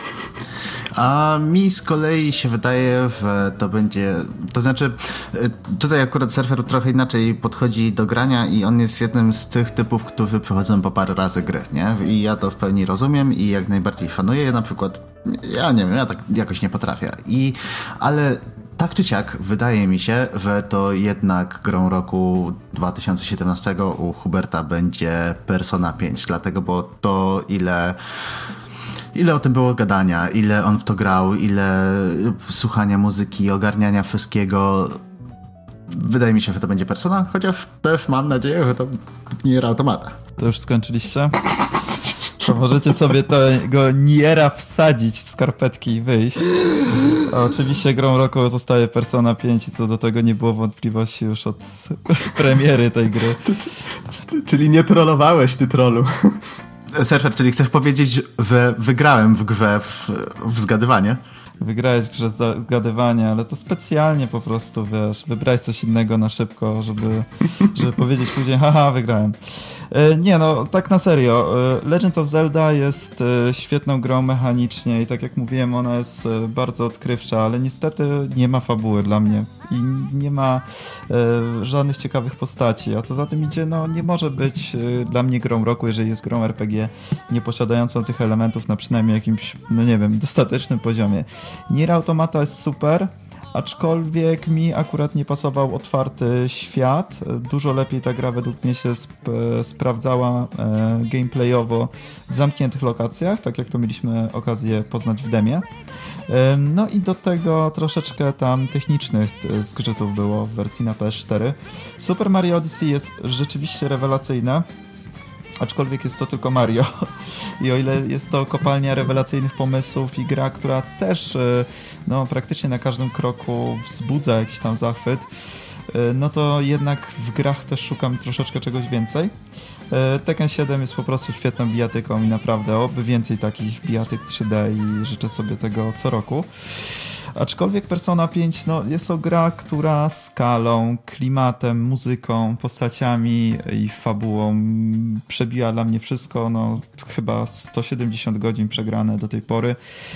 A mi z kolei się wydaje, że to będzie... To znaczy, tutaj akurat Surfer trochę inaczej podchodzi do grania i on jest jednym z tych typów, którzy przechodzą po parę razy gry, nie? I ja to w pełni rozumiem i jak najbardziej szanuję. Ja na przykład, ja nie wiem, ja tak jakoś nie potrafię. I, ale... Tak czy siak, wydaje mi się, że to jednak grą roku dwa tysiące siedemnastego u Huberta będzie Persona pięć, dlatego, bo to ile... Ile o tym było gadania, ile on w to grał, ile słuchania muzyki, ogarniania wszystkiego. Wydaje mi się, że to będzie Persona, chociaż też mam nadzieję, że to Nier Automata. To już skończyliście? To możecie sobie tego Niera wsadzić w skarpetki i wyjść. A oczywiście grą roku zostaje Persona pięć i co do tego nie było wątpliwości już od premiery tej gry. Czyli nie trollowałeś, ty trollu. Surfer, czyli chcesz powiedzieć, że wygrałem w grze w, w zgadywanie? Wygrałeś w grze zgadywania, ale to specjalnie po prostu, wiesz, wybrałeś coś innego na szybko, żeby, żeby powiedzieć później, haha, wygrałem. Nie no, tak na serio, Legend of Zelda jest świetną grą mechanicznie i tak jak mówiłem, ona jest bardzo odkrywcza, ale niestety nie ma fabuły dla mnie i nie ma żadnych ciekawych postaci, a co za tym idzie, no nie może być dla mnie grą roku, jeżeli jest grą R P G nie posiadającą tych elementów na przynajmniej jakimś, no nie wiem, dostatecznym poziomie. Nier Automata jest super, aczkolwiek mi akurat nie pasował otwarty świat. Dużo lepiej ta gra według mnie się sp- sprawdzała e, gameplayowo w zamkniętych lokacjach, tak jak to mieliśmy okazję poznać w demie. E, no i do tego troszeczkę tam technicznych zgrzytów było w wersji na P S cztery. Super Mario Odyssey jest rzeczywiście rewelacyjne. Aczkolwiek jest to tylko Mario i o ile jest to kopalnia rewelacyjnych pomysłów i gra, która też no, praktycznie na każdym kroku wzbudza jakiś tam zachwyt, no to jednak w grach też szukam troszeczkę czegoś więcej. Tekken siedem jest po prostu świetną bijatyką i naprawdę oby więcej takich bijatyk trzy D i życzę sobie tego co roku. Aczkolwiek Persona pięć no, jest to gra, która skalą, klimatem, muzyką, postaciami i fabułą przebiła dla mnie wszystko. No, chyba sto siedemdziesiąt godzin przegrane do tej pory.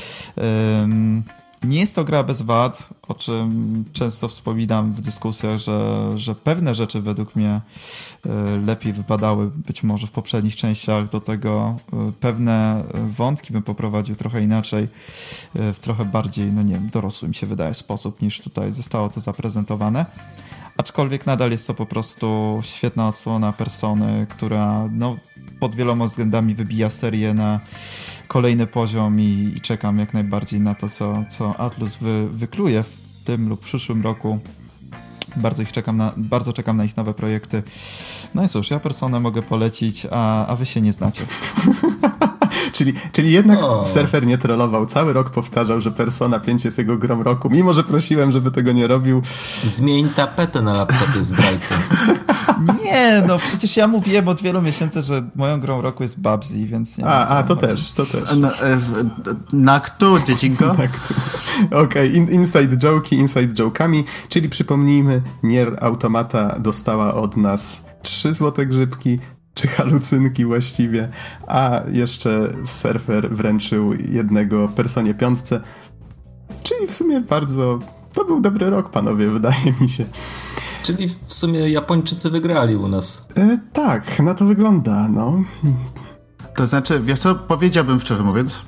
Um, nie jest to gra bez wad, o czym często wspominam w dyskusjach, że, że pewne rzeczy według mnie lepiej wypadały być może w poprzednich częściach, do tego pewne wątki bym poprowadził trochę inaczej, w trochę bardziej, no nie wiem, dorosły mi się wydaje sposób, niż tutaj zostało to zaprezentowane. Aczkolwiek nadal jest to po prostu świetna odsłona Persony, która no, pod wieloma względami wybija serię na kolejny poziom i, i czekam jak najbardziej na to, co, co Atlus wy, wykluje w tym lub przyszłym roku. Bardzo ich czekam na, bardzo czekam na ich nowe projekty. No i cóż, ja Personę mogę polecić, a, a wy się nie znacie. czyli, czyli jednak o. Surfer nie trollował. Cały rok powtarzał, że Persona pięć jest jego grą roku, mimo że prosiłem, żeby tego nie robił. Zmień tapetę na laptopie, zdrajcy. Nie, no przecież ja mówiłem od wielu miesięcy, że moją grą roku jest Babsy, więc nie A, wiem, a to też, to też. Na, w, na kto, dziecinko? Okej, okay. In, inside joke'i, inside joke'ami, czyli przypomnijmy, Nier Automata dostała od nas trzy złote grzybki, czy halucynki właściwie, a jeszcze Surfer wręczył jednego Personie piątce, czyli w sumie bardzo, to był dobry rok, panowie, wydaje mi się. Czyli w sumie Japończycy wygrali u nas. E, tak, na to wygląda, no. To znaczy, wiesz co, powiedziałbym szczerze mówiąc,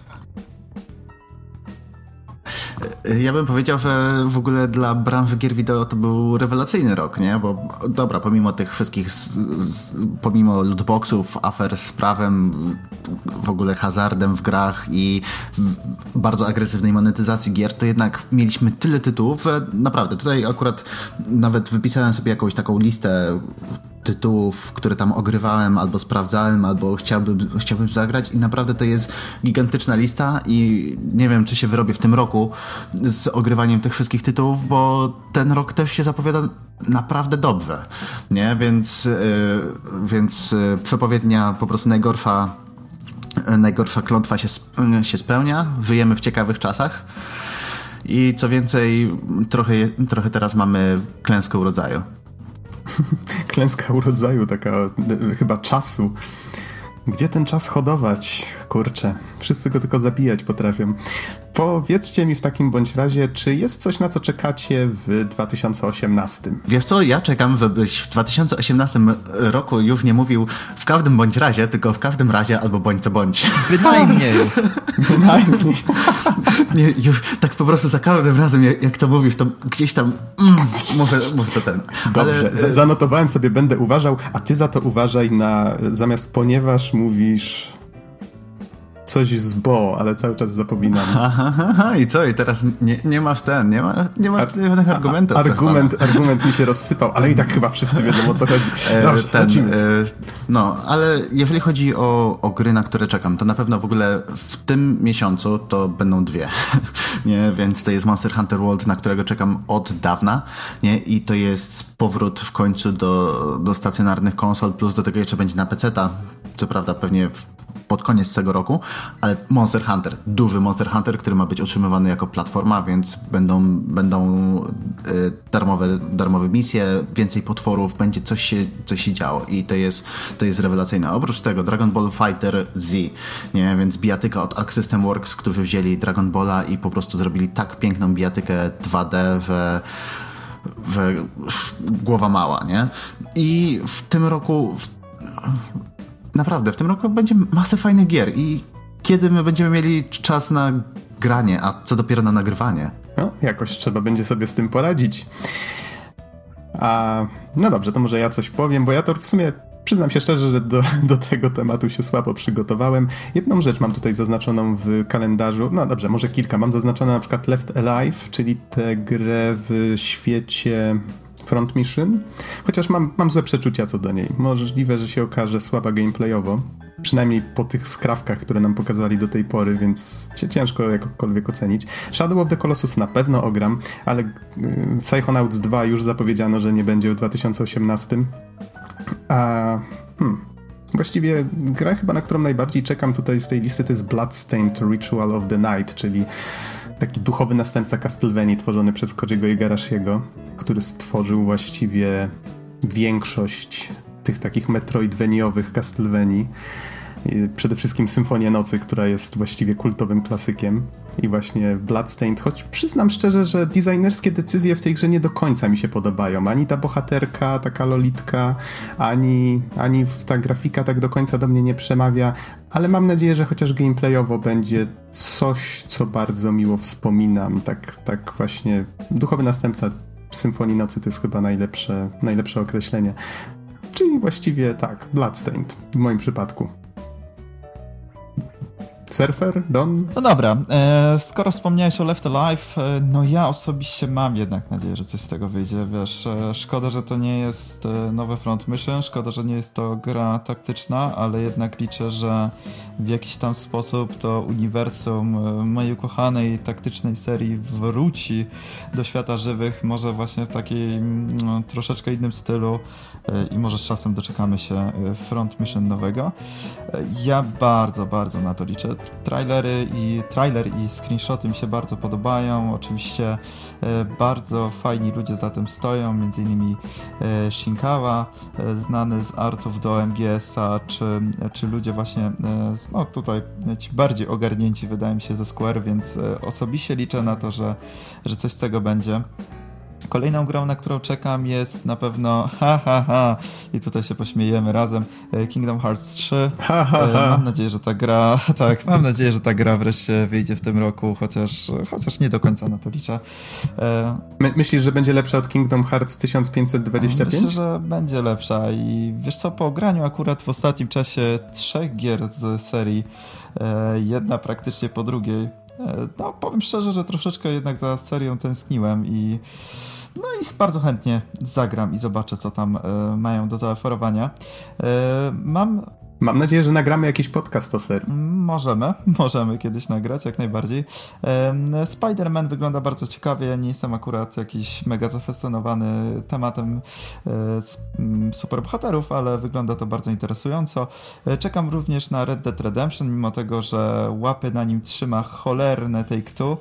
ja bym powiedział, że w ogóle dla branży gier wideo to był rewelacyjny rok, nie? Bo dobra, pomimo tych wszystkich, z, z, pomimo lootboxów, afer z prawem, w ogóle hazardem w grach i bardzo agresywnej monetyzacji gier, to jednak mieliśmy tyle tytułów, że naprawdę, tutaj akurat nawet wypisałem sobie jakąś taką listę tytułów, które tam ogrywałem, albo sprawdzałem, albo chciałbym, chciałbym zagrać i naprawdę to jest gigantyczna lista i nie wiem, czy się wyrobię w tym roku z ogrywaniem tych wszystkich tytułów, bo ten rok też się zapowiada naprawdę dobrze, nie? Więc, yy, więc yy, przepowiednia po prostu najgorsza yy, najgorsza klątwa się, sp- się spełnia, żyjemy w ciekawych czasach i co więcej, trochę, trochę teraz mamy klęskę urodzaju. Klęska urodzaju, taka e, chyba czasu. Gdzie ten czas hodować? Kurczę, wszyscy go tylko zabijać potrafią. Powiedzcie mi w takim bądź razie, czy jest coś, na co czekacie w dwa tysiące osiemnastym? Wiesz co, ja czekam, żebyś w dwa tysiące osiemnastym roku już nie mówił w każdym bądź razie, tylko w każdym razie albo bądź co bądź. Bynajmniej. Bynajmniej. Nie, już tak po prostu za każdym razem, jak, jak to mówisz, to gdzieś tam mm, może, może to ten. Dobrze, Ale, z- zanotowałem sobie, będę uważał, a ty za to uważaj na, zamiast ponieważ mówisz coś z bo, ale cały czas zapominam. Aha, aha, i co? I teraz nie, nie masz ten, nie, ma, nie masz żadnych argumentów. A, argument, argument mi się rozsypał, ale i tak chyba wszyscy wiedzą, o co chodzi. Dobrze, E, ten, lecimy. e, no, ale jeżeli chodzi o, o gry, na które czekam, to na pewno w ogóle w tym miesiącu to będą dwie, nie? Więc to jest Monster Hunter World, na którego czekam od dawna, nie? I to jest powrót w końcu do, do stacjonarnych konsol, plus do tego jeszcze będzie na peceta. Co prawda pewnie w pod koniec tego roku, ale Monster Hunter, duży Monster Hunter, który ma być utrzymywany jako platforma, więc będą, będą y, darmowe, darmowe misje, więcej potworów, będzie coś się, coś się działo i to jest, to jest rewelacyjne. Oprócz tego Dragon Ball Fighter Z, nie? Więc bijatyka od Arc System Works, którzy wzięli Dragon Balla i po prostu zrobili tak piękną bijatykę dwa D, że że głowa mała, nie? I w tym roku w, naprawdę, w tym roku będzie masę fajnych gier i kiedy my będziemy mieli czas na granie, a co dopiero na nagrywanie? No, jakoś trzeba będzie sobie z tym poradzić. A, no dobrze, to może ja coś powiem, bo ja to w sumie przyznam się szczerze, że do, do tego tematu się słabo przygotowałem. Jedną rzecz mam tutaj zaznaczoną w kalendarzu, no dobrze, może kilka. Mam zaznaczone na przykład Left Alive, czyli tę grę w świecie Front Mission, chociaż mam, mam złe przeczucia co do niej. Możliwe, że się okaże słaba gameplayowo, przynajmniej po tych skrawkach, które nam pokazali do tej pory, więc ciężko jakkolwiek ocenić. Shadow of the Colossus na pewno ogram, ale y, Psychonauts dwa już zapowiedziano, że nie będzie w dwa tysiące osiemnastym. A hmm, właściwie gra chyba, na którą najbardziej czekam tutaj z tej listy, to jest Bloodstained Ritual of the Night, czyli taki duchowy następca Castlevanii tworzony przez Kojiego Igarashiego, który stworzył właściwie większość tych takich metroidveniowych Castlevanii. Przede wszystkim Symfonię Nocy, która jest właściwie kultowym klasykiem, i właśnie Bloodstained, choć przyznam szczerze, że designerskie decyzje w tej grze nie do końca mi się podobają. Ani ta bohaterka, taka lolitka, ani, ani ta grafika tak do końca do mnie nie przemawia, ale mam nadzieję, że chociaż gameplayowo będzie coś, co bardzo miło wspominam. Tak, tak właśnie duchowy następca Symfonii Nocy to jest chyba najlepsze, najlepsze określenie. Czyli właściwie tak, Bloodstained w moim przypadku. Surfer, Don? No dobra, e, skoro wspomniałeś o Left Alive, e, no ja osobiście mam jednak nadzieję, że coś z tego wyjdzie, wiesz, e, szkoda, że to nie jest e, nowe Front Mission, szkoda, że nie jest to gra taktyczna, ale jednak liczę, że w jakiś tam sposób to uniwersum e, mojej ukochanej taktycznej serii wróci do świata żywych, może właśnie w takiej no, troszeczkę innym stylu e, i może z czasem doczekamy się e, Front Mission nowego. E, ja bardzo, bardzo na to liczę. Trailery i trailer i screenshoty mi się bardzo podobają. Oczywiście e, bardzo fajni ludzie za tym stoją, między innymi e, Shinkawa, e, znany z artów do M G S-a, czy, czy ludzie właśnie e, z, no tutaj ci bardziej ogarnięci wydaje mi się ze Square, więc e, osobiście liczę na to, że, że coś z tego będzie. Kolejną grą, na którą czekam, jest na pewno ha ha ha i tutaj się pośmiejemy razem, Kingdom Hearts trzy. Ha, ha, ha. Mam nadzieję, że ta gra tak, mam nadzieję, że ta gra wreszcie wyjdzie w tym roku, chociaż, chociaż nie do końca na to liczę. My, myślisz, że będzie lepsza od Kingdom Hearts tysiąc pięćset dwadzieścia pięć? Myślę, że będzie lepsza i wiesz co, po ograniu akurat w ostatnim czasie trzech gier z serii, jedna praktycznie po drugiej, no powiem szczerze, że troszeczkę jednak za serią tęskniłem i no i bardzo chętnie zagram i zobaczę, co tam y, mają do zaoferowania. Y, mam... Mam nadzieję, że nagramy jakiś podcast o serii. Możemy, możemy kiedyś nagrać, jak najbardziej. Spider-Man wygląda bardzo ciekawie, ja nie jestem akurat jakiś mega zafascynowany tematem superbohaterów, ale wygląda to bardzo interesująco. Czekam również na Red Dead Redemption, mimo tego, że łapy na nim trzyma cholerne Take-Two.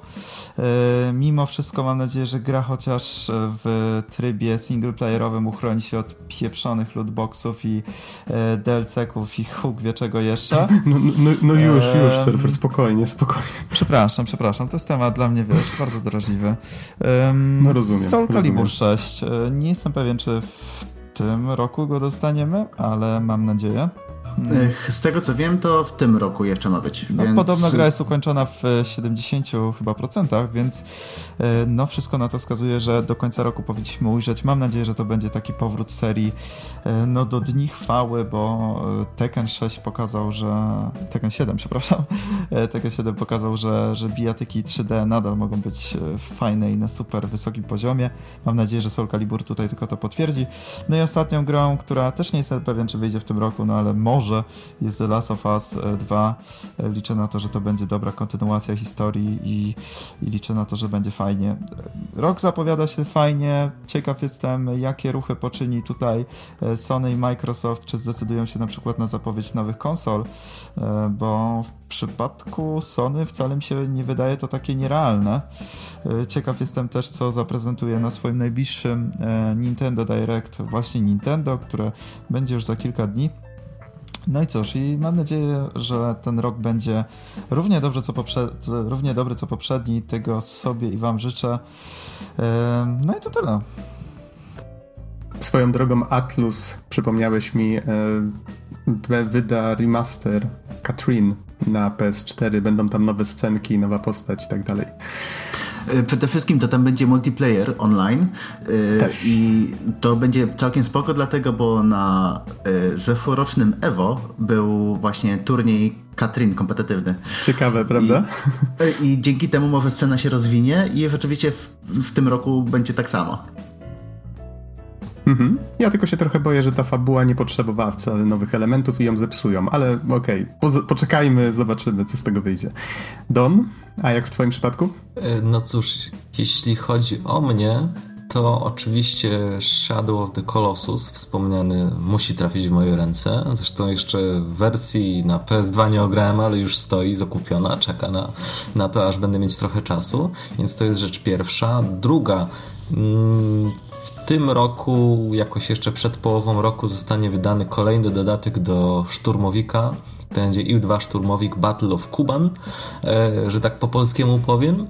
Mimo wszystko mam nadzieję, że gra chociaż w trybie singleplayerowym uchroni się od pieprzonych lootboxów i D L C-ków i Huk wie czego jeszcze. No, no, no już, już, Surfer, spokojnie, spokojnie. Przepraszam, przepraszam, to jest temat dla mnie, wiesz, bardzo drażliwy. Um, no rozumiem. Soul Calibur rozumiem. sześć. Nie jestem pewien, czy w tym roku go dostaniemy, ale mam nadzieję. Z tego co wiem, to w tym roku jeszcze ma być. No, więc... Podobno gra jest ukończona w siedemdziesięciu chyba procentach, więc no wszystko na to wskazuje, że do końca roku powinniśmy ujrzeć. Mam nadzieję, że to będzie taki powrót serii no do dni chwały, bo Tekken sześć pokazał, że... Tekken siedem, przepraszam. Tekken siedem pokazał, że, że bijatyki trzy D nadal mogą być fajne i na super wysokim poziomie. Mam nadzieję, że Soul Calibur tutaj tylko to potwierdzi. No i ostatnią grą, która też nie jestem pewien, czy wyjdzie w tym roku, no ale może może jest The Last of Us dwa. Liczę na to, że to będzie dobra kontynuacja historii i, i liczę na to, że będzie fajnie. Rok zapowiada się fajnie. Ciekaw jestem, jakie ruchy poczyni tutaj Sony i Microsoft, czy zdecydują się na przykład na zapowiedź nowych konsol, bo w przypadku Sony wcale mi się nie wydaje to takie nierealne. Ciekaw jestem też, co zaprezentuje na swoim najbliższym Nintendo Direct właśnie Nintendo, które będzie już za kilka dni. No i cóż, i mam nadzieję, że ten rok będzie równie dobry co, poprze- równie dobry co poprzedni. Tego sobie i wam życzę. No i to tyle. Swoją drogą, Atlus, przypomniałeś mi, e, wyda remaster Catherine na P S cztery. Będą tam nowe scenki, nowa postać i tak dalej. Przede wszystkim to tam będzie multiplayer online Też. i to będzie całkiem spoko, dlatego, bo na zeszłorocznym Evo był właśnie turniej Catherine kompetytywny. Ciekawe, prawda? I, i dzięki temu może scena się rozwinie i rzeczywiście w, w tym roku będzie tak samo. Mhm. Ja tylko się trochę boję, że ta fabuła nie potrzebowała wcale nowych elementów i ją zepsują, ale okej, okay. poczekajmy, zobaczymy, co z tego wyjdzie. Don, a jak w twoim przypadku? No cóż, jeśli chodzi o mnie, to oczywiście Shadow of the Colossus wspomniany musi trafić w moje ręce. Zresztą jeszcze w wersji na P S dwa nie ograłem, ale już stoi zakupiona, czeka na, na to, aż będę mieć trochę czasu, więc to jest rzecz pierwsza. Druga, w tym roku, jakoś jeszcze przed połową roku, zostanie wydany kolejny dodatek do Szturmowika. To będzie I U dwa Szturmowik Battle of Kuban, że tak po polskiemu powiem.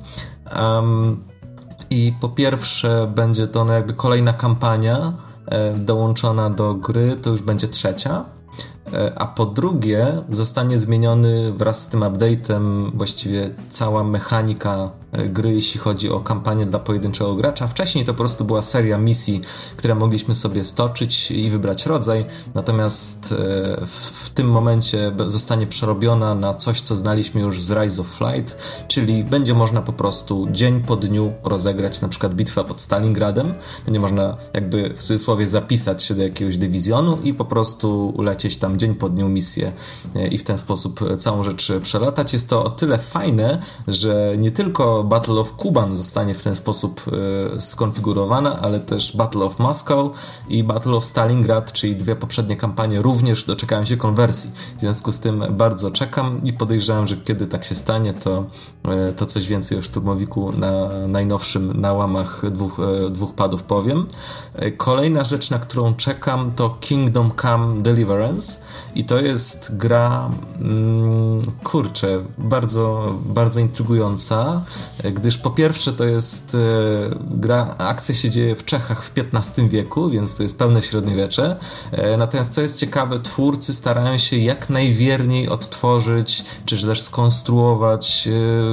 Um, I po pierwsze będzie to no jakby kolejna kampania dołączona do gry, to już będzie trzecia. A po drugie zostanie zmieniony wraz z tym update'em właściwie cała mechanika gry, jeśli chodzi o kampanię dla pojedynczego gracza. Wcześniej to po prostu była seria misji, które mogliśmy sobie stoczyć i wybrać rodzaj, natomiast w tym momencie zostanie przerobiona na coś, co znaliśmy już z Rise of Flight, czyli będzie można po prostu dzień po dniu rozegrać na przykład bitwę pod Stalingradem, będzie można jakby w cudzysłowie zapisać się do jakiegoś dywizjonu i po prostu lecieć tam dzień po dniu misję i w ten sposób całą rzecz przelatać. Jest to o tyle fajne, że nie tylko Battle of Kuban zostanie w ten sposób y, skonfigurowana, ale też Battle of Moscow i Battle of Stalingrad, czyli dwie poprzednie kampanie, również doczekają się konwersji. W związku z tym bardzo czekam i podejrzewam, że kiedy tak się stanie, to, y, to coś więcej o Szturmowiku na najnowszym na łamach dwóch, y, dwóch padów powiem. Y, kolejna rzecz, na którą czekam, to Kingdom Come Deliverance i to jest gra mm, kurczę, bardzo, bardzo intrygująca, gdyż po pierwsze to jest e, gra, akcja się dzieje w Czechach w piętnastym wieku, więc to jest pełne średniowiecze. E, natomiast co jest ciekawe, twórcy starają się jak najwierniej odtworzyć, czy też skonstruować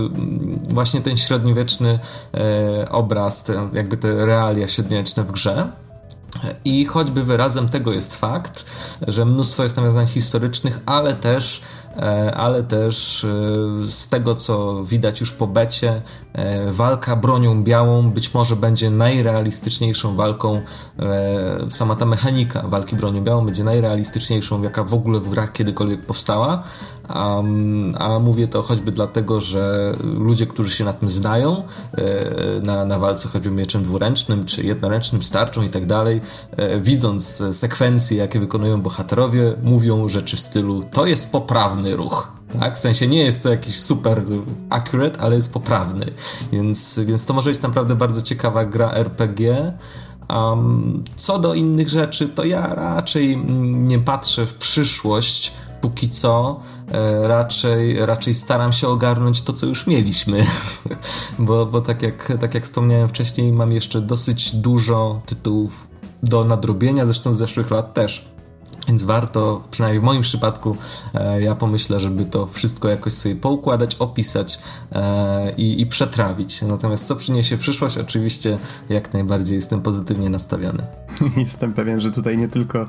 e, właśnie ten średniowieczny e, obraz, te, jakby te realia średniowieczne w grze. I choćby wyrazem tego jest fakt, że mnóstwo jest nawiązań historycznych, ale też, ale też z tego, co widać już po becie, walka bronią białą być może będzie najrealistyczniejszą walką, sama ta mechanika walki bronią białą będzie najrealistyczniejszą, jaka w ogóle w grach kiedykolwiek powstała. A, a mówię to choćby dlatego, że ludzie, którzy się na tym znają, na, na walce choćby mieczem dwuręcznym, czy jednoręcznym, starczą i tak dalej, widząc sekwencje, jakie wykonują bohaterowie, mówią rzeczy w stylu: to jest poprawny ruch. Tak? W sensie nie jest to jakiś super accurate, ale jest poprawny. Więc, więc to może być naprawdę bardzo ciekawa gra R P G. Um, co do innych rzeczy, to ja raczej nie patrzę w przyszłość. Póki co e, raczej, raczej staram się ogarnąć to, co już mieliśmy, bo, bo tak, jak, tak jak wspomniałem wcześniej, mam jeszcze dosyć dużo tytułów do nadrobienia, zresztą z zeszłych lat też. Więc warto, przynajmniej w moim przypadku, e, ja pomyślę, żeby to wszystko jakoś sobie poukładać, opisać e, i, i przetrawić. Natomiast co przyniesie przyszłość, oczywiście jak najbardziej jestem pozytywnie nastawiony. Jestem pewien, że tutaj nie tylko... E,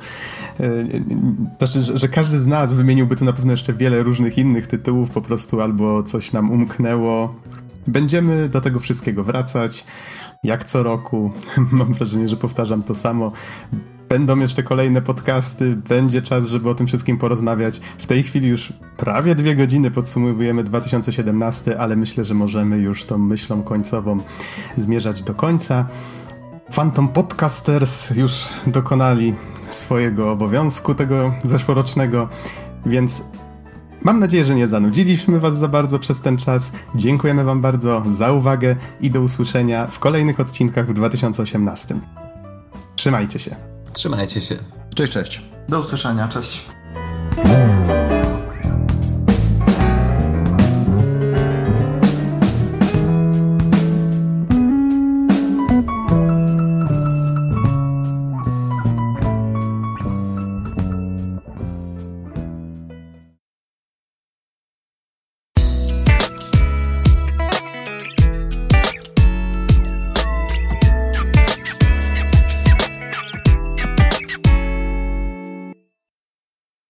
znaczy, że, że każdy z nas wymieniłby tu na pewno jeszcze wiele różnych innych tytułów, po prostu albo coś nam umknęło. Będziemy do tego wszystkiego wracać, jak co roku. Mam wrażenie, że powtarzam to samo. Będą jeszcze kolejne podcasty, będzie czas, żeby o tym wszystkim porozmawiać. W tej chwili już prawie dwie godziny podsumowujemy dwa tysiące siedemnasty, ale myślę, że możemy już tą myślą końcową zmierzać do końca. Phantom Podcasters już dokonali swojego obowiązku tego zeszłorocznego, więc mam nadzieję, że nie zanudziliśmy was za bardzo przez ten czas. Dziękujemy wam bardzo za uwagę i do usłyszenia w kolejnych odcinkach w dwa tysiące osiemnastym. Trzymajcie się. Trzymajcie się. Cześć, cześć. Do usłyszenia, cześć.